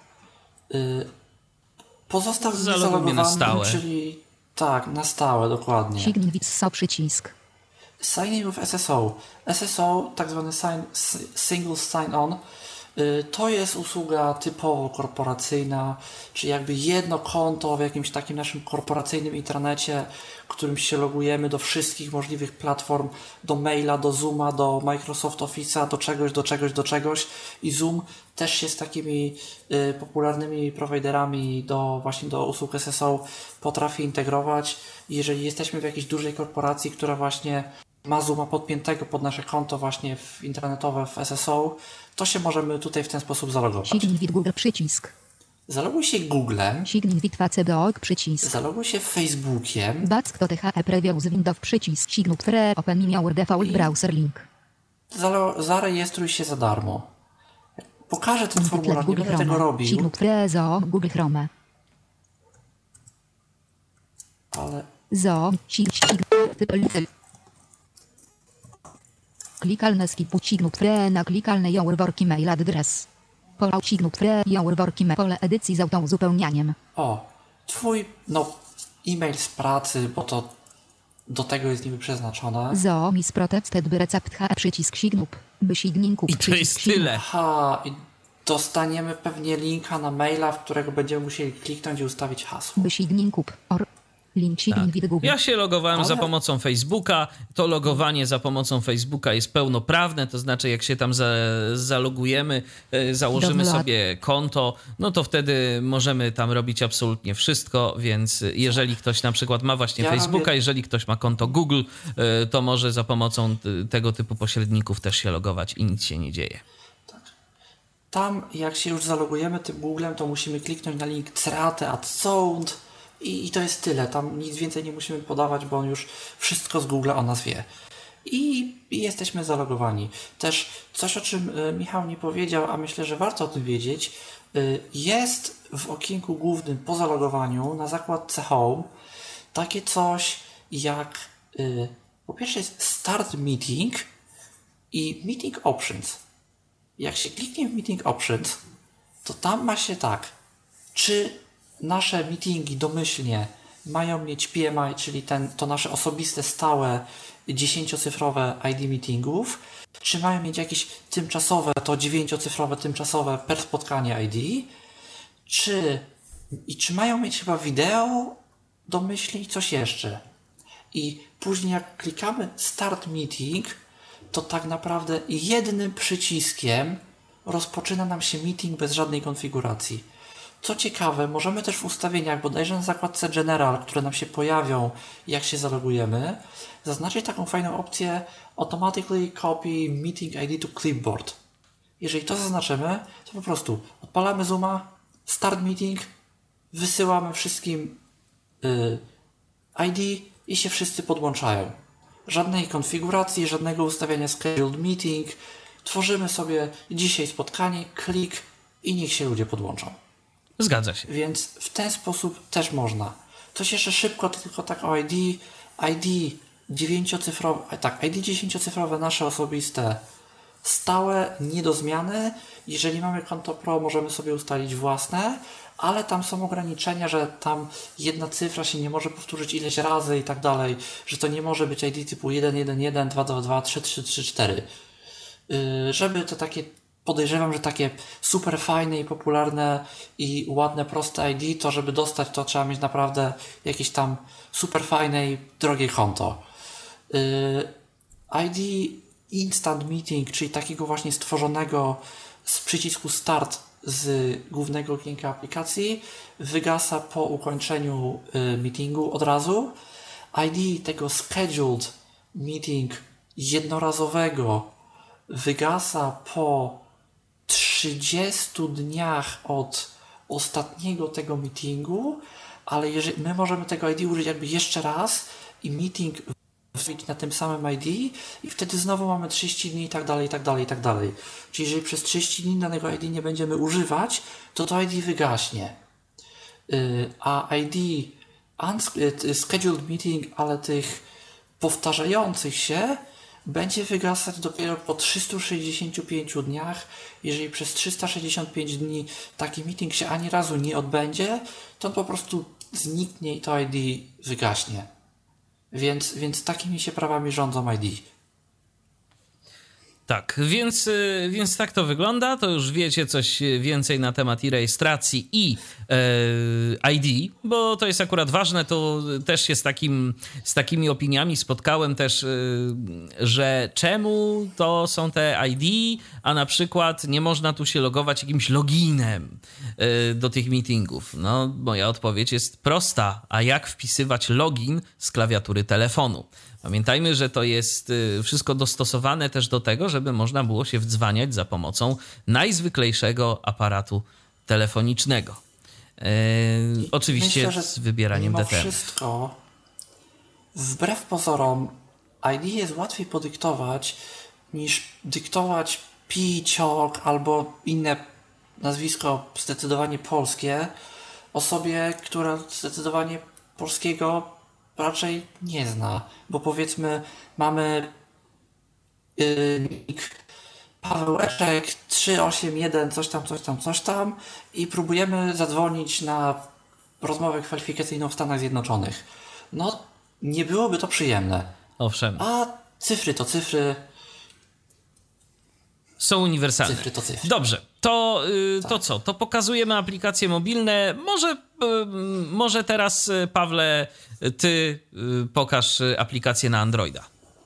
Pozostaw zalogowany na stałe. Czyli tak, na stałe, dokładnie. Sign with so przycisk. Sign-in with SSO. SSO, tak zwany Single Sign-On, to jest usługa typowo korporacyjna, czyli jakby jedno konto w jakimś takim naszym korporacyjnym intranecie, którym się logujemy do wszystkich możliwych platform, do maila, do Zooma, do Microsoft Office'a, do czegoś i Zoom też się z takimi popularnymi prowajderami właśnie do usług SSO potrafi integrować. Jeżeli jesteśmy w jakiejś dużej korporacji, która właśnie ma Zooma podpiętego pod nasze konto właśnie intranetowe w SSO, to się możemy tutaj w ten sposób zalogować. Sign with Google przycisk. Zaloguj się Googlem. Sign with Facebook przycisk. Zaloguj się Facebookiem. Back.the preview z Windows przycisk. Sign free open your default browser link. Zarejestruj się za darmo. Pokażę ten formularz, nie będę tego robił. Sign free zo Google Chrome. Ale... Klikalne skipu sign free na klikalne your work email address. Pole sign free your work email. Pole edycji z autouzupełnianiem. Twój e-mail z pracy, bo to do tego jest niby przeznaczone. Mis protected by recept przycisk sign up. By signing up. I to jest tyle. I dostaniemy pewnie linka na maila, w którego będziemy musieli kliknąć i ustawić hasło. By signing up. Link sign with Google. Ja się logowałem za pomocą Facebooka. To logowanie za pomocą Facebooka jest pełnoprawne, to znaczy jak się tam zalogujemy, założymy sobie konto, no to wtedy możemy tam robić absolutnie wszystko, więc jeżeli ktoś na przykład ma właśnie Facebooka, jeżeli ktoś ma konto Google, to może za pomocą tego typu pośredników też się logować i nic się nie dzieje. Tam jak się już zalogujemy tym Googlem, to musimy kliknąć na link Create ad Sound. I to jest tyle. Tam nic więcej nie musimy podawać, bo on już wszystko z Google'a o nas wie. I jesteśmy zalogowani. Też coś, o czym Michał nie powiedział, a myślę, że warto o tym wiedzieć, jest w okienku głównym po zalogowaniu na zakładce Home takie coś jak po pierwsze jest Start Meeting i Meeting Options. Jak się kliknie w Meeting Options, to tam ma się tak, czy nasze meetingi domyślnie mają mieć PMI, czyli to nasze osobiste, stałe, 10-cyfrowe ID meetingów, czy mają mieć jakieś tymczasowe, to 9-cyfrowe, tymczasowe per spotkanie ID, czy mają mieć chyba wideo domyślnie i coś jeszcze. I później jak klikamy Start Meeting, to tak naprawdę jednym przyciskiem rozpoczyna nam się meeting bez żadnej konfiguracji. Co ciekawe, możemy też w ustawieniach, bodajże na zakładce General, które nam się pojawią, jak się zalogujemy, zaznaczyć taką fajną opcję Automatically Copy Meeting ID to Clipboard. Jeżeli to zaznaczymy, to po prostu odpalamy Zooma, Start Meeting, wysyłamy wszystkim ID i się wszyscy podłączają. Żadnej konfiguracji, żadnego ustawiania Scheduled Meeting. Tworzymy sobie dzisiaj spotkanie, klik i niech się ludzie podłączą. Zgadza się. Więc w ten sposób też można. Coś jeszcze szybko, tylko tak o ID. ID 9-cyfrowe, ID 10-cyfrowe nasze osobiste, stałe, nie do zmiany. Jeżeli mamy konto Pro, możemy sobie ustalić własne, ale tam są ograniczenia, że tam jedna cyfra się nie może powtórzyć ileś razy i tak dalej, że to nie może być ID typu 111, 222, 3334. Żeby to takie, podejrzewam, że takie super fajne i popularne i ładne, proste ID, to żeby dostać, to trzeba mieć naprawdę jakieś tam super fajne i drogie konto. ID Instant Meeting, czyli takiego właśnie stworzonego z przycisku Start z głównego okienka aplikacji, wygasa po ukończeniu meetingu od razu. ID tego Scheduled Meeting jednorazowego wygasa po 30 dniach od ostatniego tego meetingu, ale jeżeli my możemy tego ID użyć jakby jeszcze raz i meeting wbić na tym samym ID i wtedy znowu mamy 30 dni i tak dalej, i tak dalej, i tak dalej. Czyli jeżeli przez 30 dni danego ID nie będziemy używać, to ID wygaśnie. A ID Scheduled Meeting, ale tych powtarzających się, będzie wygasać dopiero po 365 dniach. Jeżeli przez 365 dni taki meeting się ani razu nie odbędzie, to on po prostu zniknie i to ID wygaśnie. Więc takimi się prawami rządzą ID. Tak, więc tak to wygląda. To już wiecie coś więcej na temat i rejestracji i ID, bo to jest akurat ważne. To też się z takimi opiniami spotkałem też, że czemu to są te ID, a na przykład nie można tu się logować jakimś loginem do tych meetingów. No, moja odpowiedź jest prosta. A jak wpisywać login z klawiatury telefonu? Pamiętajmy, że to jest wszystko dostosowane też do tego, żeby można było się wdzwaniać za pomocą najzwyklejszego aparatu telefonicznego. Oczywiście myślę, z wybieraniem DTM. Mimo wszystko, wbrew pozorom, ID jest łatwiej podyktować niż dyktować pi, ciok albo inne nazwisko zdecydowanie polskie osobie, która zdecydowanie polskiego raczej nie zna, bo powiedzmy mamy nick Pawełeczek 381 coś tam i próbujemy zadzwonić na rozmowę kwalifikacyjną w Stanach Zjednoczonych. No, nie byłoby to przyjemne. Owszem. A cyfry to cyfry. Są uniwersalne. Cyfry to cyfry. Dobrze, to co? To pokazujemy aplikacje mobilne. Może teraz, Pawle, ty pokaż aplikację na Androida.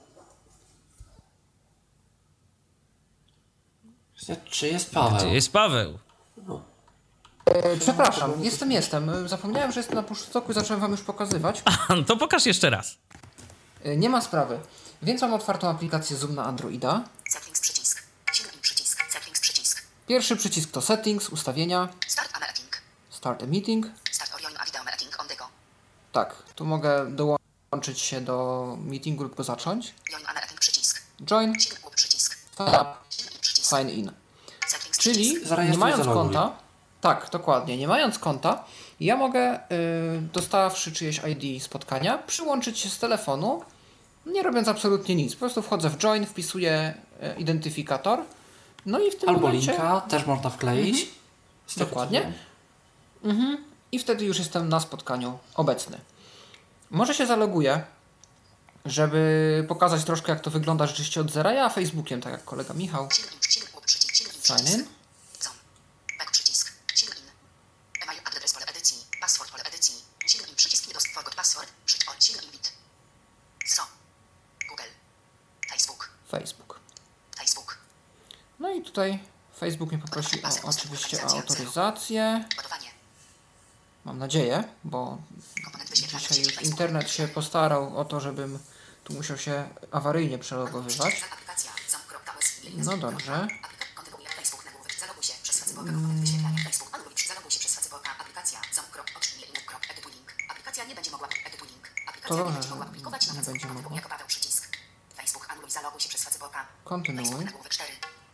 Czy jest Paweł? Gdzie jest Paweł? Przepraszam, jestem. Zapomniałem, że jestem na puszczoku i zacząłem wam już pokazywać. To pokaż jeszcze raz. Nie ma sprawy. Więc mam otwartą aplikację Zoom na Androida. Settings przycisk. Silnik przycisk. Settings przycisk. Pierwszy przycisk to Settings, ustawienia. Start a meeting. Start a meeting. Start audio a video meeting on the go. Tak, tu mogę dołączyć się do meetingu lub go zacząć. Join a meeting przycisk. Join, Silnik przycisk. tab, Silnik przycisk. sign in. Settings Czyli przycisk. nie mając zaloguj. konta, tak, dokładnie, nie mając konta, ja mogę, dostawszy czyjeś ID spotkania, przyłączyć się z telefonu, nie robiąc absolutnie nic. Po prostu wchodzę w join, wpisuję identyfikator, no i w tym Albo momencie... linka też można wkleić. Dokładnie. I wtedy już jestem na spotkaniu obecny. Może się zaloguję, żeby pokazać troszkę, jak to wygląda rzeczywiście od zera. Ja Facebookiem, tak jak kolega Michał. Silnik przycisk. Silnik Sign przycisk. in. Zoom. Back przycisk. Silnik in. Email adres pole edycji. Password pole edycji. Silnik in przycisk. Forgot password. Przyć on. Silnik in bit. So. Google. Facebook. Facebook. No i tutaj Facebook mnie poprosi oczywiście o autoryzację. Ładowanie. Mam nadzieję, bo Komponent wyświetlania. dzisiaj już Facebook. internet się postarał o to, żebym tu musiał się awaryjnie przelogowywać. Aplikacja. Zoom.us. No dobrze. Kontynuuj Facebook nagłówek. Zaloguj się przez Facebooka. Komponent wyświetlania. Facebook. Anuluj. Zaloguj się przez Facebooka. Aplikacja. Zoom.link.edu. Aplikacja nie będzie mogła edu link. Aplikacja nie będzie mogła publikować na nie będzie Facebooku. mogła. Jako Paweł przycisk. Facebook. Anuluj. Zaloguj się przez Facebooka. Kontynuuj. Facebook nagłówek 4.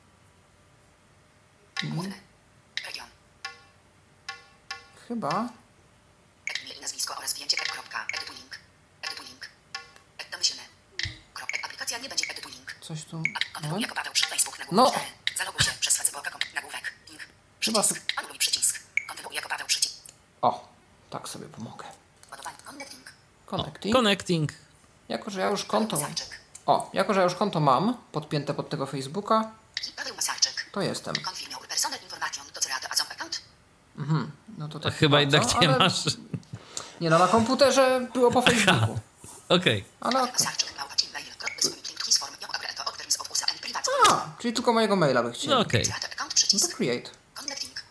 Główny. Region. Chyba. Imię i nazwisko oraz zdjęcie. Edu link. Domyślne. Aplikacja nie będzie edu link. Coś tu... Kontynuuj jako Paweł przy Facebook nagłówek No. 4. Zaloguj się przez Facebooka. Nagłówek. Link. Chyba Przycisk. Anuluj przycisk. Kontynuuj jako Paweł przycisk. O, tak sobie pomogę. Ładowanie. Connecting. Connecting. Connecting. Jako, że ja już konto... Masarczyk. Jako, że ja już konto mam podpięte pod tego Facebooka, Paweł Masarczyk. to jestem. Confirm your personal information to the Azom account. No to tak Chyba bardzo, jednak nie ale- masz. Nie no, na komputerze było po Facebooku. Okej. Ale okej. Masarczyk. Małpa gmail. Wysłany link to form. Ją abreto of terms of USA and private. Czyli tylko mojego maila by chcieli. No okej. Create account No to przycisk. create. Connecting.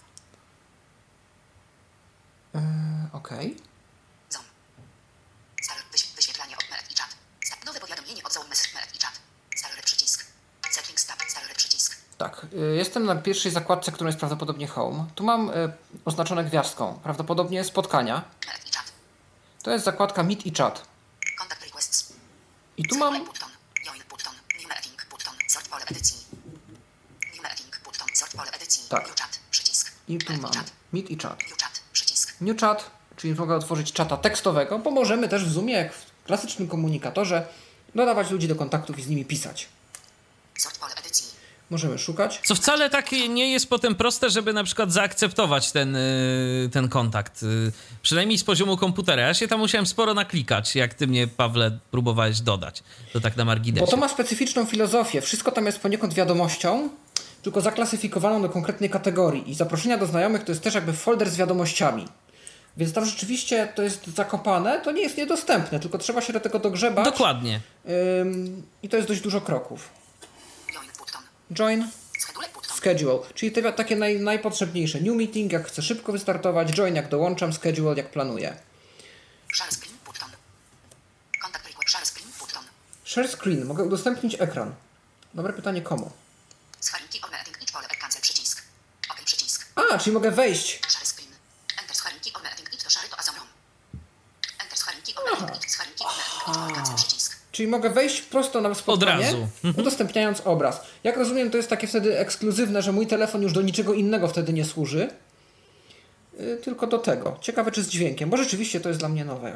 Okej. Zoom. Wyświetlanie od Meret i czat. Nowe powiadomienie od Zoom Meret i czat. Stary przycisk. Settings tab. Stary przycisk. Tak, jestem na pierwszej zakładce, która jest prawdopodobnie Home. Tu mam oznaczone gwiazdką, prawdopodobnie spotkania. Meret i czat. To jest zakładka Meet i Chat. Contact requests. I tu mam... Button. Join button. New meeting button. Sort pole edycji. New meeting button. Sort pole edycji. Tak. New chat. Przycisk. I tu Meret mam czat. Meet i Chat. New chat. Przycisk. New Chat, czyli mogę otworzyć czata tekstowego, bo możemy też w Zoomie, jak w klasycznym komunikatorze, dodawać ludzi do kontaktów i z nimi pisać. Sort pole edycji. Możemy szukać. Co wcale tak nie jest potem proste, żeby na przykład zaakceptować ten kontakt. Przynajmniej z poziomu komputera. Ja się tam musiałem sporo naklikać, jak ty mnie, Pawle, próbowałeś dodać. To tak na marginesie. Bo to ma specyficzną filozofię. Wszystko tam jest poniekąd wiadomością, tylko zaklasyfikowaną do konkretnej kategorii. I zaproszenia do znajomych to jest też jakby folder z wiadomościami. Więc tam rzeczywiście to jest zakopane, to nie jest niedostępne, tylko trzeba się do tego dogrzebać. Dokładnie. I to jest dość dużo kroków. Join button. Join, Button. schedule, czyli te takie najpotrzebniejsze. New meeting, jak chcę szybko wystartować, join, jak dołączam, schedule, jak planuję. Share screen button. Contact request. Share screen button. Share screen, mogę udostępnić ekran. Dobre pytanie, komu? Scharinki or meeting each pole. Cancel przycisk. OK przycisk. A, czyli mogę wejść. Share screen. Enter scharinki or meeting each to share to Azamron. Enter scharinki or meeting each scharinki or meeting each pole. Cancel przycisk. Czyli mogę wejść prosto na spotkanie, Od razu. udostępniając obraz. Jak rozumiem, to jest takie wtedy ekskluzywne, że mój telefon już do niczego innego wtedy nie służy, tylko do tego. Ciekawe, czy z dźwiękiem, bo rzeczywiście to jest dla mnie nowe.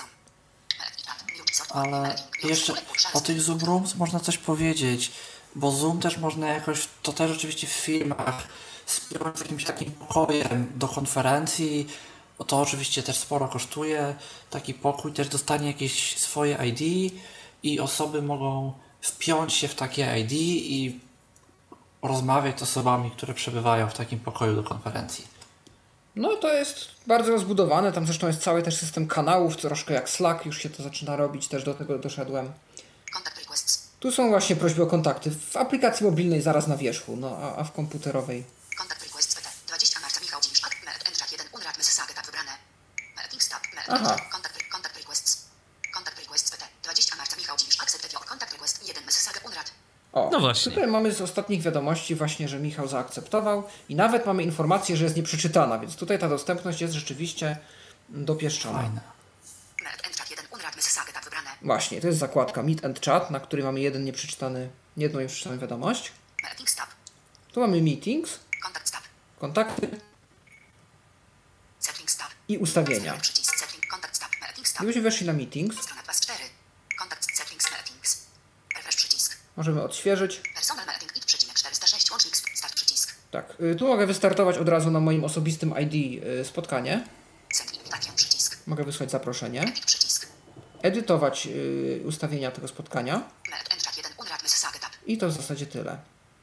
Ale jeszcze o tych Zoom Rooms można coś powiedzieć, bo Zoom też można jakoś, to też oczywiście w filmach, spiąć z jakimś takim pokojem do konferencji. To oczywiście też sporo kosztuje. Taki pokój też dostanie jakieś swoje ID i osoby mogą wpiąć się w takie ID i rozmawiać z osobami, które przebywają w takim pokoju do konferencji. No to jest bardzo rozbudowane, tam zresztą jest cały też system kanałów, troszkę jak Slack, już się to zaczyna robić, też do tego doszedłem. Contact requests. Tu są właśnie prośby o kontakty. W aplikacji mobilnej zaraz na wierzchu, no a w komputerowej. Contact requests PT. 20 marca Michał Dziwisz. Entrak 1. Unrad Message tab wybrane. Meeting stop. Aha. Contact requests. Contact requests PT. 20 marca Michał Dziwisz. Accept your contact request 1 Message Unrad. O, No właśnie. Tutaj mamy z ostatnich wiadomości właśnie, że Michał zaakceptował i nawet mamy informację, że jest nieprzeczytana, więc tutaj ta dostępność jest rzeczywiście dopieszczona. Fajne. Entrak 1. Unrad Message tab wybrane. Właśnie, to jest zakładka Meet and Chat, na której mamy jedną nieprzeczytaną wiadomość. Meeting stop. Tu mamy Meetings, Contact stop. kontakty Setting stop. i ustawienia. Przycisk setting. Contact stop. Meeting stop. Gdybyśmy weszli na Meetings, Strona 2 z 4. Contact settings meetings. Refresh przycisk. możemy odświeżyć. Personal meeting it przycinek 406 łącznik start przycisk. Tak, tu mogę wystartować od razu na moim osobistym ID spotkanie. Send invitation przycisk. Mogę wysłać zaproszenie. Edit przycisk. Edytować ustawienia tego spotkania. Entrak 1 Unrad Message tab. I to w zasadzie tyle.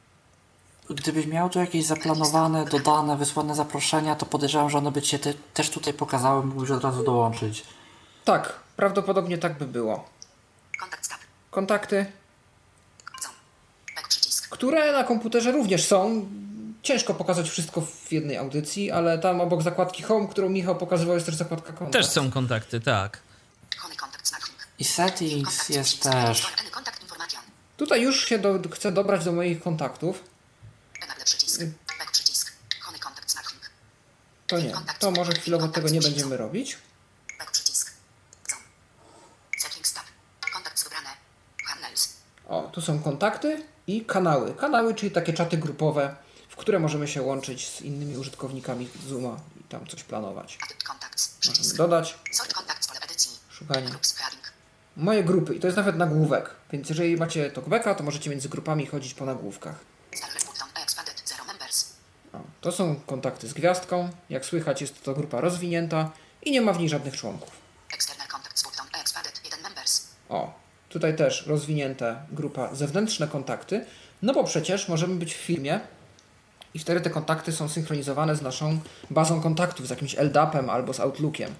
Gdybyś miał tu jakieś zaplanowane, dodane, wysłane zaproszenia, to podejrzewam, że one by Cię też tutaj pokazały, mógłbyś od razu dołączyć. Tak, prawdopodobnie tak by było. Kontakt stop. Kontakty, Zoom. Back przycisk. które na komputerze również są. Ciężko pokazać wszystko w jednej audycji, ale tam obok zakładki Home, którą Michał pokazywał, jest też zakładka Kontakt. Też są kontakty, tak. Home kontakt smartphone. I settings Kontakt jest przycisk. też. Kontakt information. Tutaj już się chcę dobrać do moich kontaktów. Enable przycisk. Back przycisk. Home kontakt smartphone. To nie, to może chwilowo tego nie będziemy robić. Back przycisk. Zoom. Setting stop. Kontakt wybrane. Channels. O, tu są kontakty i kanały. Kanały, czyli takie czaty grupowe, w które możemy się łączyć z innymi użytkownikami Zooma i tam coś planować. Added contacts. Możemy Przycisk. dodać, Sort contacts pole edycji. szukanie. Groups pairing. Moje grupy i to jest nawet nagłówek, więc jeżeli macie talkbacka, to możecie między grupami chodzić po nagłówkach. Start button expanded 0 members. O, to są kontakty z gwiazdką. Jak słychać, jest to grupa rozwinięta i nie ma w niej żadnych członków. External contacts button expanded 1 members. O, tutaj też rozwinięta grupa zewnętrzne kontakty, no bo przecież możemy być w firmie i wtedy te kontakty są synchronizowane z naszą bazą kontaktów, z jakimś LDAP-em albo z Outlookiem.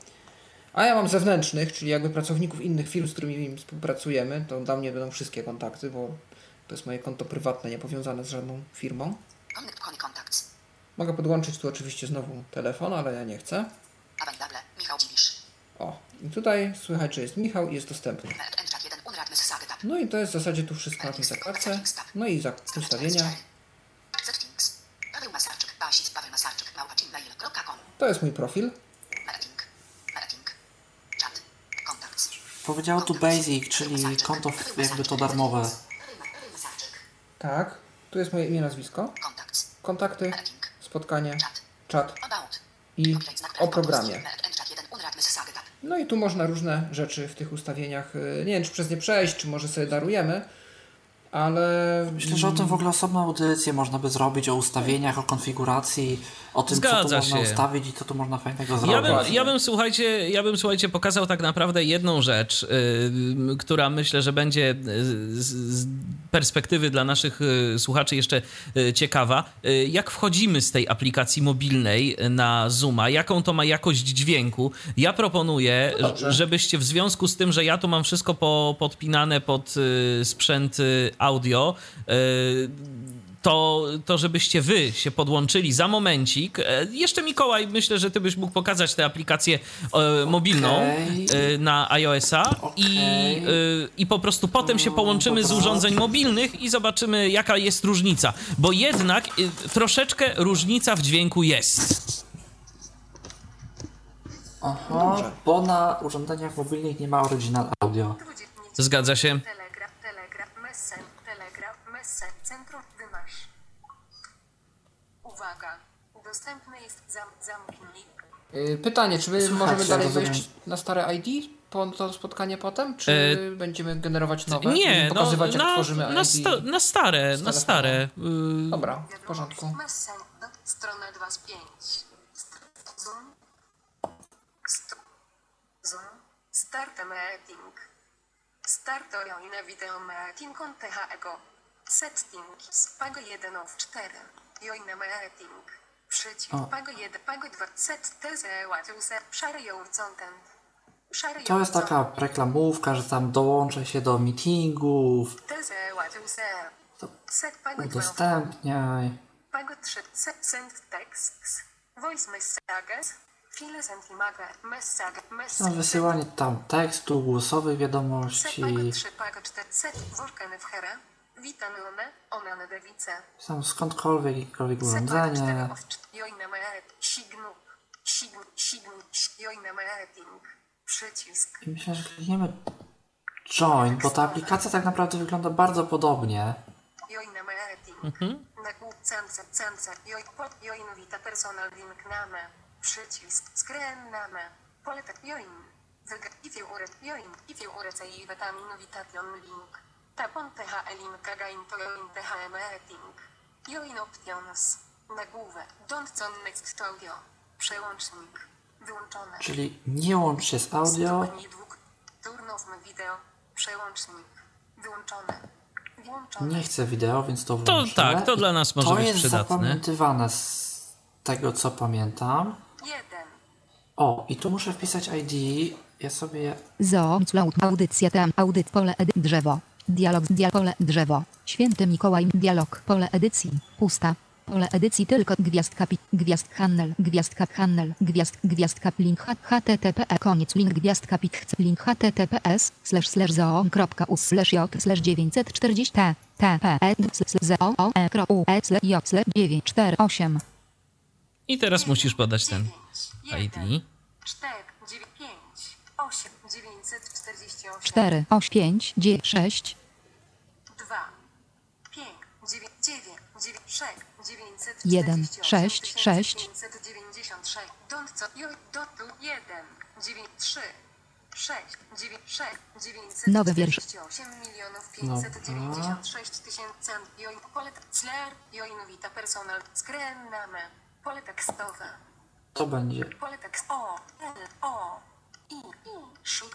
A ja mam zewnętrznych, czyli jakby pracowników innych firm, z którymi współpracujemy, to dla mnie będą wszystkie kontakty, bo to jest moje konto prywatne, nie powiązane z żadną firmą. Connect contacts. Mogę podłączyć tu oczywiście znowu telefon, ale ja nie chcę. Available. Michał Dziwisz. O, i tutaj słychać, że jest Michał i jest dostępny. Entrak 1 Unrad Message tab. No i to jest w zasadzie tu wszystko na tej zakładce. No i ustawienia. Settings. Paweł Masarczyk. Basis Paweł Masarczyk. @gmail.com. To jest mój profil. Meeting. Meeting. Chat. Contacts. Powiedział tu Basic, czyli konto jakby to darmowe. Paweł Masarczyk. Tak, tu jest moje imię, nazwisko. Contacts. Kontakty, Meeting. spotkanie, Chat. czat About. i Update znak o programie. Entrak 1 Unrad Message tab. No i tu można różne rzeczy w tych ustawieniach, nie wiem czy przez nie przejść, czy może sobie darujemy, Ale... Myślę, że o tym w ogóle osobną audycję można by zrobić, o ustawieniach, o konfiguracji, o tym, co tu można ustawić i co tu można fajnego zrobić. Ja bym, słuchajcie, pokazał tak naprawdę jedną rzecz, która myślę, że będzie z perspektywy dla naszych słuchaczy jeszcze ciekawa. Jak wchodzimy z tej aplikacji mobilnej na Zooma, jaką to ma jakość dźwięku. Ja proponuję, żebyście w związku z tym, że ja tu mam wszystko podpinane pod sprzęt audio, to żebyście wy się podłączyli za momencik. Jeszcze Mikołaj, myślę, że ty byś mógł pokazać tę aplikację mobilną na iOS-a i po prostu potem się połączymy z urządzeń mobilnych i zobaczymy, jaka jest różnica. Bo jednak troszeczkę różnica w dźwięku jest. Aha, bo na urządzeniach mobilnych nie ma Original Audio. Zgadza się. Centrum wymasz. Uwaga, dostępny jest zamknij. Pytanie, czy my możemy dalej wejść na stare ID po to spotkanie potem, czy będziemy generować nowe? Nie, pokazywać, jak tworzymy ID? Na stare. Dobra, w porządku. Strona 2 z 5. Zoom. Start meeting. Start join video meeting on THEGO. Setting. Pago 1 of 4. Join meeting. Przycisk. Pago 1, Pago 2. Set teze łatwiej przeryją content. To jest taka reklamówka, że tam dołączę się do meetingów. Udostępniaj. Pago 3. Send texts. Voice messages. Files and message. Tam wysyłanie tam tekstu, głosowych wiadomości. Pago 3, Pago 4. Set workane w herę. Witamy one dewice. Tam skądkolwiek, jakiekolwiek urządzenie. Przycisk. I myślę, że klikniemy join, bo ta aplikacja tak naprawdę wygląda bardzo podobnie. Przycisk. Skrenname. Poletek join. If you urece i vitamin vitation link. Tapon TH link gain to join TH meeting. Join options. Nagłówek. Don't connect to audio. Przełącznik. Wyłączone. Czyli nie łącz się z audio. Turn off video. Przełącznik. Wyłączone. Włączone. Nie chcę wideo, więc to włączę. To tak, to dla nas może być przydatne. To jest zapamiętywane z tego, co pamiętam. 1. O, i tu muszę wpisać ID. Ja sobie... Zoom, audycja tam, audyt, pole drzewo. Dialog, pole drzewo. Święty Mikołaj, dialog, pole edycji, pusta. Pole edycji tylko gwiazdka handel, gwiazdka link http koniec link gwiazdka link https://zoom.us/j/940 /zoom.us/948. I teraz musisz podać ten ID. 4, 8, 5, 9, 6. 2, 5, 9, 6, 1, 6, 6. 996. Dotu 1, 9, 3, 6, 9, 6, 948 Nowy wiersz. 596 tysięcy. Join polet cler, join vita personal, skrenname, pole tekstowe. To będzie. Pole tekst O, L, O, I, szu,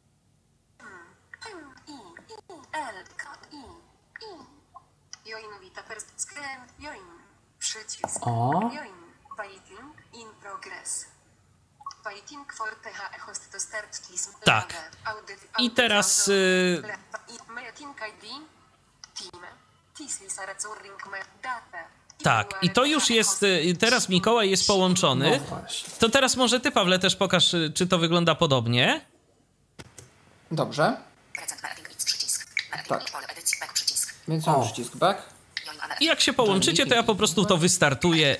I, L, K, I. Join vita personal, skren, join, przycisk, join, waiting, in progress. Waiting for TH host to start list. Tak. I teraz... Tak, i to już jest, teraz Mikołaj jest połączony. To teraz może ty, Pawle, też pokaż, czy to wygląda podobnie. Dobrze. Tak. Więc mam przycisk back. I jak się połączycie, to ja po prostu to wystartuję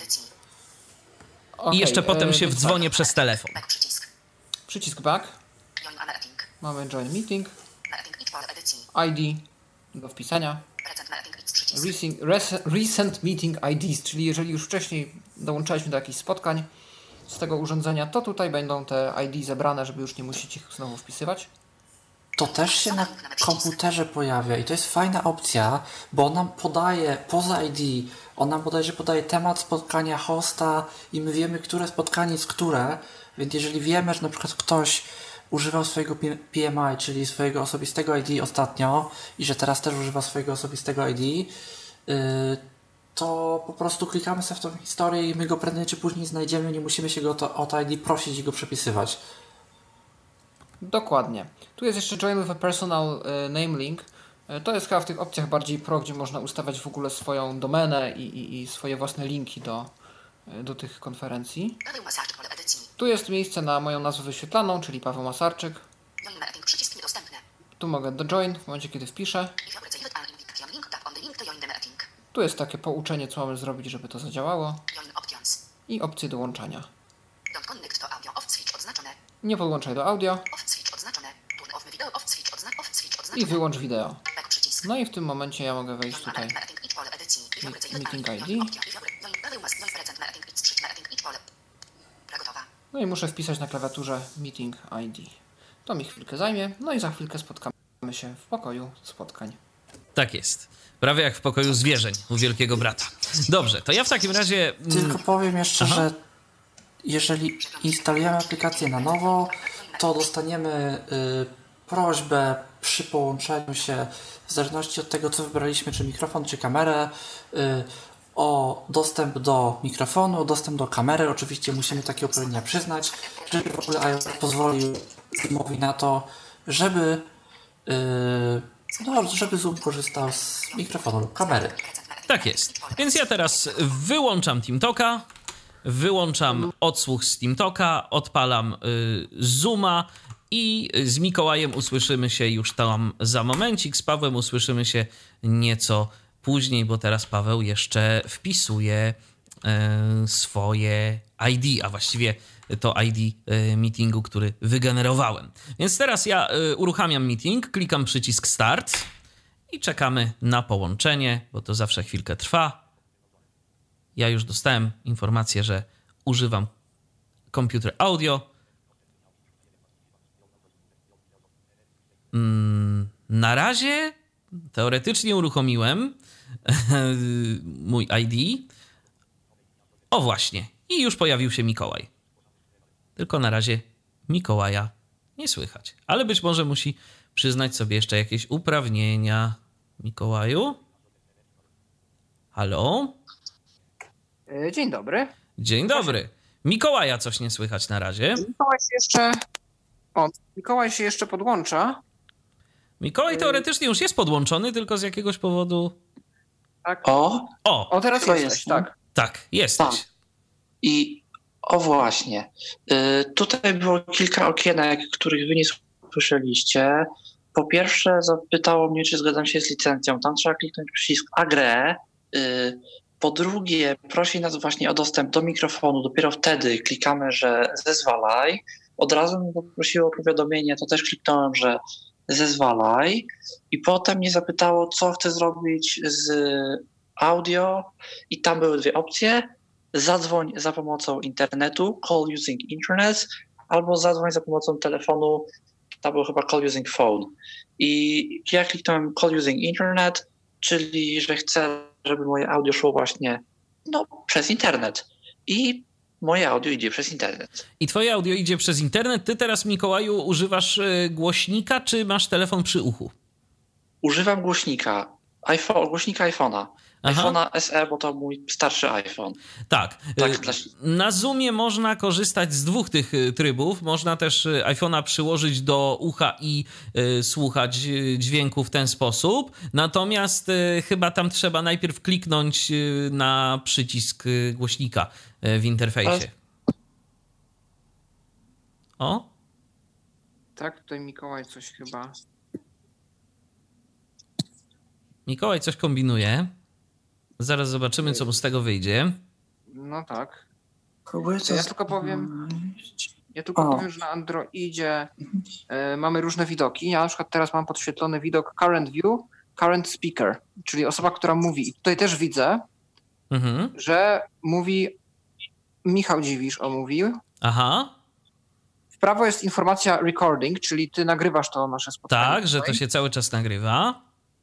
i jeszcze potem się wdzwonię przez telefon. Przycisk back. Mamy join meeting. ID do wpisania. Recent meeting IDs, czyli jeżeli już wcześniej dołączaliśmy do jakichś spotkań z tego urządzenia, to tutaj będą te ID zebrane, żeby już nie musieć ich znowu wpisywać. to też się na komputerze pojawia i to jest fajna opcja, bo on nam podaje poza ID, on nam podaje temat spotkania, hosta i my wiemy, które spotkanie jest które, więc jeżeli wiemy, że na przykład ktoś używał swojego PMI, czyli swojego osobistego ID ostatnio i że teraz też używa swojego osobistego ID, to po prostu klikamy sobie w tą historię i my go prędzej czy później znajdziemy, nie musimy się go o to ID prosić i go przepisywać. Dokładnie. Tu jest jeszcze Join with a Personal Name Link. To jest chyba w tych opcjach bardziej pro, gdzie można ustawiać w ogóle swoją domenę i swoje własne linki do tych konferencji. Tu jest miejsce na moją nazwę wyświetlaną, czyli Paweł Masarczyk. Tu mogę do join w momencie, kiedy wpiszę. Tu jest takie pouczenie, co mamy zrobić, żeby to zadziałało. I opcje dołączania. Nie podłączaj do audio. I wyłącz wideo. No i w tym momencie ja mogę wejść tutaj. Meeting ID. No i muszę wpisać na klawiaturze Meeting ID. To mi chwilkę zajmie. No i za chwilkę spotkamy się w pokoju spotkań. Tak jest. Prawie jak w pokoju zwierzeń u Wielkiego Brata. Dobrze, to ja w takim razie... Tylko powiem jeszcze, że jeżeli instalujemy aplikację na nowo, to dostaniemy prośbę przy połączeniu się, w zależności od tego, co wybraliśmy, czy mikrofon, czy kamerę, o dostęp do mikrofonu, o dostęp do kamery. Oczywiście musimy takie uprawnienia przyznać, żeby w ogóle iOS pozwolił mówi na to, żeby Zoom korzystał z mikrofonu lub kamery. Tak jest. Więc ja teraz wyłączam TeamTalka, wyłączam odsłuch z TeamTalka, odpalam Zooma i z Mikołajem usłyszymy się już tam za momencik. Z Pawłem usłyszymy się nieco później, bo teraz Paweł jeszcze wpisuje swoje ID, a właściwie to ID meetingu, który wygenerowałem. Więc teraz ja uruchamiam meeting, klikam przycisk Start i czekamy na połączenie, bo to zawsze chwilkę trwa. Ja już dostałem informację, że używam Computer Audio. Na razie teoretycznie uruchomiłem mój ID. O właśnie. I już pojawił się Mikołaj. Tylko na razie Mikołaja nie słychać. Ale być może musi przyznać sobie jeszcze jakieś uprawnienia. Mikołaju? Halo? Dzień dobry. Dzień dobry. Mikołaja coś nie słychać na razie. Mikołaj się jeszcze podłącza. Mikołaj teoretycznie już jest podłączony, tylko z jakiegoś powodu... Tak. O, teraz jesteś, tak. Tak, jesteś. Tak. I właśnie. Tutaj było kilka okienek, których wy nie słyszeliście. Po pierwsze zapytało mnie, czy zgadzam się z licencją. Tam trzeba kliknąć przycisk Agree. Po drugie prosi nas właśnie o dostęp do mikrofonu. Dopiero wtedy klikamy, że zezwalaj. Od razu mnie poprosiło o powiadomienie, to też kliknąłem, że zezwalaj. I potem mnie zapytało, co chcę zrobić z audio i tam były dwie opcje. Zadzwoń za pomocą internetu, call using internet, albo zadzwoń za pomocą telefonu, to był chyba call using phone. I ja kliknąłem call using internet, czyli że chcę, żeby moje audio szło właśnie przez internet. I moje audio idzie przez internet. I twoje audio idzie przez internet. Ty teraz, Mikołaju, używasz głośnika, czy masz telefon przy uchu? Używam głośnika iPhone'a. iPhone'a SE, bo to mój starszy iPhone. Tak. Na Zoomie można korzystać z dwóch tych trybów. Można też iPhone'a przyłożyć do ucha i słuchać dźwięku w ten sposób. Natomiast chyba tam trzeba najpierw kliknąć na przycisk głośnika w interfejsie. O? Tak, tutaj Mikołaj coś chyba... Mikołaj coś kombinuje. Zaraz zobaczymy, co mu z tego wyjdzie. No tak. Ja tylko powiem, że na Androidzie mamy różne widoki. Ja na przykład teraz mam podświetlony widok Current View, Current Speaker, czyli osoba, która mówi. I tutaj też widzę, że mówi Michał Dziwisz mówił. Aha. W prawo jest informacja recording, czyli ty nagrywasz to nasze spotkanie. Tak, że to się cały czas nagrywa.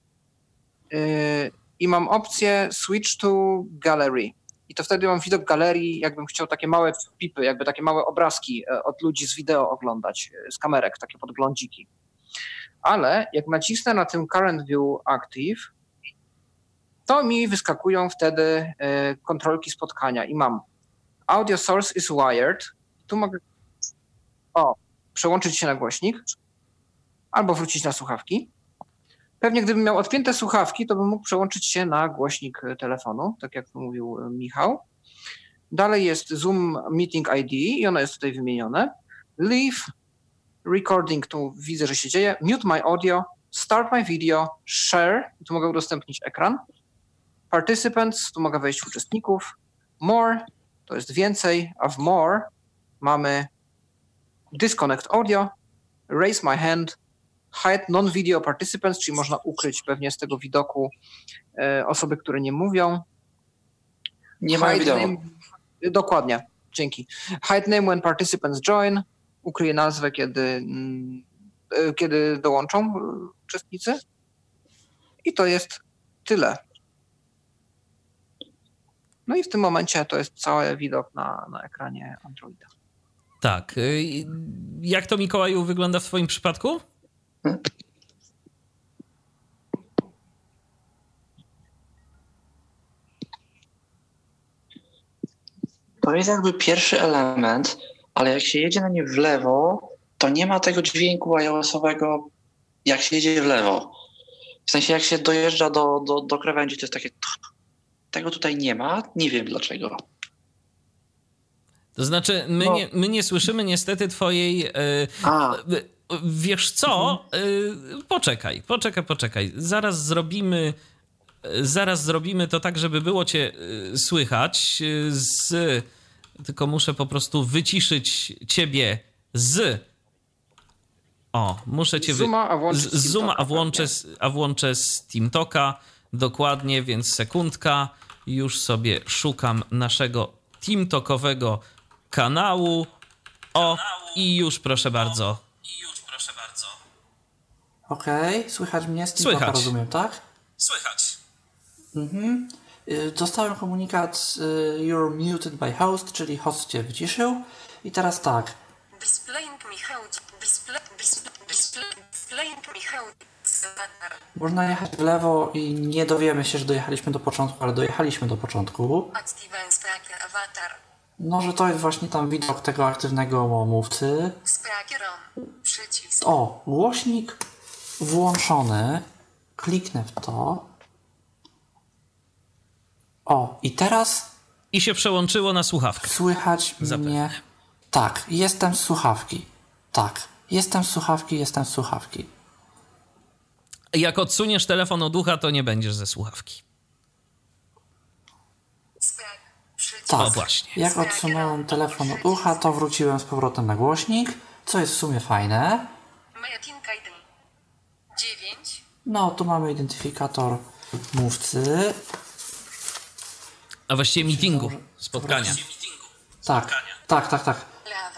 I mam opcję switch to gallery. I to wtedy mam widok galerii, jakbym chciał takie małe pipy, jakby takie małe obrazki od ludzi z wideo oglądać, z kamerek, takie podglądziki. Ale jak nacisnę na tym Current View Active, to mi wyskakują wtedy kontrolki spotkania i mam Audio source is wired. Tu mogę przełączyć się na głośnik albo wrócić na słuchawki. Pewnie gdybym miał odpięte słuchawki, to bym mógł przełączyć się na głośnik telefonu, tak jak mówił Michał. Dalej jest Zoom Meeting ID i ono jest tutaj wymienione. Leave, recording, tu widzę, że się dzieje. Mute my audio, start my video, share, tu mogę udostępnić ekran. Participants, tu mogę wejść w uczestników. More, to jest więcej, a w more mamy disconnect audio, raise my hand, hide non-video participants, czyli można ukryć pewnie z tego widoku osoby, które nie mówią. Nie ma wideo. Dokładnie, dzięki. Hide name when participants join, ukryje nazwę, kiedy dołączą uczestnicy. I to jest tyle. No i w tym momencie to jest cały widok na ekranie Androida. Tak. Jak to, Mikołaju, wygląda w twoim przypadku? To jest jakby pierwszy element, ale jak się jedzie na nim w lewo, to nie ma tego dźwięku iOS-owego, jak się jedzie w lewo. W sensie jak się dojeżdża do krawędzi, to jest takie... Tego tutaj nie ma, nie wiem dlaczego. To znaczy, my nie słyszymy niestety twojej... Wiesz co? Poczekaj. Zaraz zrobimy to tak, żeby było cię słychać. Tylko muszę po prostu wyciszyć ciebie z... muszę cię... Z Zooma, a włączę z TeamTalka. Dokładnie, więc sekundka. Już sobie szukam naszego TeamTalkowego kanału. I już proszę bardzo. Okej, słychać mnie z TeamTalka, rozumiem, tak? Słychać. Dostałem komunikat you're muted by host, czyli host cię wyciszył. I teraz tak. Można jechać w lewo i nie dowiemy się, że dojechaliśmy do początku, ale dojechaliśmy do początku. No, że to jest właśnie tam widok tego aktywnego mówcy. Głośnik włączony. Kliknę w to. I teraz... I się przełączyło na słuchawkę. Słychać mnie... Tak, jestem z słuchawki. Jestem z słuchawki. Jak odsuniesz telefon od ucha, to nie będziesz ze słuchawki. Tak, właśnie. Jak odsunąłem telefon od ucha, to wróciłem z powrotem na głośnik, co jest w sumie fajne. No, tu mamy identyfikator mówcy. A właściwie meetingu, spotkania. Tak.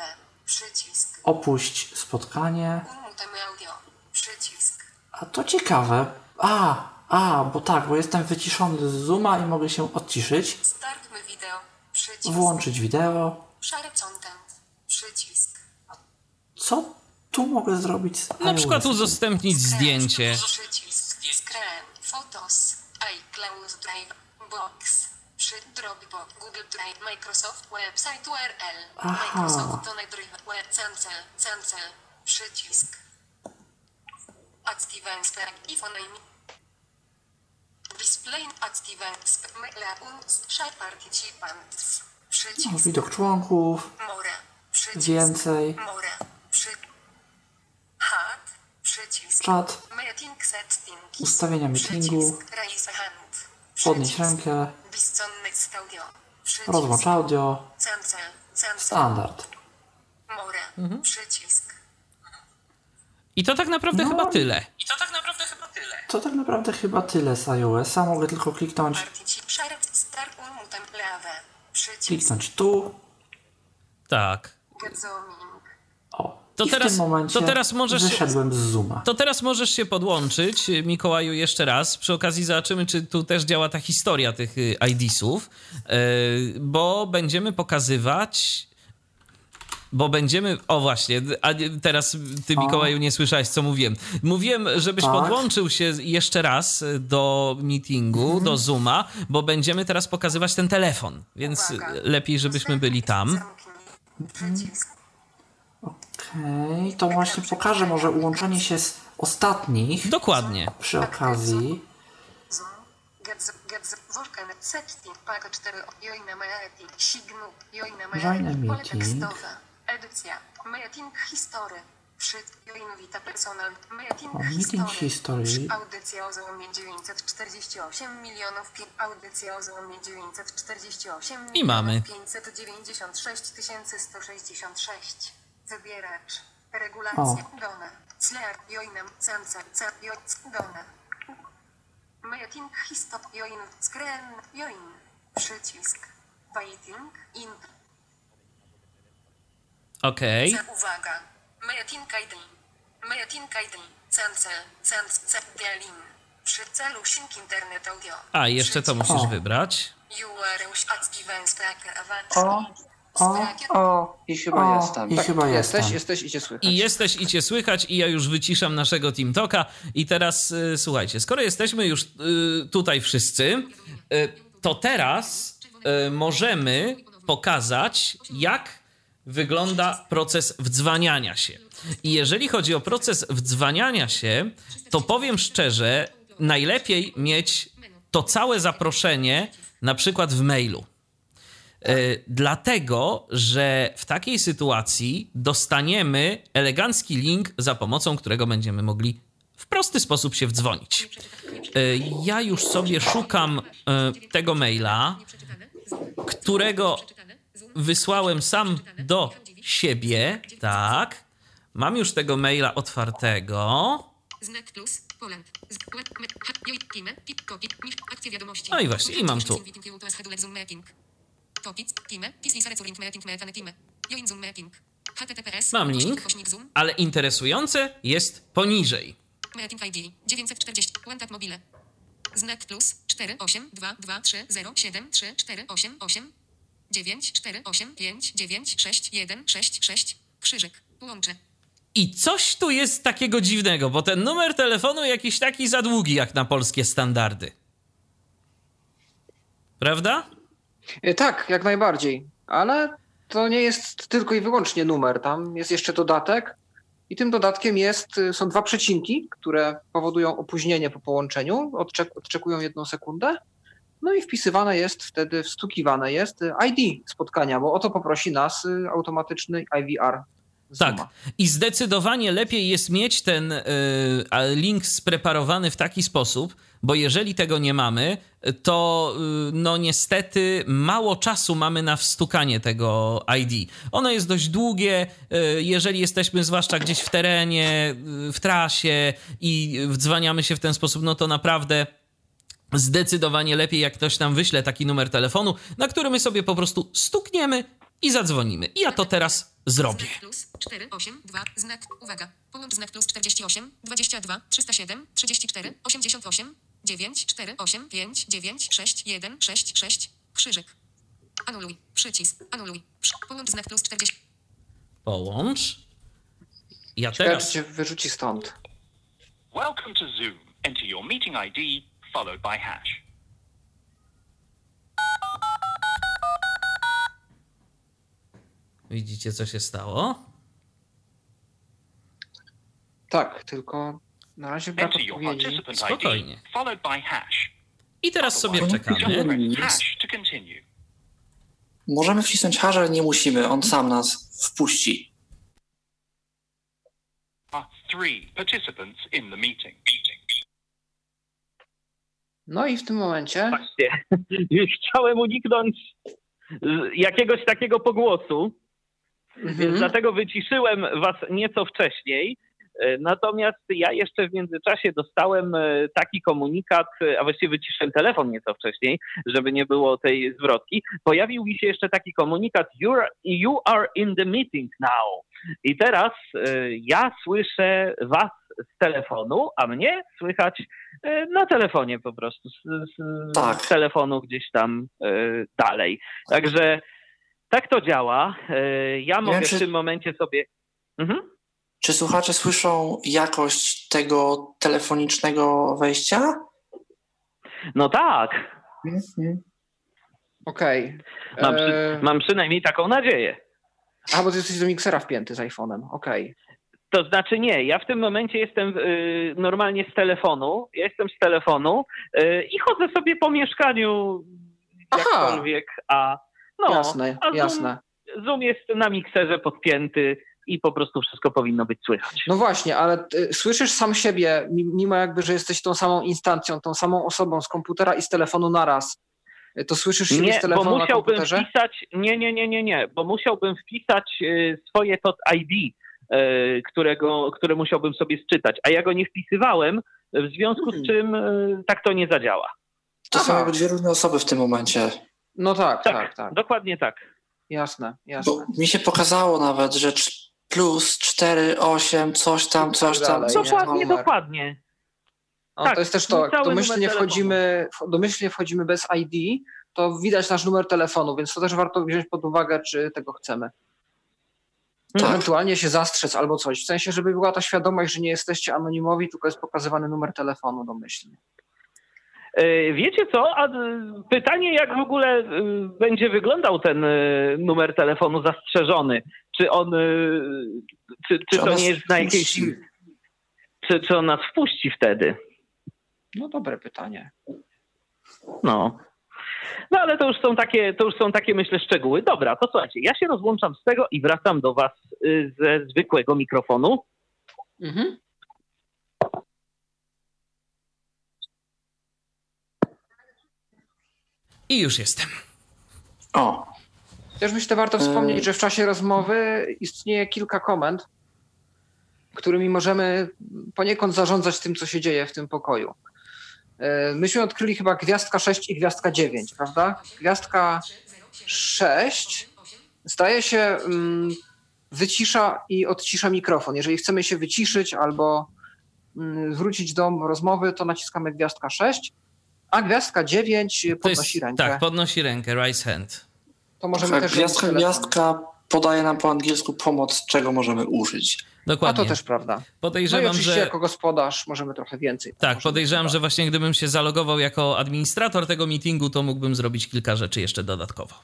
Opuść spotkanie. A to ciekawe. Bo jestem wyciszony z Zooma i mogę się odciszyć. Włączyć wideo. Co tu mogę zrobić z Na przykład udostępnić zdjęcie. Google Drive, Microsoft Website URL, Microsoft Cancel, przycisk. Active iPhone Display Active Share Participants, przycisk. Widok członków. More, przycisk. Więcej. More, przycisk. Czat. Meeting settings. Ustawienia meetingu. Raise hand. Podnieść rękę. Rozłącz audio. Standard. Przycisk. I to tak naprawdę chyba tyle. To tak naprawdę chyba tyle z iOS-a. Mogę tylko kliknąć. Kliknąć tu. Tak. w tym momencie wyszedłem z Zooma. To teraz możesz się podłączyć, Mikołaju, jeszcze raz. Przy okazji zobaczymy, czy tu też działa ta historia tych IDs-ów, bo będziemy pokazywać... O właśnie, a teraz ty, Mikołaju, nie słyszałeś, co mówiłem. Mówiłem, żebyś podłączył się jeszcze raz do meetingu, do Zooma, bo będziemy teraz pokazywać ten telefon, więc lepiej, żebyśmy byli tam. Okej, to właśnie pokażę może ułączenie się z ostatnich. Dokładnie. Przy okazji. Join Edycja. Meeting History. Joinowita personal. Meeting History. Audycja o złomie 948 milionów. Audycja o złomie 948 milionów. I mamy. 596 166. Wybieracz. Regulacja. Done. Slayer. Joinem. Cence. Done. Meeting History. Join. Screen. Join. Przycisk. Waiting. In. Okej. Uwaga. Meeting ID. Meeting ID. Cancel. Delin. Przy celu sync internet audio. A, jeszcze to musisz wybrać. I chyba jestem. I chyba Jesteś i cię słychać. I jesteś i cię słychać i ja już wyciszam naszego TeamTalka. I teraz słuchajcie, skoro jesteśmy już tutaj wszyscy, to teraz możemy pokazać, jak wygląda proces wdzwaniania się. I jeżeli chodzi o proces wdzwaniania się, to powiem szczerze, najlepiej mieć to całe zaproszenie na przykład w mailu. Dlatego, że w takiej sytuacji dostaniemy elegancki link, za pomocą którego będziemy mogli w prosty sposób się wdzwonić. Ja już sobie szukam tego maila, którego wysłałem sam do siebie. Tak. Mam już tego maila otwartego. No i właśnie, i mam tu. Mam link, ale interesujące jest poniżej. Meeting ID 940. Contact mobile. Znak plus 48223073488 948599666 krzyżyk. Łączę. I coś tu jest takiego dziwnego, bo ten numer telefonu jakiś taki za długi jak na polskie standardy. Prawda? Tak, jak najbardziej. Ale to nie jest tylko i wyłącznie numer. Tam jest jeszcze dodatek i tym dodatkiem są 2 przecinki, które powodują opóźnienie po połączeniu. Odczekują 1 sekundę. No i wstukiwane jest ID spotkania, bo o to poprosi nas automatyczny IVR. Tak. I zdecydowanie lepiej jest mieć ten link spreparowany w taki sposób, bo jeżeli tego nie mamy, to no niestety mało czasu mamy na wstukanie tego ID. Ono jest dość długie, jeżeli jesteśmy zwłaszcza gdzieś w terenie, w trasie i wdzwaniamy się w ten sposób, no to naprawdę zdecydowanie lepiej, jak ktoś nam wyśle taki numer telefonu, na który my sobie po prostu stukniemy i zadzwonimy. I ja to teraz zrobię. Znak plus 482, znak, uwaga, połącz znak plus 48, 22, 307, 34, 88, 9, 4, 8, 5, 9, 6, 1, 6, 6, krzyżyk. Anuluj, przycisk, anuluj, połącz znak plus 40. Połącz. Ja teraz... cię wyrzuci stąd. Welcome to Zoom. Enter your meeting ID followed by hash. Widzicie, co się stało? Tak, tylko na razie brak odpowiedzi. Spokojnie. I teraz sobie czekamy. Możemy wcisnąć hash, ale nie musimy. On sam nas wpuści. No i w tym momencie... Właśnie. Chciałem uniknąć jakiegoś takiego pogłosu, więc dlatego wyciszyłem was nieco wcześniej. Natomiast ja jeszcze w międzyczasie dostałem taki komunikat, a właściwie wyciszyłem telefon nieco wcześniej, żeby nie było tej zwrotki. Pojawił mi się jeszcze taki komunikat: you are in the meeting now. I teraz ja słyszę was z telefonu, a mnie słychać na telefonie po prostu, z telefonu gdzieś tam dalej. Także tak to działa. Ja mogę w tym momencie sobie... Czy słuchacze słyszą jakość tego telefonicznego wejścia? No tak. Okej. Mam przynajmniej taką nadzieję. Bo ty jesteś do miksera wpięty z iPhone'em. Okej. To znaczy nie, ja w tym momencie jestem normalnie z telefonu. Ja jestem z telefonu i chodzę sobie po mieszkaniu jakkolwiek, Jasne. Zoom jest na mikserze podpięty i po prostu wszystko powinno być słychać. No właśnie, ale słyszysz sam siebie, mimo jakby, że jesteś tą samą instancją, tą samą osobą z komputera i z telefonu naraz. To słyszysz siebie z telefonu na komputerze? Nie, bo musiałbym wpisać swoje TOT ID, które musiałbym sobie sczytać, a ja go nie wpisywałem, w związku z czym tak to nie zadziała. To są jakby dwie różne osoby w tym momencie. No tak. Dokładnie tak. Jasne. Bo mi się pokazało nawet, że plus 4, 8, coś tam. Dokładnie. No, tak, to jest też to, jak domyślnie wchodzimy bez ID, to widać nasz numer telefonu, więc to też warto wziąć pod uwagę, czy tego chcemy. Ewentualnie się zastrzec albo coś. W sensie, żeby była ta świadomość, że nie jesteście anonimowi, tylko jest pokazywany numer telefonu domyślnie. Wiecie co? A pytanie, jak w ogóle będzie wyglądał ten numer telefonu zastrzeżony? Czy on czy to nie jest na jakiejś... Czy on nas wpuści wtedy? No dobre pytanie. No ale to już są takie, myślę, szczegóły. Dobra, to słuchajcie, ja się rozłączam z tego i wracam do was ze zwykłego mikrofonu. I już jestem. Też myślę, warto wspomnieć, że w czasie rozmowy istnieje kilka komend, którymi możemy poniekąd zarządzać tym, co się dzieje w tym pokoju. Myśmy odkryli chyba gwiazdka 6 i gwiazdka 9, prawda? Gwiazdka 6 zdaje się wycisza i odcisza mikrofon. Jeżeli chcemy się wyciszyć albo wrócić do rozmowy, to naciskamy gwiazdka 6, a gwiazdka 9 podnosi rękę. Tak, podnosi rękę, raise hand. To możemy też gwiazdka podaje nam po angielsku pomoc, czego możemy użyć. Dokładnie. A to też prawda. Podejrzewam, no i oczywiście że jako gospodarz możemy trochę więcej. Tak, podejrzewam, że właśnie gdybym się zalogował jako administrator tego meetingu, to mógłbym zrobić kilka rzeczy jeszcze dodatkowo.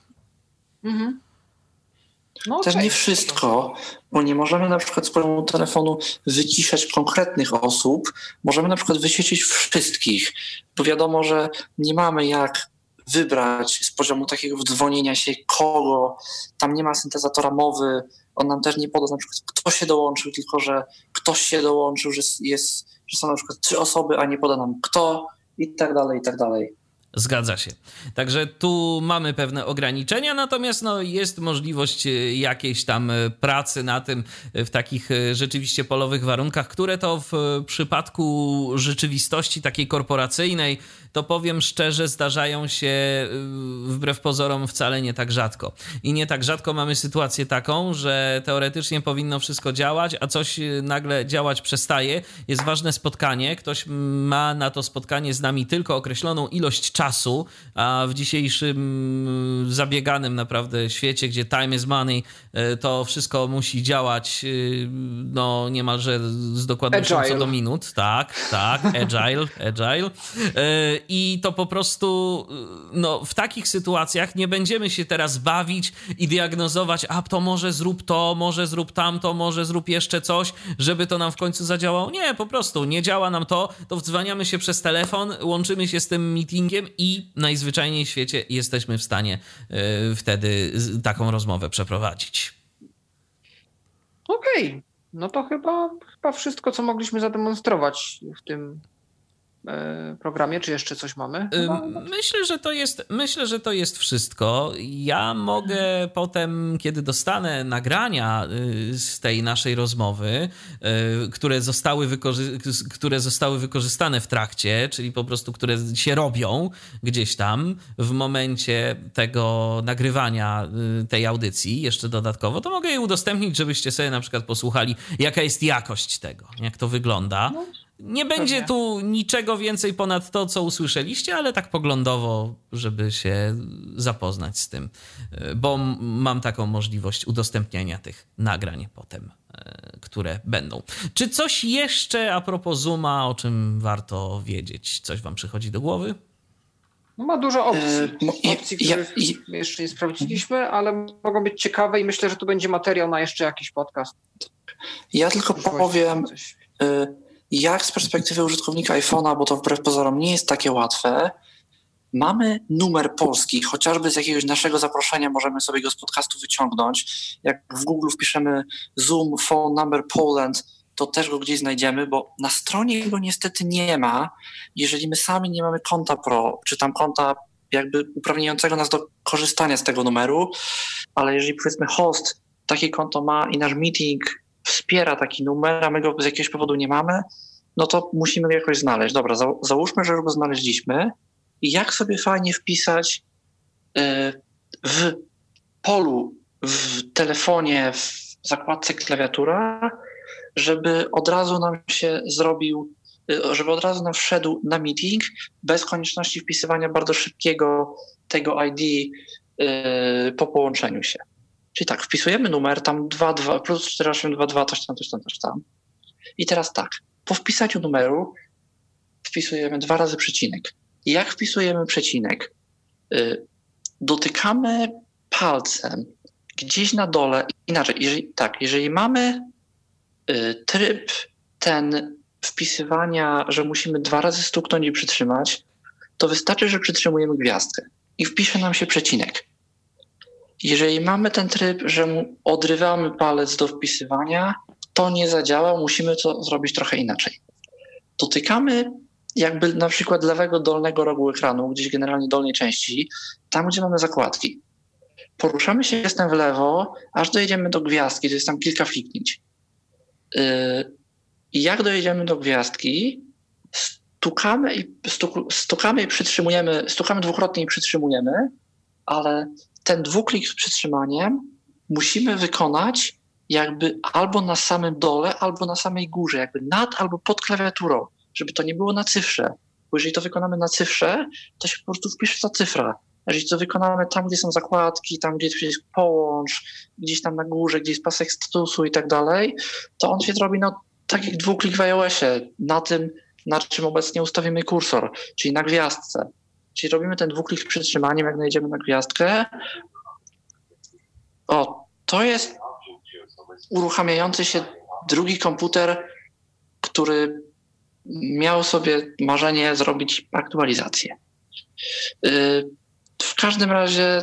No też nie wszystko, bo nie możemy na przykład z poziomu telefonu wyciszać konkretnych osób. Możemy na przykład wyciszyć wszystkich, bo wiadomo, że nie mamy jak wybrać z poziomu takiego dzwonienia się kogo. Tam nie ma syntezatora mowy. On nam też nie poda na przykład kto się dołączył, tylko że ktoś się dołączył, że są na przykład 3 osoby, a nie poda nam kto i tak dalej, i tak dalej. Zgadza się. Także tu mamy pewne ograniczenia, natomiast jest możliwość jakiejś tam pracy na tym w takich rzeczywiście polowych warunkach, które to w przypadku rzeczywistości takiej korporacyjnej, to powiem szczerze, zdarzają się wbrew pozorom wcale nie tak rzadko. I nie tak rzadko mamy sytuację taką, że teoretycznie powinno wszystko działać, a coś nagle działać przestaje. Jest ważne spotkanie, ktoś ma na to spotkanie z nami tylko określoną ilość czasu, a w dzisiejszym zabieganym naprawdę świecie, gdzie time is money, to wszystko musi działać niemalże z dokładnością co do minut. Tak, agile. I to po prostu w takich sytuacjach nie będziemy się teraz bawić i diagnozować, to może zrób to, może zrób tamto, może zrób jeszcze coś, żeby to nam w końcu zadziałało. Nie, po prostu nie działa nam to wdzwaniamy się przez telefon, łączymy się z tym meetingiem i najzwyczajniej w świecie jesteśmy w stanie wtedy taką rozmowę przeprowadzić. Okej. No to chyba wszystko, co mogliśmy zademonstrować w tym programie, czy jeszcze coś mamy? Myślę, że to jest wszystko. Ja mogę potem, kiedy dostanę nagrania z tej naszej rozmowy, które zostały wykorzystane w trakcie, czyli po prostu które się robią gdzieś tam w momencie tego nagrywania tej audycji jeszcze dodatkowo, to mogę je udostępnić, żebyście sobie na przykład posłuchali, jaka jest jakość tego, jak to wygląda. Nie będzie tu niczego więcej ponad to, co usłyszeliście, ale tak poglądowo, żeby się zapoznać z tym, bo mam taką możliwość udostępniania tych nagrań potem, które będą. Czy coś jeszcze a propos Zooma, o czym warto wiedzieć? Coś wam przychodzi do głowy? No ma dużo opcji, których jeszcze nie sprawdziliśmy, ale mogą być ciekawe i myślę, że tu będzie materiał na jeszcze jakiś podcast. Ja tylko powiem, jak z perspektywy użytkownika iPhone'a, bo to wbrew pozorom nie jest takie łatwe, mamy numer polski, chociażby z jakiegoś naszego zaproszenia możemy sobie go z podcastu wyciągnąć. Jak w Google wpiszemy Zoom phone number Poland, to też go gdzieś znajdziemy, bo na stronie go niestety nie ma, jeżeli my sami nie mamy konta Pro, czy tam konta jakby uprawniającego nas do korzystania z tego numeru, ale jeżeli powiedzmy host takie konto ma i nasz meeting wspiera taki numer, a my go z jakiegoś powodu nie mamy, no to musimy go jakoś znaleźć. Dobra, załóżmy, że już go znaleźliśmy i jak sobie fajnie wpisać w polu, w telefonie, w zakładce klawiatura, żeby od razu nam się zrobił, żeby od razu nam wszedł na meeting bez konieczności wpisywania bardzo szybkiego tego ID po połączeniu się. Czyli tak, wpisujemy numer, tam 22 plus 4822, coś tam. I teraz tak, po wpisaniu numeru wpisujemy 2 razy przecinek. I jak wpisujemy przecinek? Dotykamy palcem gdzieś na dole, inaczej, jeżeli mamy tryb ten wpisywania, że musimy 2 razy stuknąć i przytrzymać, to wystarczy, że przytrzymujemy gwiazdkę i wpisze nam się przecinek. Jeżeli mamy ten tryb, że odrywamy palec do wpisywania, to nie zadziała, musimy to zrobić trochę inaczej. Dotykamy jakby na przykład lewego dolnego rogu ekranu, gdzieś generalnie dolnej części, tam gdzie mamy zakładki. Poruszamy się gestem w lewo, aż dojedziemy do gwiazdki, to jest tam kilka kliknięć. I jak dojedziemy do gwiazdki, stukamy i przytrzymujemy, stukamy dwukrotnie i przytrzymujemy, ale ten dwuklik z przytrzymaniem musimy wykonać jakby albo na samym dole, albo na samej górze, jakby nad albo pod klawiaturą, żeby to nie było na cyfrze. Bo jeżeli to wykonamy na cyfrze, to się po prostu wpisze ta cyfra. Jeżeli to wykonamy tam, gdzie są zakładki, tam, gdzie jest przycisk połącz, gdzieś tam na górze, gdzie jest pasek statusu i tak dalej, to on się zrobi tak jak dwuklik w iOSie, na tym, na czym obecnie ustawimy kursor, czyli na gwiazdce. Czyli robimy ten dwuklik z przytrzymaniem, jak najedziemy na gwiazdkę. To jest uruchamiający się drugi komputer, który miał sobie marzenie zrobić aktualizację. W każdym razie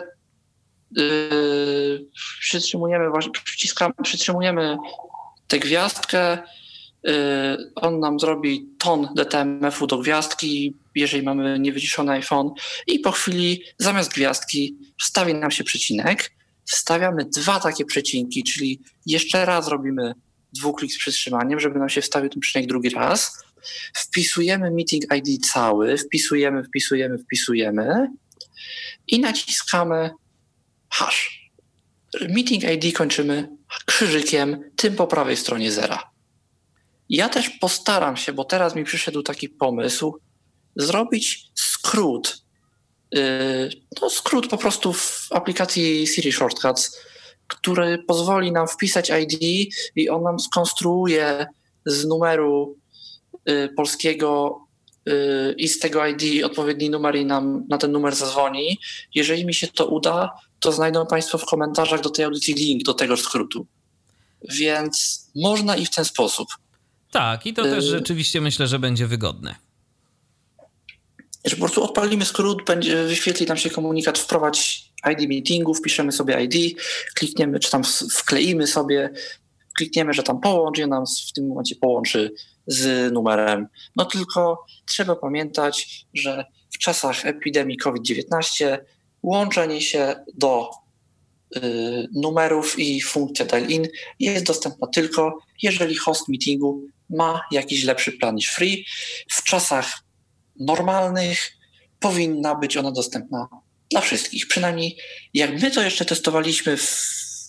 przytrzymujemy tę gwiazdkę, on nam zrobi ton DTMF-u do gwiazdki, jeżeli mamy niewyciszony iPhone, i po chwili zamiast gwiazdki wstawi nam się przecinek. Wstawiamy 2 takie przecinki, czyli jeszcze raz robimy dwuklik z przytrzymaniem, żeby nam się wstawił ten przecinek drugi raz. Wpisujemy meeting ID cały, wpisujemy i naciskamy hash. Meeting ID kończymy krzyżykiem, tym po prawej stronie zera. Ja też postaram się, bo teraz mi przyszedł taki pomysł, zrobić skrót. Skrót po prostu w aplikacji Siri Shortcuts, który pozwoli nam wpisać ID i on nam skonstruuje z numeru polskiego i z tego ID odpowiedni numer i nam na ten numer zadzwoni. Jeżeli mi się to uda, to znajdą Państwo w komentarzach do tej audycji link do tego skrótu. Więc można i w ten sposób. Tak, i to też rzeczywiście myślę, że będzie wygodne. Że po prostu odpalimy skrót, wyświetli nam się komunikat wprowadź ID meetingu, wpiszemy sobie ID, klikniemy, czy tam wkleimy sobie, klikniemy, że tam połącz i on nam w tym momencie połączy z numerem. No tylko trzeba pamiętać, że w czasach epidemii COVID-19 łączenie się do numerów i funkcja dial-in jest dostępna tylko, jeżeli host meetingu ma jakiś lepszy plan niż free. W czasach normalnych powinna być ona dostępna dla wszystkich. Przynajmniej jak my to jeszcze testowaliśmy w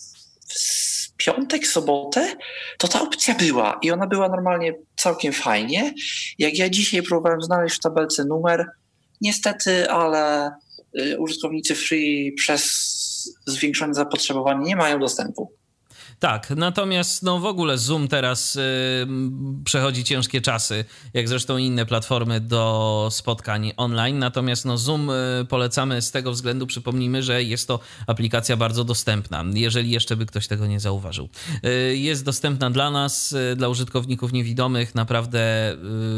piątek, sobotę, to ta opcja była i ona była normalnie całkiem fajnie. Jak ja dzisiaj próbowałem znaleźć w tabelce numer, niestety, ale użytkownicy free przez zwiększone zapotrzebowanie nie mają dostępu. Tak, natomiast w ogóle Zoom teraz przechodzi ciężkie czasy, jak zresztą inne platformy do spotkań online. Natomiast Zoom polecamy z tego względu, przypomnijmy, że jest to aplikacja bardzo dostępna, jeżeli jeszcze by ktoś tego nie zauważył. Jest dostępna dla nas, dla użytkowników niewidomych. Naprawdę,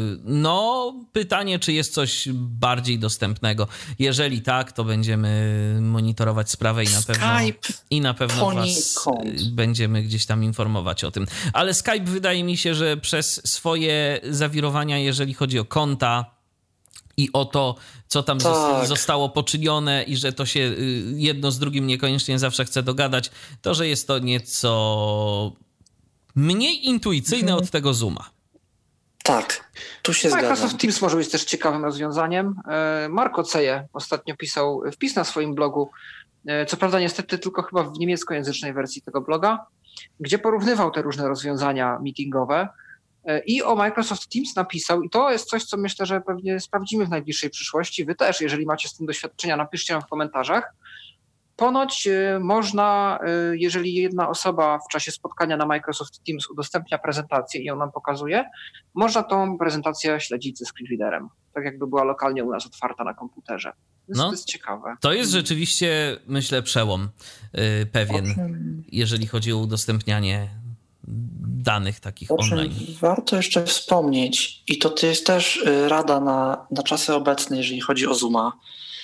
pytanie, czy jest coś bardziej dostępnego. Jeżeli tak, to będziemy monitorować sprawę i na pewno was będziemy gdzieś tam informować o tym. Ale Skype wydaje mi się, że przez swoje zawirowania, jeżeli chodzi o konta i o to, co tam zostało poczynione i że to się jedno z drugim niekoniecznie zawsze chce dogadać, to, że jest to nieco mniej intuicyjne od tego Zooma. Tak, tu się zgadzam. Microsoft Teams może być też ciekawym rozwiązaniem. Marco Ceje ostatnio pisał wpis na swoim blogu, co prawda niestety tylko chyba w niemieckojęzycznej wersji tego bloga, gdzie porównywał te różne rozwiązania meetingowe i o Microsoft Teams napisał, i to jest coś, co myślę, że pewnie sprawdzimy w najbliższej przyszłości. Wy też, jeżeli macie z tym doświadczenia, napiszcie nam w komentarzach. Ponoć można, jeżeli jedna osoba w czasie spotkania na Microsoft Teams udostępnia prezentację i ją nam pokazuje, można tą prezentację śledzić ze screenreaderem, tak jakby była lokalnie u nas otwarta na komputerze. To jest ciekawe. To jest rzeczywiście, myślę, przełom pewien, jeżeli chodzi o udostępnianie danych takich online. Warto jeszcze wspomnieć, i to jest też rada na czasy obecne, jeżeli chodzi o Zooma.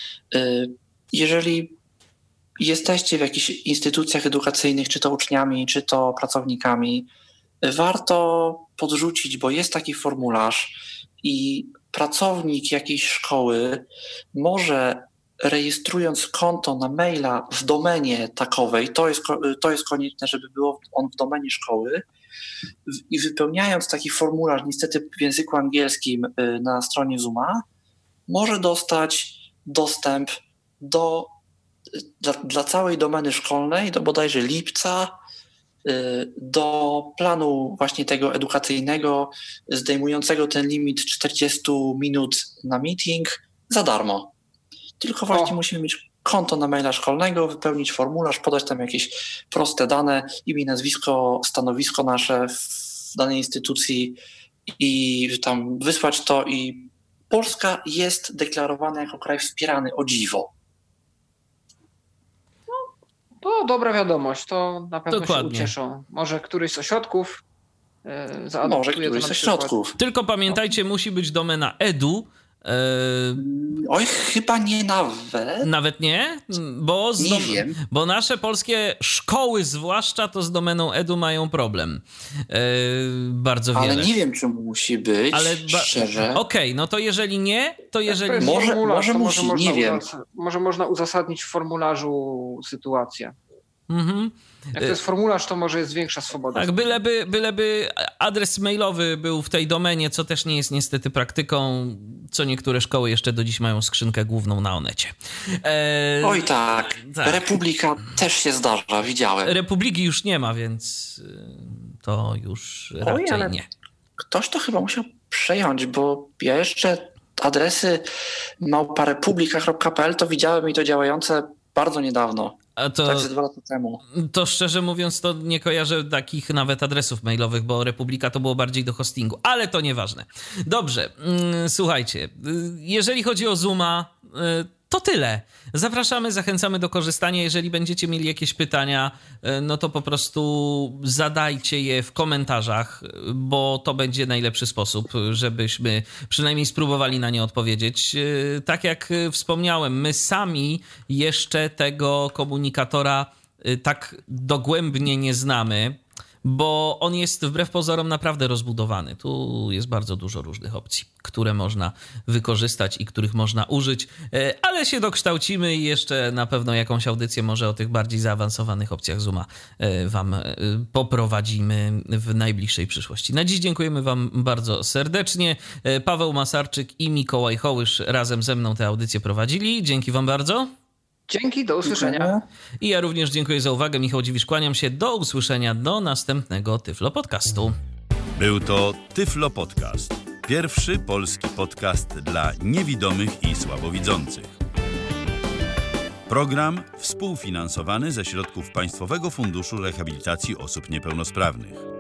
Jeżeli jesteście w jakichś instytucjach edukacyjnych, czy to uczniami, czy to pracownikami, warto podrzucić, bo jest taki formularz i pracownik jakiejś szkoły może, rejestrując konto na maila w domenie takowej, to jest konieczne, żeby było on w domenie szkoły, i wypełniając taki formularz, niestety w języku angielskim na stronie Zooma, może dostać dostęp dla całej domeny szkolnej, do bodajże lipca, do planu właśnie tego edukacyjnego, zdejmującego ten limit 40 minut na meeting za darmo. Tylko właśnie musimy mieć konto na maila szkolnego, wypełnić formularz, podać tam jakieś proste dane, imię, nazwisko, stanowisko nasze w danej instytucji i tam wysłać to, i Polska jest deklarowana jako kraj wspierany, o dziwo. To dobra wiadomość, to na pewno się ucieszą. Może któryś z ośrodków zaadoptuje to na przykład. Tylko pamiętajcie, musi być domena edu. Oj, chyba nie nawet. Nawet nie? Nie wiem. Bo nasze polskie szkoły zwłaszcza to z domeną edu mają problem. Bardzo wiele. Ale nie wiem, czy musi być, szczerze. Okej, no to jeżeli nie, to jeżeli... Może musi, nie wiem. Może można uzasadnić w formularzu sytuację. Mhm. Jak to jest formularz, to może jest większa swoboda. Tak, byleby adres mailowy był w tej domenie, co też nie jest niestety praktyką, co niektóre szkoły jeszcze do dziś mają skrzynkę główną na Onecie. Oj tak, Republika też się zdarza, widziałem. Republiki już nie ma, więc to już raczej nie. Ktoś to chyba musiał przejąć, bo ja jeszcze adresy @republika.pl to widziałem i to działające bardzo niedawno. Tak ze 2 lata temu. To szczerze mówiąc, to nie kojarzę takich nawet adresów mailowych, bo Republika to było bardziej do hostingu, ale to nieważne. Dobrze, słuchajcie, jeżeli chodzi o Zooma, to tyle. Zapraszamy, zachęcamy do korzystania. Jeżeli będziecie mieli jakieś pytania, no to po prostu zadajcie je w komentarzach, bo to będzie najlepszy sposób, żebyśmy przynajmniej spróbowali na nie odpowiedzieć. Tak jak wspomniałem, my sami jeszcze tego komunikatora tak dogłębnie nie znamy, bo on jest wbrew pozorom naprawdę rozbudowany. Tu jest bardzo dużo różnych opcji, które można wykorzystać i których można użyć, ale się dokształcimy i jeszcze na pewno jakąś audycję może o tych bardziej zaawansowanych opcjach Zooma wam poprowadzimy w najbliższej przyszłości. Na dziś dziękujemy wam bardzo serdecznie. Paweł Masarczyk i Mikołaj Hołysz razem ze mną tę audycję prowadzili. Dzięki wam bardzo. Dzięki, do usłyszenia. I ja również dziękuję za uwagę. Michał Dziwisz, kłaniam się. Do usłyszenia do następnego Tyflo Podcastu. Był to Tyflo Podcast. Pierwszy polski podcast dla niewidomych i słabowidzących. Program współfinansowany ze środków Państwowego Funduszu Rehabilitacji Osób Niepełnosprawnych.